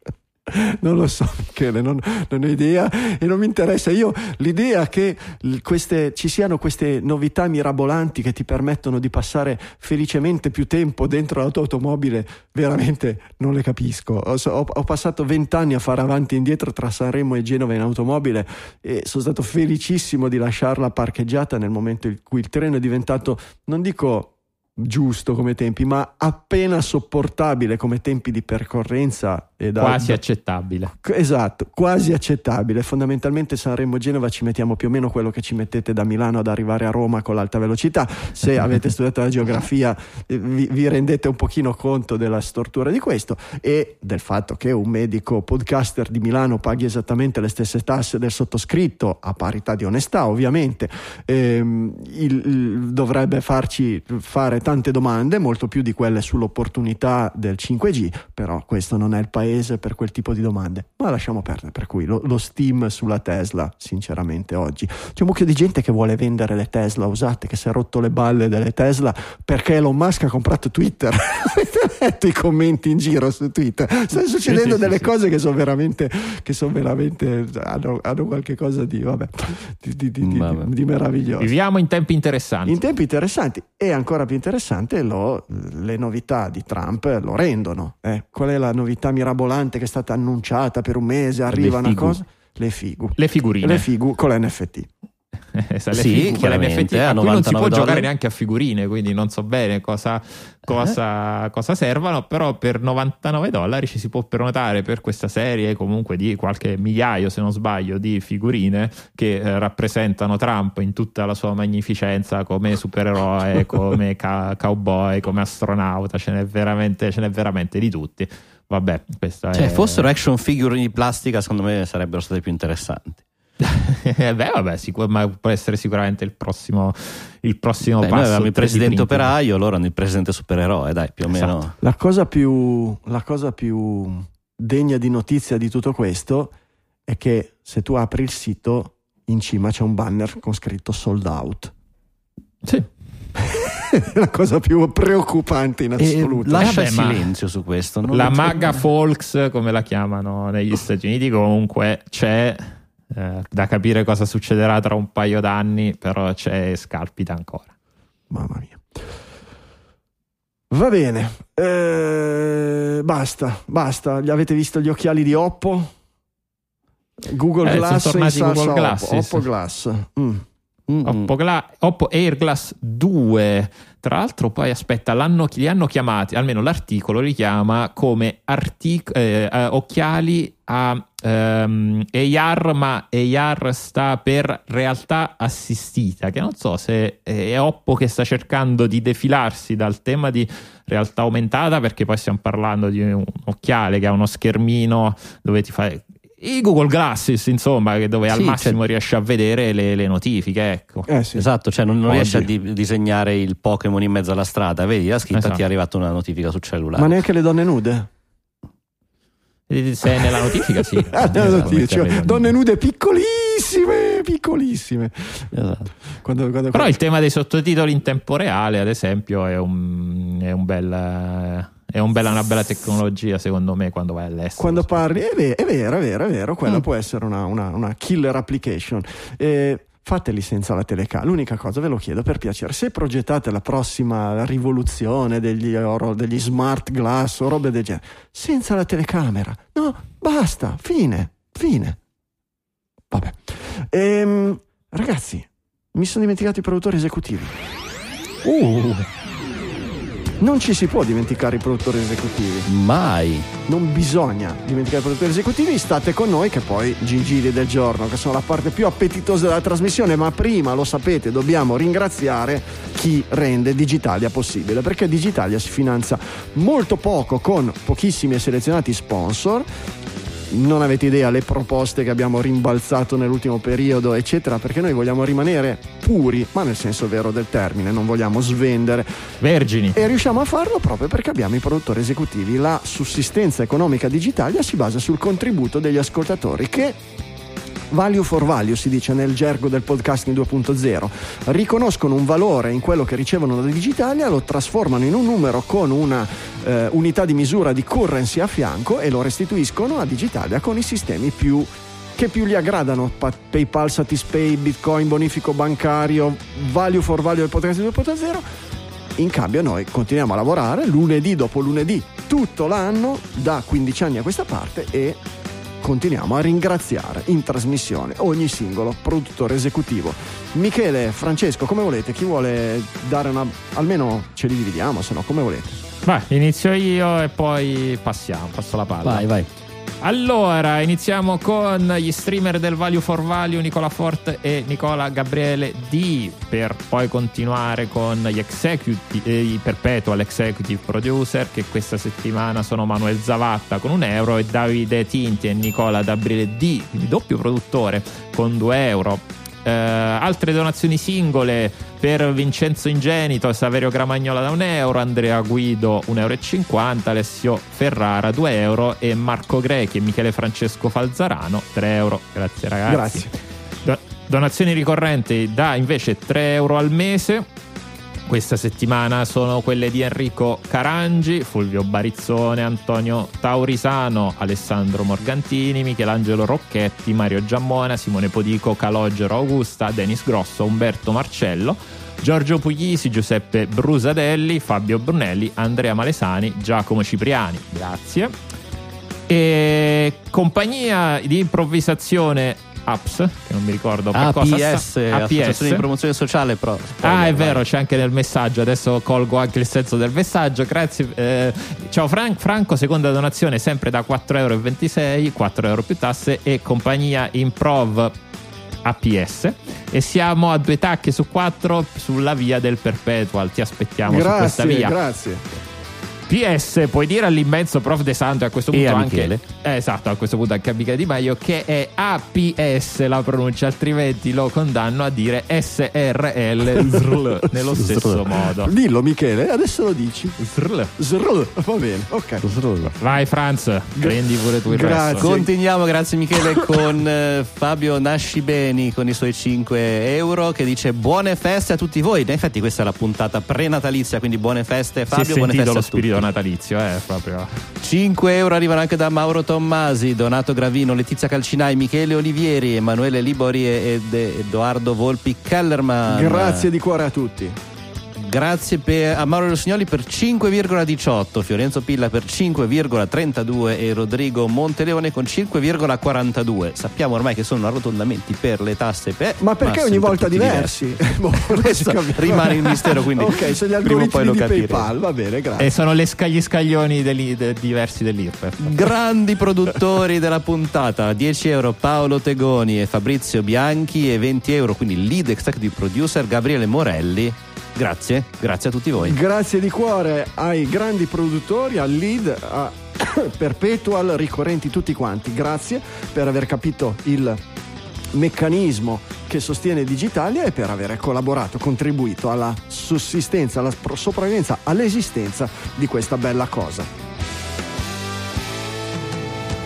Non lo so, Michele, non, non ho idea e non mi interessa. Io l'idea che l- queste, ci siano queste novità mirabolanti che ti permettono di passare felicemente più tempo dentro la tua automobile, veramente non le capisco. Ho, ho, ho passato vent'anni a fare avanti e indietro tra Sanremo e Genova in automobile e sono stato felicissimo di lasciarla parcheggiata nel momento in cui il treno è diventato, non dico giusto come tempi, ma appena sopportabile come tempi di percorrenza e da, quasi da, accettabile. esatto, quasi accettabile. Fondamentalmente Sanremo-Genova ci mettiamo più o meno quello che ci mettete da Milano ad arrivare a Roma con l'alta velocità. Se avete studiato la geografia eh, vi, vi rendete un pochino conto della stortura di questo e del fatto che un medico podcaster di Milano paghi esattamente le stesse tasse del sottoscritto, a parità di onestà ovviamente. Ehm, il, il, dovrebbe farci fare tante domande, molto più di quelle sull'opportunità del cinque G, però questo non è il paese per quel tipo di domande, ma lasciamo perdere. Per cui lo, lo Steam sulla Tesla, sinceramente oggi c'è un mucchio di gente che vuole vendere le Tesla usate, che si è rotto le balle delle Tesla perché Elon Musk ha comprato Twitter. Avete letto i commenti in giro su Twitter? Stanno succedendo sì, delle sì, cose che sono veramente che sono veramente hanno, hanno qualche cosa di vabbè di, di, di, di, Vabbè. di meraviglioso. Viviamo in tempi interessanti. In tempi interessanti e ancora più interessante lo, le novità di Trump lo rendono. Eh. Qual è la novità mirabolante che è stata annunciata per un mese? Arriva una cosa? Le figu. Le figurine. Le figu con l'N F T. Esatto, le Sì, figu- con l'N F T chiaramente, a a cui non si può novantanove giocare dollari. neanche a figurine, quindi non so bene cosa, cosa, cosa servano, però per novantanove dollari ci si può prenotare per questa serie comunque di qualche migliaio, se non sbaglio, di figurine che eh, rappresentano Trump in tutta la sua magnificenza come supereroe, come ca- cowboy, come astronauta, ce n'è veramente, ce n'è veramente di tutti. Vabbè, questa Cioè, è... fossero action figure di plastica, secondo me sarebbero state più interessanti. Eh beh, vabbè, sicur- ma può essere sicuramente il prossimo, il prossimo Beh, passo. noi avevamo il tre D presidente printing. operaio, loro hanno il presidente supereroe, dai, più o Esatto. meno. La cosa più la cosa più degna di notizia di tutto questo è che se tu apri il sito in cima c'è un banner con scritto sold out. Sì. La cosa più preoccupante in assoluto. E lascia Vabbè, il ma silenzio su questo. non La lo- Maga Folks, come la chiamano negli Stati Uniti, comunque c'è, eh, da capire cosa succederà tra un paio d'anni, però c'è e scalpita ancora. Mamma mia. Va bene, eh, basta, basta. Gli avete visto gli occhiali di Oppo? Google Eh, Glass sono tornati in salsa Google Oppo, Glasses. Oppo Glass. Mm. Mm-mm. Oppo, Gla- Oppo Airglass due, tra l'altro poi aspetta, l'hanno, li hanno chiamati, almeno l'articolo li chiama come artic- eh, eh, occhiali a ehm, A R, ma A R sta per realtà assistita, che non so se è Oppo che sta cercando di defilarsi dal tema di realtà aumentata, perché poi stiamo parlando di un occhiale che ha uno schermino dove ti fai i Google Glasses, insomma, dove al Sì, massimo cioè- riesci a vedere le, le notifiche, ecco. Eh sì. Esatto, cioè non, non Oggi. riesci a di- disegnare il Pokémon in mezzo alla strada, vedi la scritta, Esatto. ti è arrivata una notifica sul cellulare. Ma neanche le donne nude? Se nella notifica sì. Ah, nella notifica, cioè, donne nude piccolissime, piccolissime. Esatto. Quando, quando, Però quando... il tema dei sottotitoli in tempo reale, ad esempio, è un, è un bel... È un bella, una bella tecnologia, secondo me, quando vai all'estero. Quando parli, è vero, è vero, è vero, è vero. Quella mm. può essere una, una, una killer application. Eh, fateli senza la telecamera. L'unica cosa, ve lo chiedo per piacere, se progettate la prossima rivoluzione degli, oro, degli smart glass o robe del genere, senza la telecamera, no, basta, fine, fine. Vabbè. Ehm, ragazzi, mi sono dimenticato i produttori esecutivi. Uh. Non ci si può dimenticare i produttori esecutivi. Mai. Non bisogna dimenticare i produttori esecutivi. State con noi che poi Gingilli del giorno, che sono la parte più appetitosa della trasmissione. Ma prima, lo sapete, dobbiamo ringraziare chi rende Digitalia possibile, perché Digitalia si finanzia molto poco con pochissimi e selezionati sponsor. Non avete idea le proposte che abbiamo rimbalzato nell'ultimo periodo, eccetera, perché noi vogliamo rimanere puri, ma nel senso vero del termine, non vogliamo svendere, vergini, e riusciamo a farlo proprio perché abbiamo i produttori esecutivi. La sussistenza economica Digitalia si basa sul contributo degli ascoltatori, che value for value si dice nel gergo del podcasting due punto zero, riconoscono un valore in quello che ricevono da Digitalia, lo trasformano in un numero con una eh, unità di misura di currency a fianco e lo restituiscono a Digitalia con i sistemi più che più gli aggradano: PayPal, Satispay, Bitcoin, bonifico bancario, value for value del podcasting due punto zero. In cambio noi continuiamo a lavorare lunedì dopo lunedì tutto l'anno da quindici anni a questa parte e continuiamo a ringraziare in trasmissione ogni singolo produttore esecutivo. Michele, Francesco, come volete? Chi vuole dare una... almeno ce li dividiamo, se no come volete. Vai, inizio io e poi passiamo, passo la palla. Vai, vai. Allora, iniziamo con gli streamer del Value for Value, Nicola Forte e Nicola Gabriele D, per poi continuare con gli executive, eh, i Perpetual Executive Producer, che questa settimana sono Manuel Zavatta con un euro e Davide Tinti e Nicola Gabriele D, quindi doppio produttore, con due euro. Uh, altre donazioni singole per Vincenzo Ingenito e Saverio Gramagnola da un euro, Andrea Guido un euro e cinquanta, Alessio Ferrara due euro e Marco Grechi e Michele Francesco Falzarano tre euro. Grazie ragazzi. Grazie. Do- donazioni ricorrenti da invece tre euro al mese. Questa settimana sono quelle di Enrico Carangi, Fulvio Barizzone, Antonio Taurisano, Alessandro Morgantini, Michelangelo Rocchetti, Mario Giammona, Simone Podico, Calogero Augusta, Denis Grosso, Umberto Marcello, Giorgio Puglisi, Giuseppe Brusadelli, Fabio Brunelli, Andrea Malesani, Giacomo Cipriani. Grazie. E compagnia di improvvisazione A P S, che non mi ricordo A P S, cosa sta... Associazione di Promozione Sociale, però spoiler, ah è vai. vero, c'è anche nel messaggio, adesso colgo anche il senso del messaggio. Grazie, eh, ciao Fran- Franco, seconda donazione sempre da quattro euro e ventisei, quattro euro più tasse, e compagnia Improv A P S, e siamo a due tacche su quattro sulla via del Perpetual. Ti aspettiamo Grazie, su questa via. Grazie. P S, puoi dire all'immenso prof De Santo e a questo punto e a anche Michele. Eh, esatto, a questo punto anche a Michele Di Maio, che è A P S la pronuncia, altrimenti lo condanno a dire S R L nello stesso modo. Dillo Michele, adesso lo dici. Zrl. Zrl, va bene, ok. Vai Franz, prendi pure tu il Grazie. resto. Continuiamo, grazie Michele, con eh, Fabio Nascibeni con i suoi cinque euro, che dice buone feste a tutti voi. In effetti questa è la puntata prenatalizia, quindi buone feste Fabio, si è buone sentito feste lo a tutti. spirito natalizio, eh, proprio. cinque euro arrivano anche da Mauro Tommasi, Donato Gravino, Letizia Calcinai, Michele Olivieri, Emanuele Libori ed Edoardo Volpi Kellerman. Grazie di cuore a tutti. Grazie per, a Mauro Rossignoli per cinque virgola diciotto, Fiorenzo Pilla per cinque virgola trentadue e Rodrigo Monteleone con cinque virgola quarantadue. Sappiamo ormai che sono arrotondamenti per le tasse, per, ma perché ma ogni sempre volta tutti diversi? boh, Questo rimane il mistero, quindi ok, sono gli prima o poi algoritmi lo di capiremo. PayPal, va bene, grazie. E sono le sca- gli scaglioni degli, de- diversi dell'I R P E F. Grandi produttori della puntata, dieci euro Paolo Tegoni e Fabrizio Bianchi, e venti euro quindi lead executive producer Gabriele Morelli. Grazie, grazie a tutti voi. Grazie di cuore ai grandi produttori, al lead, a Perpetual, ricorrenti tutti quanti. Grazie per aver capito il meccanismo che sostiene Digitalia e per aver collaborato, contribuito alla sussistenza, alla sopravvivenza, all'esistenza di questa bella cosa.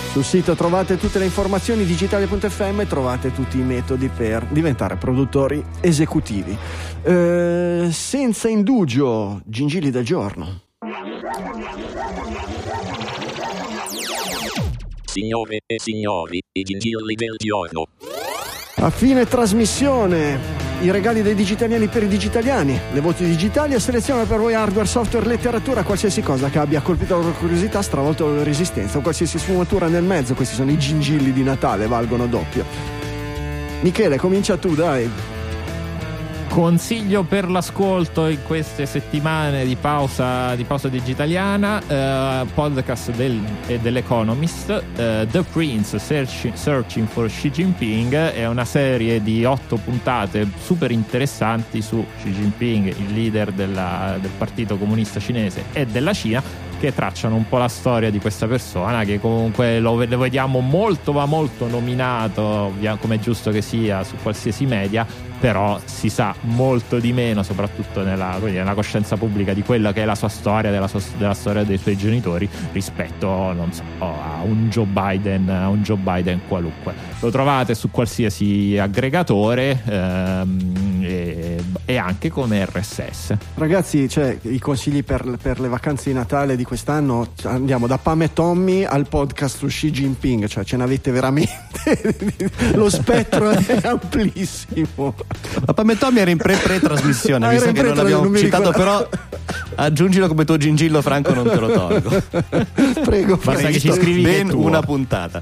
Sul sito trovate tutte le informazioni, digitale punto effe emme, trovate tutti i metodi per diventare produttori esecutivi. Eh, senza indugio, gingilli del giorno. Signore e signori, i gingilli del giorno. A fine trasmissione, i regali dei digitaliani per i digitaliani, le voti digitali e selezione per voi hardware, software, letteratura, qualsiasi cosa che abbia colpito la loro curiosità, stravolto la loro resistenza o qualsiasi sfumatura nel mezzo. Questi sono i gingilli di Natale, valgono doppio. Michele, comincia tu, dai. Consiglio per l'ascolto in queste settimane di pausa di pausa digitaliana, eh, podcast del, dell'Economist, eh, The Prince Searching, Searching for Xi Jinping. È una serie di otto puntate super interessanti su Xi Jinping, il leader della, del Partito Comunista Cinese e della Cina, che tracciano un po' la storia di questa persona che comunque lo, lo vediamo molto ma molto nominato, come è giusto che sia, su qualsiasi media, però si sa molto di meno, soprattutto nella, nella coscienza pubblica, di quella che è la sua storia, della, sua, della storia dei suoi genitori, rispetto, non so, a un Joe Biden, a un Joe Biden qualunque. Lo trovate su qualsiasi aggregatore, ehm, e, e anche come erre esse esse. Ragazzi, cioè, i consigli per, per le vacanze di Natale di quest'anno, andiamo da Pam e Tommy al podcast su Xi Jinping, cioè ce n'avete veramente lo spettro è amplissimo. Ma Pam e Tommy era in pre-pre-trasmissione, ah, mi sa che non l'abbiamo citato, però aggiungilo come tuo gingillo, Franco, non te lo tolgo. Prego, basta che ci scrivi ben una puntata.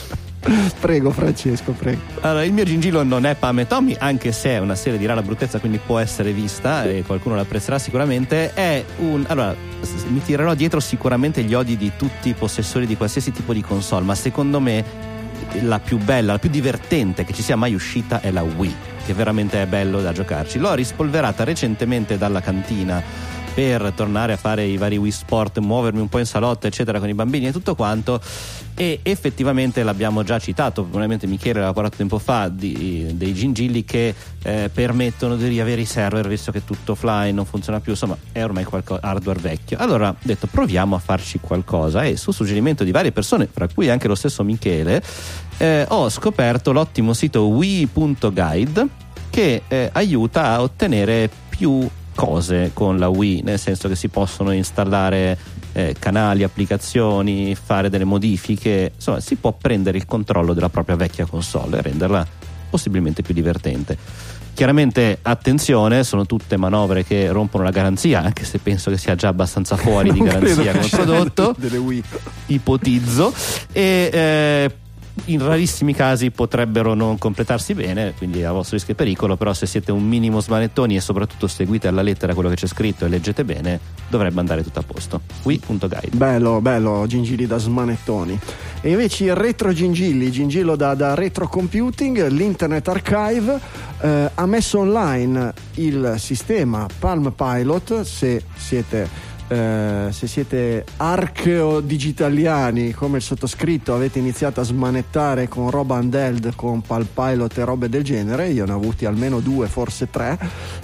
Prego Francesco, prego. Allora, il mio gingillo non è Pam e Tommy, anche se è una serie di rara bruttezza, quindi può essere vista e qualcuno l'apprezzerà sicuramente. È un allora mi tirerò dietro sicuramente gli odi di tutti i possessori di qualsiasi tipo di console, ma secondo me la più bella, la più divertente che ci sia mai uscita è la Wii, che veramente è bello da giocarci. L'ho rispolverata recentemente dalla cantina per tornare a fare i vari Wii Sport, muovermi un po' in salotto eccetera con i bambini e tutto quanto, e effettivamente l'abbiamo già citato, probabilmente Michele l'aveva parlato tempo fa, di, dei gingilli che eh, permettono di riavere i server visto che tutto offline non funziona più, insomma è ormai qualcosa, hardware vecchio. Allora ho detto proviamo a farci qualcosa, e su suggerimento di varie persone, fra cui anche lo stesso Michele, eh, ho scoperto l'ottimo sito wii punto guide che eh, aiuta a ottenere più cose con la Wii, nel senso che si possono installare eh, canali, applicazioni, fare delle modifiche, insomma si può prendere il controllo della propria vecchia console e renderla possibilmente più divertente. Chiaramente attenzione, sono tutte manovre che rompono la garanzia, anche se penso che sia già abbastanza fuori di garanzia come prodotto, delle Wii. Ipotizzo, e eh, in rarissimi casi potrebbero non completarsi bene, quindi a vostro rischio e pericolo, però se siete un minimo smanettoni e soprattutto seguite alla lettera quello che c'è scritto e leggete bene, dovrebbe andare tutto a posto. wii punto guide. Bello, bello, gingilli da smanettoni. E invece i retro gingilli, gingillo da, da retro computing, l'Internet Archive eh, ha messo online il sistema Palm Pilot. Se siete Eh, se siete archeo-digitaliani come il sottoscritto, avete iniziato a smanettare con roba handheld, con Palm Pilot e robe del genere, io ne ho avuti almeno due, forse tre,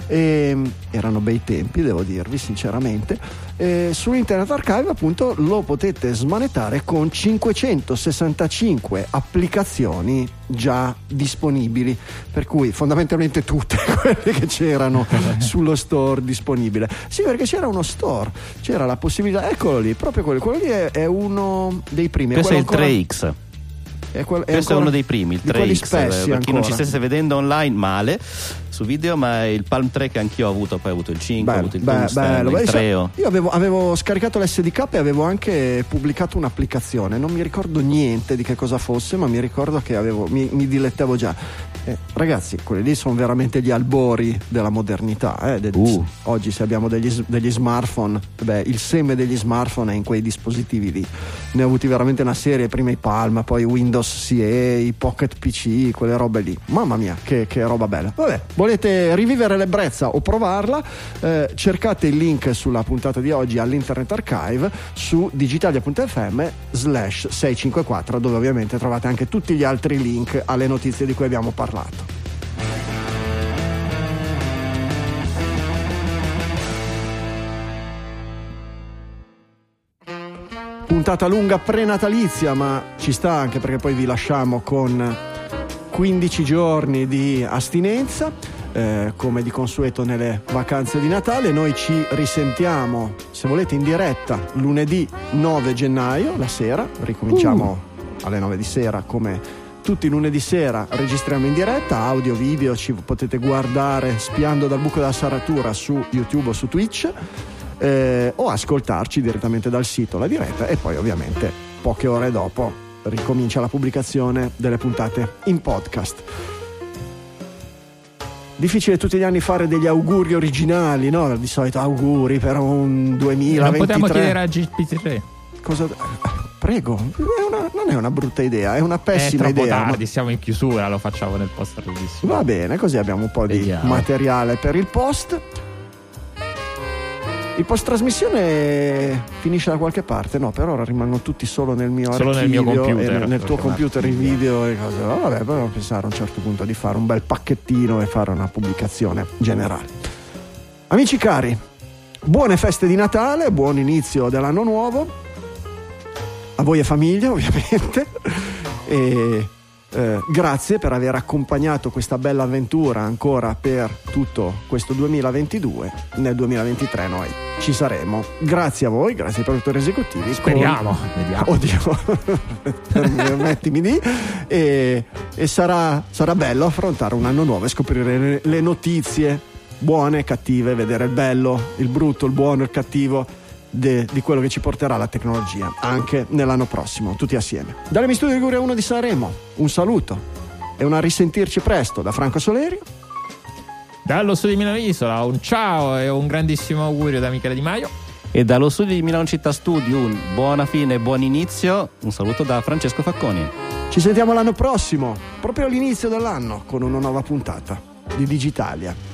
e erano bei tempi, devo dirvi sinceramente. E su Internet Archive appunto lo potete smanettare con cinquecentosessantacinque applicazioni già disponibili, per cui fondamentalmente tutte quelle che c'erano sullo store disponibile. Sì, perché c'era uno store, c'era la possibilità, eccolo lì, proprio quello, quello lì è, è uno dei primi. Questo è il ancora, tre X. È, quel, è, Questo è uno dei primi, il tre X, per chi non ci stesse vedendo online male su video, ma è il Palm tre che anch'io ho avuto, poi ho avuto il cinque, bello, ho avuto il bello, Tungsten, bello. il Treo. Io avevo, avevo scaricato l'esse di ka e avevo anche pubblicato un'applicazione, non mi ricordo niente di che cosa fosse, ma mi ricordo che avevo, mi, mi dilettavo già. Eh, ragazzi, quelli lì sono veramente gli albori della modernità, eh, del, uh. oggi se abbiamo degli, degli smartphone, beh, il seme degli smartphone è in quei dispositivi lì. Ne ho avuti veramente una serie, prima i Palm, poi Windows C E, i Pocket P C, quelle robe lì, mamma mia che, che roba bella. Vabbè, volete rivivere l'ebbrezza o provarla, eh, cercate il link sulla puntata di oggi all'Internet Archive su digitalia punto effe emme slash seicentocinquantaquattro, dove ovviamente trovate anche tutti gli altri link alle notizie di cui abbiamo parlato. puntata lunga prenatalizia, ma ci sta anche perché poi vi lasciamo con quindici giorni di astinenza, eh, come di consueto nelle vacanze di Natale. Noi ci risentiamo, se volete, in diretta lunedì nove gennaio, la sera. Ricominciamo uh. alle nove di sera, come tutti i lunedì sera registriamo in diretta, audio, video, ci potete guardare spiando dal buco della serratura su YouTube o su Twitch, eh, o ascoltarci direttamente dal sito, la diretta, e poi ovviamente poche ore dopo ricomincia la pubblicazione delle puntate in podcast. Difficile tutti gli anni fare degli auguri originali, no? Di solito auguri per un duemilaventitré. Non potevamo chiedere a G P tre. Cosa... Prego, è una, non è una brutta idea, è una pessima idea. È troppo idea, tardi, ma... siamo in chiusura, lo facciamo nel post trasmissione. Va bene, così abbiamo un po' di Vediamo. materiale per il post. Il post trasmissione finisce da qualche parte, no? Per ora rimangono tutti solo nel mio solo archivio, nel mio computer, e nel, nel tuo computer i video e cose. Vabbè, dobbiamo pensare a un certo punto di fare un bel pacchettino e fare una pubblicazione generale. Amici cari, buone feste di Natale, buon inizio dell'anno nuovo. A voi e famiglia, ovviamente, e eh, grazie per aver accompagnato questa bella avventura ancora per tutto questo duemilaventidue. Nel duemilaventitré noi ci saremo. Grazie a voi, grazie ai produttori esecutivi. Speriamo, con... vediamo. Oddio, mettimi lì. E, e sarà, sarà bello affrontare un anno nuovo e scoprire le, le notizie buone e cattive, vedere il bello, il brutto, il buono, il cattivo De, di quello che ci porterà la tecnologia anche nell'anno prossimo, tutti assieme. Dalle miei studi di Liguria uno di Sanremo un saluto e una risentirci presto da Franco Solerio. Dallo studio di Milano Isola un ciao e un grandissimo augurio da Michele Di Maio. E dallo studio di Milano Città Studio un buona fine e buon inizio, un saluto da Francesco Facconi. Ci sentiamo l'anno prossimo, proprio all'inizio dell'anno, con una nuova puntata di Digitalia.